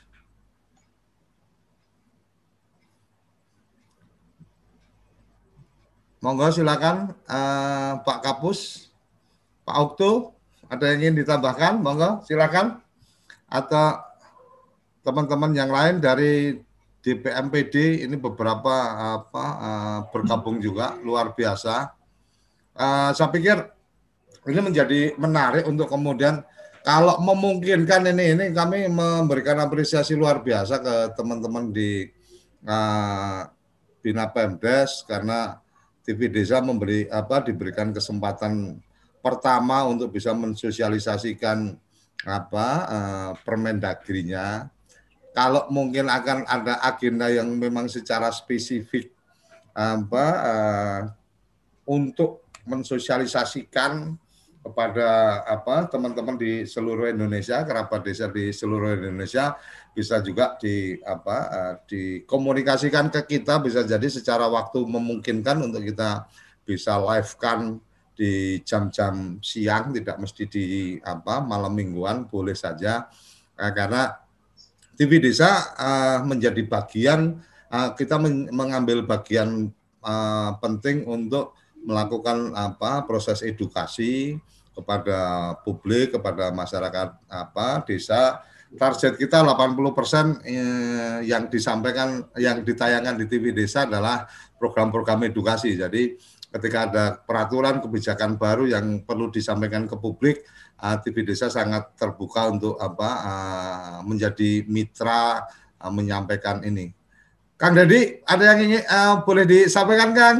Monggo silakan uh, Pak Kapus, Pak Okto, ada yang ingin ditambahkan? Monggo silakan. Atau teman-teman yang lain dari D P M P D ini beberapa apa uh, bergabung juga luar biasa. Uh, saya pikir ini menjadi menarik untuk kemudian kalau memungkinkan ini ini kami memberikan apresiasi luar biasa ke teman-teman di uh, Bina Pemdes karena T V Desa memberi apa diberikan kesempatan pertama untuk bisa mensosialisasikan apa uh, Permendagrinya. Kalau mungkin akan ada agenda yang memang secara spesifik apa uh, untuk mensosialisasikan kepada apa teman-teman di seluruh Indonesia, kerabat desa di seluruh Indonesia bisa juga di apa uh, dikomunikasikan ke kita, bisa jadi secara waktu memungkinkan untuk kita bisa live-kan di jam-jam siang, tidak mesti di apa malam mingguan, boleh saja uh, karena T V Desa uh, menjadi bagian uh, kita men mengambil bagian uh, penting untuk melakukan apa proses edukasi kepada publik, kepada masyarakat apa desa. Target kita delapan puluh persen eh, yang disampaikan, yang ditayangkan di T V Desa adalah program-program edukasi. Jadi ketika ada peraturan kebijakan baru yang perlu disampaikan ke publik, uh, T V Desa sangat terbuka untuk apa uh, menjadi mitra uh, menyampaikan ini. Kang Deddy, ada yang ingin uh, boleh disampaikan, Kang?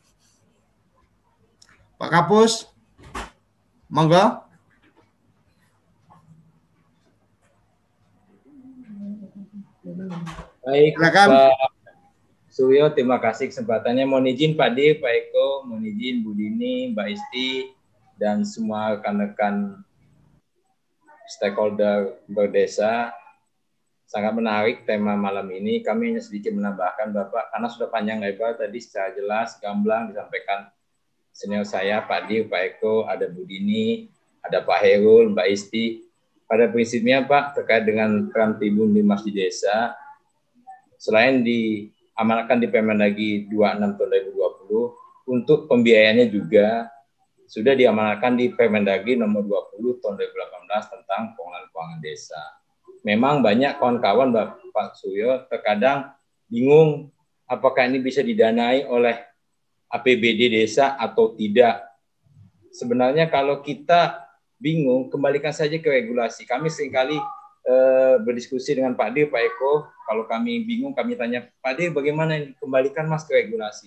Pak Kapus, monggo. Baik, silakan. Pak Suryo, terima kasih kesempatannya. Mohon izin Pak D, Pak Eko, mohon izin Bu Dini, Mbak Isti, dan semua rekan-rekan stakeholder berdesa. Sangat menarik tema malam ini. Kami hanya sedikit menambahkan Bapak, karena sudah panjang lebar tadi secara jelas, gamblang disampaikan senior saya, Pak D, Pak Eko, ada Bu Dini, ada Pak Herul, Mbak Isti. Pada prinsipnya Pak, terkait dengan peran Tribun Linmas di desa, selain diamanatkan di Permendagri dua puluh enam tahun dua ribu dua puluh, untuk pembiayaannya juga sudah diamanatkan di Permendagri nomor dua puluh tahun dua ribu delapan belas tentang pengelolaan keuangan desa. Memang banyak kawan-kawan Pak Suryo terkadang bingung apakah ini bisa didanai oleh A P B D desa atau tidak. Sebenarnya kalau kita bingung, kembalikan saja ke regulasi. Kami seringkali eh, berdiskusi dengan Pak D, Pak Eko. Kalau kami bingung, kami tanya, Pak D, bagaimana ini? Kembalikan Mas ke regulasi.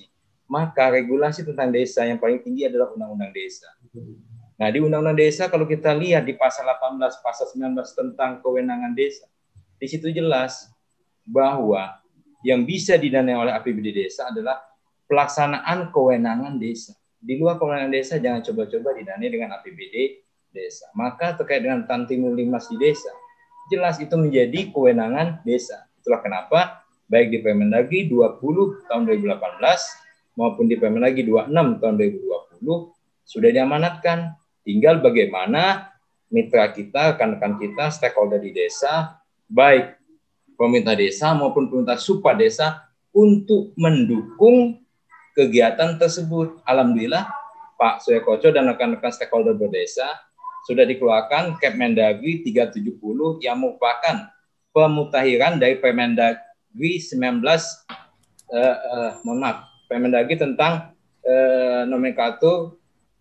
maka regulasi tentang desa yang paling tinggi adalah Undang-Undang Desa. Nah, di Undang-Undang Desa kalau kita lihat di pasal delapan belas, pasal sembilan belas tentang kewenangan desa, di situ jelas bahwa yang bisa didanai oleh A P B D desa adalah pelaksanaan kewenangan desa. Di luar kewenangan desa jangan coba-coba didanai dengan A P B D desa. Maka terkait dengan Tantimul Linmas di desa, jelas itu menjadi kewenangan desa. Itulah kenapa baik di Permendagri dua puluh tahun dua ribu delapan belas maupun di Permendagri dua puluh enam tahun dua ribu dua puluh sudah diamanatkan. Tinggal bagaimana mitra kita, rekan-rekan kita, stakeholder di desa, baik pemerintah desa maupun pemerintah supa desa untuk mendukung kegiatan tersebut. Alhamdulillah Pak Surya Koco dan rekan-rekan stakeholder berdesa sudah dikeluarkan Kepmendagri tiga ratus tujuh puluh yang merupakan pemutakhiran dari Permendagri sembilan belas eh, eh, mohon maaf Permendagri tentang eh, nomenklatur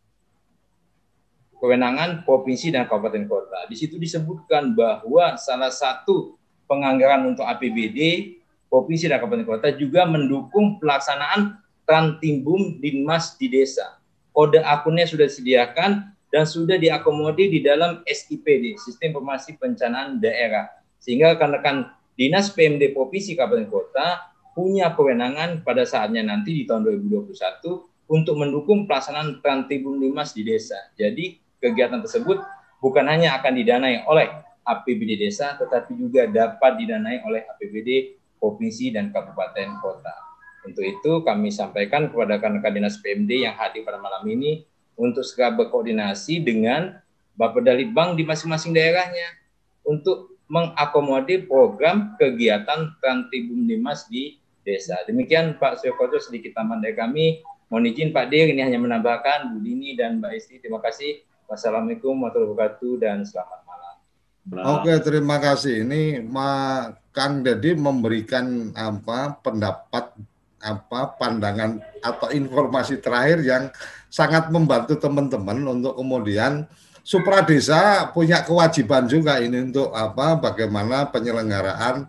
kewenangan provinsi dan kabupaten kota. Di situ disebutkan bahwa salah satu penganggaran untuk A P B D provinsi dan kabupaten kota juga mendukung pelaksanaan Trantimbun Linmas di desa. Kode akunnya sudah disediakan dan sudah diakomodir di dalam S I P D, Sistem Informasi Perencanaan Daerah. Sehingga rekan-rekan Dinas P M D provinsi kabupaten kota punya kewenangan pada saatnya nanti di tahun dua ribu dua puluh satu untuk mendukung pelaksanaan Trantimbun Linmas di desa. Jadi kegiatan tersebut bukan hanya akan didanai oleh A P B D desa, tetapi juga dapat didanai oleh A P B D provinsi dan kabupaten kota. Untuk itu kami sampaikan kepada rekan-rekan Dinas P M D yang hadir pada malam ini untuk segera berkoordinasi dengan Bapeda Litbang di masing-masing daerahnya untuk mengakomodir program kegiatan Trantimbun Linmas di desa. Demikian Pak Surya Koco sedikit tambahan dari kami. Mohon izin Pak Dir, ini hanya menambahkan Bu Dini dan Mbak Isti. Terima kasih. Wassalamualaikum warahmatullahi wabarakatuh dan selamat malam. Oke, terima kasih. Ini Ma, Kang Dedi memberikan apa pendapat apa pandangan atau informasi terakhir yang sangat membantu teman-teman untuk kemudian Supra Desa punya kewajiban juga ini untuk apa bagaimana penyelenggaraan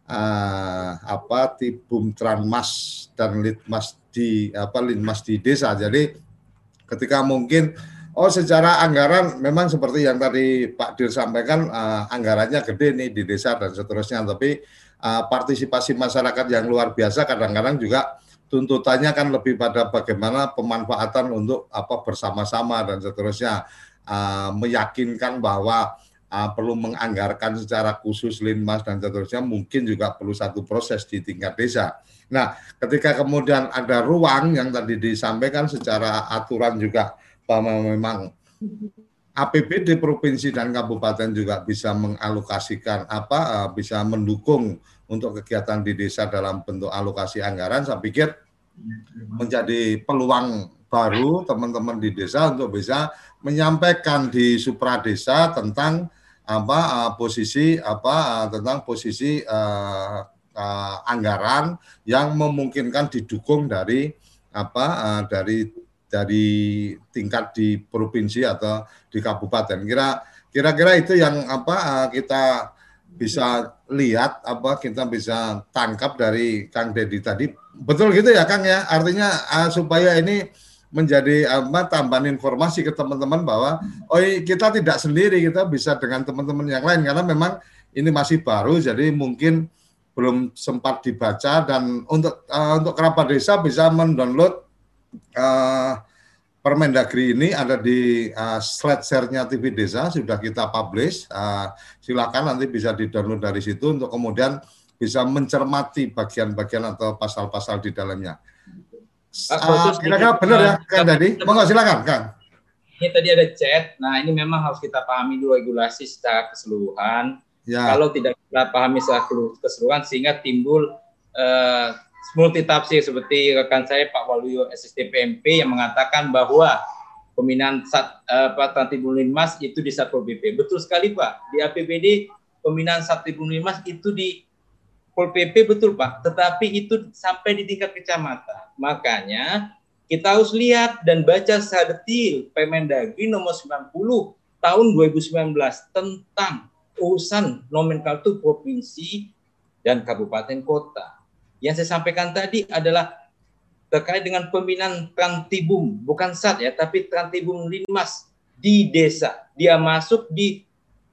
uh, apa Tibum Tranmas dan Litmas di apa Linmas di desa. Jadi ketika mungkin oh secara anggaran memang seperti yang tadi Pak Dir sampaikan uh, anggarannya gede nih di desa dan seterusnya, tapi uh, partisipasi masyarakat yang luar biasa kadang-kadang juga tuntutannya kan lebih pada bagaimana pemanfaatan untuk apa bersama-sama dan seterusnya, uh, meyakinkan bahwa uh, perlu menganggarkan secara khusus Linmas dan seterusnya, mungkin juga perlu satu proses di tingkat desa. Nah, ketika kemudian ada ruang yang tadi disampaikan secara aturan juga bahwa memang A P B D provinsi dan kabupaten juga bisa mengalokasikan apa bisa mendukung untuk kegiatan di desa dalam bentuk alokasi anggaran, saya pikir menjadi peluang baru teman-teman di desa untuk bisa menyampaikan di Supra Desa tentang apa posisi apa tentang posisi uh, uh, anggaran yang memungkinkan didukung dari apa uh, dari dari tingkat di provinsi atau di kabupaten. Kira kira-kira itu yang apa kita bisa lihat apa kita bisa tangkap dari Kang Dedi tadi. Betul gitu ya Kang ya. Artinya uh, supaya ini menjadi apa tambahan informasi ke teman-teman bahwa oh kita tidak sendiri, kita bisa dengan teman-teman yang lain karena memang ini masih baru jadi mungkin belum sempat dibaca, dan untuk uh, untuk kerabat desa bisa mendownload Uh, Permendagri ini ada di uh, slide share-nya T V Desa, sudah kita publish. Uh, silakan nanti bisa di-download dari situ untuk kemudian bisa mencermati bagian-bagian atau pasal-pasal di dalamnya. Uh, kira-kira benar ya, Kang Dedi? Monggo silakan, Kang. Ini tadi ada chat. Nah, ini memang harus kita pahami dulu regulasi secara keseluruhan. Ya. Kalau tidak kita pahami secara keseluruhan sehingga timbul uh, multi tafsir seperti rekan saya Pak Waluyo S S D P M P yang mengatakan bahwa pembinaan sat, uh, Trantimbun Linmas itu di Satpol P P. Betul sekali Pak. Di A P B D pembinaan Trantimbun Linmas itu di Pol P P betul Pak. Tetapi itu sampai di tingkat kecamatan. Makanya kita harus lihat dan baca secara detail Permendagri nomor sembilan puluh tahun dua ribu sembilan belas tentang urusan nomenklatur provinsi dan kabupaten kota. Yang saya sampaikan tadi adalah terkait dengan pembinaan Trantibum, bukan S A T ya, tapi Trantibum Linmas di desa. Dia masuk di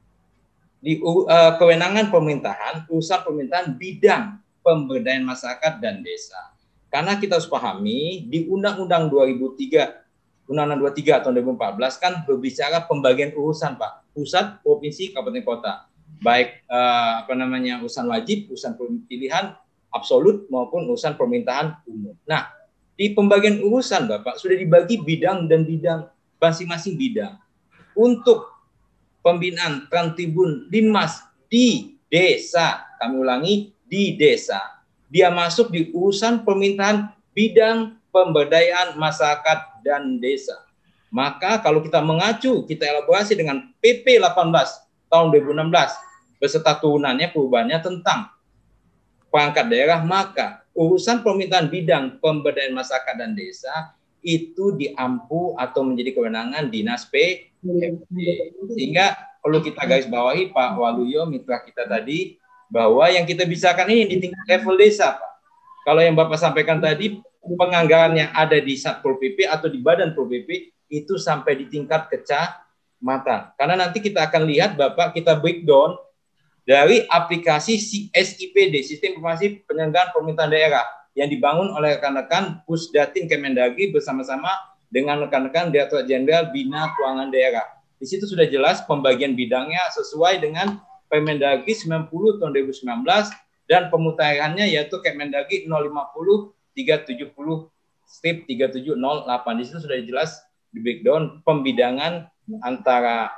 di uh, kewenangan pemerintahan, urusan pemerintahan bidang pemberdayaan masyarakat dan desa. Karena kita harus pahami di Undang-Undang dua ribu tiga, Undang-Undang dua puluh tiga tahun dua ribu empat belas kan berbicara pembagian urusan, Pak, pusat, provinsi, kabupaten, kota, baik uh, apa namanya urusan wajib, urusan pilihan absolut maupun urusan pemerintahan umum. Nah, di pembagian urusan Bapak sudah dibagi bidang dan bidang masing-masing bidang. Untuk pembinaan Trantibun Linmas di desa, kami ulangi, di desa. Dia masuk di urusan pemerintahan bidang pemberdayaan masyarakat dan desa. Maka kalau kita mengacu, kita elaborasi dengan P P delapan belas tahun dua ribu enam belas beserta turunannya, perubahannya tentang perangkat daerah, maka urusan pemerintahan bidang pemberdayaan masyarakat dan desa itu diampu atau menjadi kewenangan Dinas P M D. Sehingga perlu kita garis bawahi Pak Waluyo, mitra kita tadi, bahwa yang kita bisakan ini di tingkat level desa, Pak. Kalau yang Bapak sampaikan tadi, penganggaran yang ada di Satpol P P atau di Badan Pol P P itu sampai di tingkat kecamatan. Karena nanti kita akan lihat, Bapak, kita breakdown dari aplikasi S I P D, Sistem Informasi Penyelenggaraan Pemerintahan Daerah, yang dibangun oleh rekan-rekan Pusdatin Kemendagri bersama-sama dengan rekan-rekan Direktorat Jenderal Bina Keuangan Daerah. Di situ sudah jelas pembagian bidangnya sesuai dengan Permendagri sembilan puluh tahun dua ribu sembilan belas dan pemutahirannya yaitu Kemendagri nol lima nol tiga tujuh nol strip tiga tujuh nol delapan. Di situ sudah jelas di breakdown pembidangan antara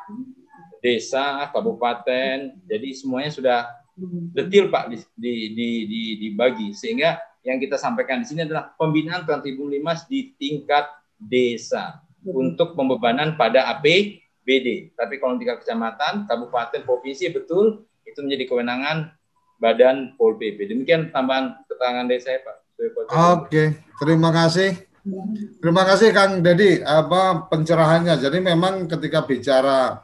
desa, kabupaten, jadi semuanya sudah detail Pak di, di, di, di, dibagi, sehingga yang kita sampaikan di sini adalah pembinaan Trantibun Linmas di tingkat desa untuk pembebanan pada A P B D. Tapi kalau tingkat kecamatan, kabupaten, provinsi betul itu menjadi kewenangan Badan Pol P P. Demikian tambahan keterangan dari saya Pak. Oke, terima kasih. Terima kasih Kang Dedi apa pencerahannya. Jadi memang ketika bicara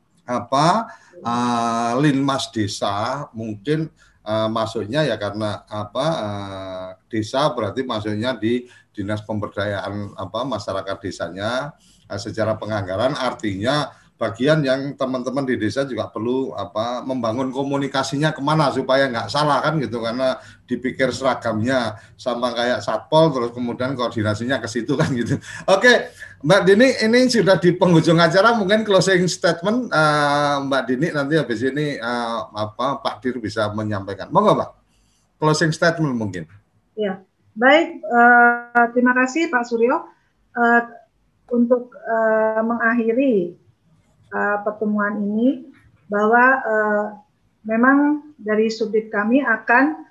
apa uh, Linmas desa mungkin uh, masuknya ya karena apa uh, desa berarti masuknya di Dinas Pemberdayaan apa masyarakat desanya uh, secara penganggaran, artinya bagian yang teman-teman di desa juga perlu apa membangun komunikasinya kemana supaya nggak salah kan gitu, karena dipikir seragamnya sama kayak Satpol terus kemudian koordinasinya ke situ kan gitu. Oke Mbak Dini, ini sudah di penghujung acara, mungkin closing statement uh, Mbak Dini nanti habis ini uh, apa Pak Dir bisa menyampaikan. Monggo Pak, closing statement mungkin. Ya baik, uh, terima kasih Pak Suryo uh, untuk uh, mengakhiri Uh, pertemuan ini, bahwa uh, memang dari subdit kami akan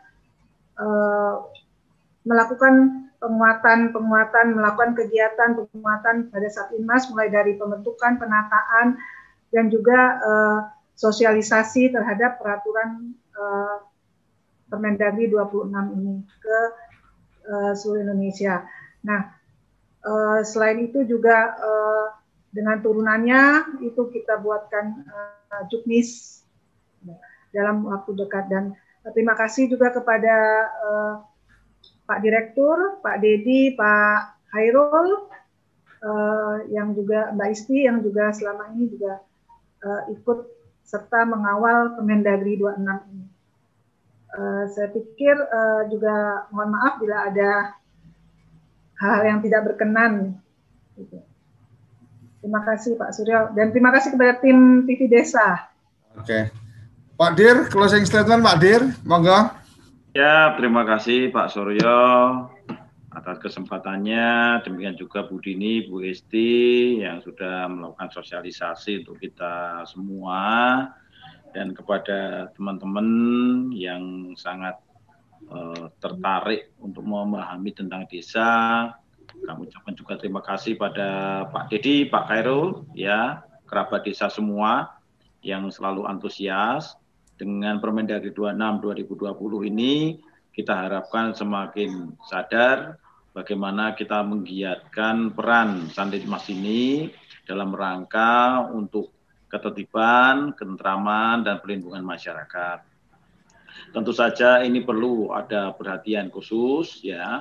uh, melakukan penguatan-penguatan, melakukan kegiatan penguatan pada saat Linmas, mulai dari pembentukan, penataan, dan juga uh, sosialisasi terhadap peraturan uh, Permendagri dua puluh enam ini ke uh, seluruh Indonesia. Nah, uh, selain itu juga uh, dengan turunannya itu kita buatkan uh, juknis dalam waktu dekat, dan uh, terima kasih juga kepada uh, Pak Direktur, Pak Dedi, Pak Hairul, uh, yang juga Mbak Isti yang juga selama ini juga uh, ikut serta mengawal Permendagri dua puluh enam ini. Uh, saya pikir uh, juga mohon maaf bila ada hal yang tidak berkenan. Gitu. Terima kasih Pak Suryo, dan terima kasih kepada tim T V Desa. Oke, Pak Dir, closing statement Pak Dir, monggo. Ya, terima kasih Pak Suryo atas kesempatannya. Demikian juga Bu Dini, Bu Esti yang sudah melakukan sosialisasi untuk kita semua, dan kepada teman-teman yang sangat uh, tertarik untuk memahami tentang desa. Kami ucapkan juga terima kasih pada Pak Dedi, Pak Khairul, ya, kerabat desa semua yang selalu antusias dengan Permendagri dua puluh enam dua ribu dua puluh ini. Kita harapkan semakin sadar bagaimana kita menggiatkan peran Sanlinmas ini dalam rangka untuk ketertiban, ketentraman, dan perlindungan masyarakat. Tentu saja ini perlu ada perhatian khusus, ya,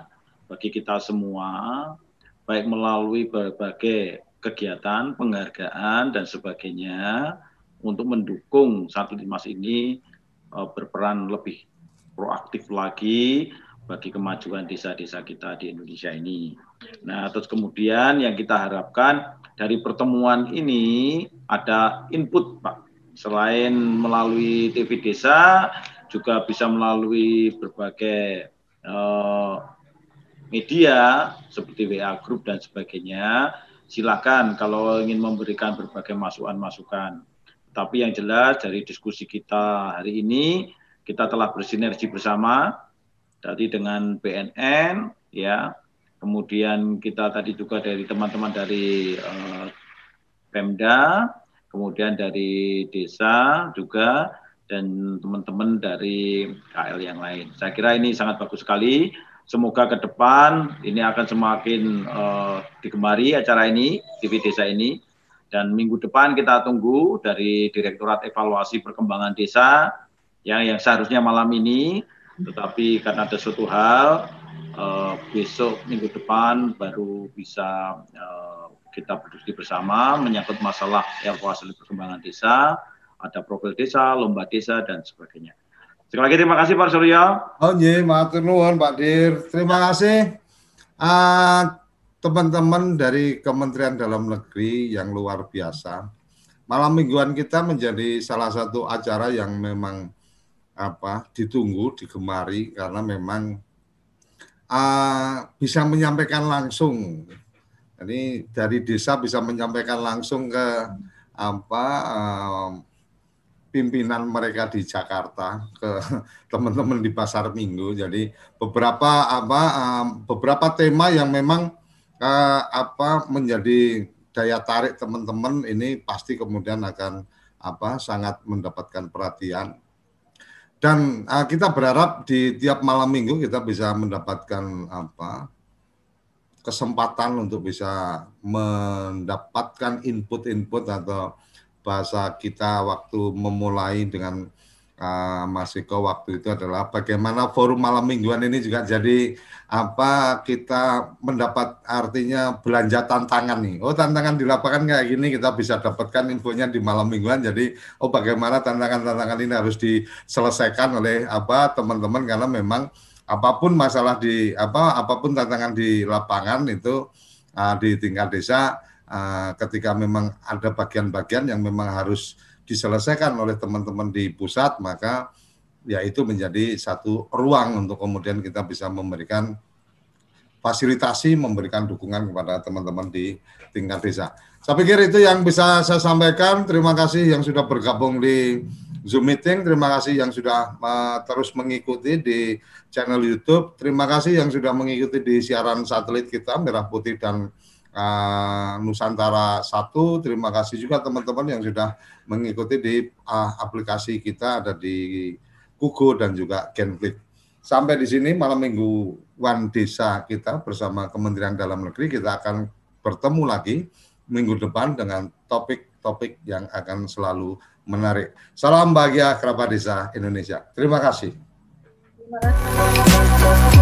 bagi kita semua, baik melalui berbagai kegiatan, penghargaan, dan sebagainya, untuk mendukung Satelit Mas ini uh, berperan lebih proaktif lagi bagi kemajuan desa-desa kita di Indonesia ini. Nah, terus kemudian yang kita harapkan dari pertemuan ini ada input, Pak. Selain melalui T V Desa, juga bisa melalui berbagai uh, media seperti W A Group dan sebagainya. Silakan kalau ingin memberikan berbagai masukan-masukan. Tapi yang jelas dari diskusi kita hari ini, kita telah bersinergi bersama tadi dengan B N N, ya. Kemudian kita tadi juga dari teman-teman dari uh, Pemda, kemudian dari desa juga, dan teman-teman dari K L yang lain. Saya kira ini sangat bagus sekali. Semoga ke depan ini akan semakin uh, digemari acara ini, T V Desa ini. Dan minggu depan kita tunggu dari Direktorat Evaluasi Perkembangan Desa yang, yang seharusnya malam ini, tetapi karena ada suatu hal, uh, besok minggu depan baru bisa uh, kita berdiskusi bersama menyangkut masalah evaluasi perkembangan desa, ada profil desa, lomba desa, dan sebagainya. Sekali lagi terima kasih Pak Suryo. Oh iya, matur nuwun Pak Dir. Terima kasih uh, teman-teman dari Kementerian Dalam Negeri yang luar biasa. Malam mingguan kita menjadi salah satu acara yang memang apa ditunggu, digemari karena memang uh, bisa menyampaikan langsung. Jadi dari desa bisa menyampaikan langsung ke apa uh, pimpinan mereka di Jakarta, ke teman-teman di Pasar Minggu. Jadi beberapa apa um, beberapa tema yang memang uh, apa menjadi daya tarik teman-teman ini pasti kemudian akan apa sangat mendapatkan perhatian. Dan uh, kita berharap di tiap malam minggu kita bisa mendapatkan apa kesempatan untuk bisa mendapatkan input-input atau bahasa kita waktu memulai dengan uh, Mas Eko waktu itu adalah bagaimana forum malam mingguan ini juga jadi apa kita mendapat artinya belanja tantangan nih. Oh tantangan di lapangan kayak gini kita bisa dapatkan infonya di malam mingguan. Jadi oh bagaimana tantangan-tantangan ini harus diselesaikan oleh apa teman-teman karena memang apapun masalah di apa apapun tantangan di lapangan itu uh, di tingkat desa. Uh, ketika memang ada bagian-bagian yang memang harus diselesaikan oleh teman-teman di pusat, maka ya itu menjadi satu ruang untuk kemudian kita bisa memberikan fasilitasi, memberikan dukungan kepada teman-teman di tingkat desa. Saya pikir itu yang bisa saya sampaikan. Terima kasih yang sudah bergabung di Zoom meeting, terima kasih yang sudah uh, terus mengikuti di channel YouTube, terima kasih yang sudah mengikuti di siaran satelit kita Merah Putih dan Uh, Nusantara satu. Terima kasih juga teman-teman yang sudah mengikuti di uh, aplikasi kita ada di Kugo dan juga Genflix. Sampai di sini malam mingguan desa kita bersama Kementerian Dalam Negeri. Kita akan bertemu lagi minggu depan dengan topik-topik yang akan selalu menarik. Salam bahagia kerabat desa Indonesia. Terima kasih. Terima kasih.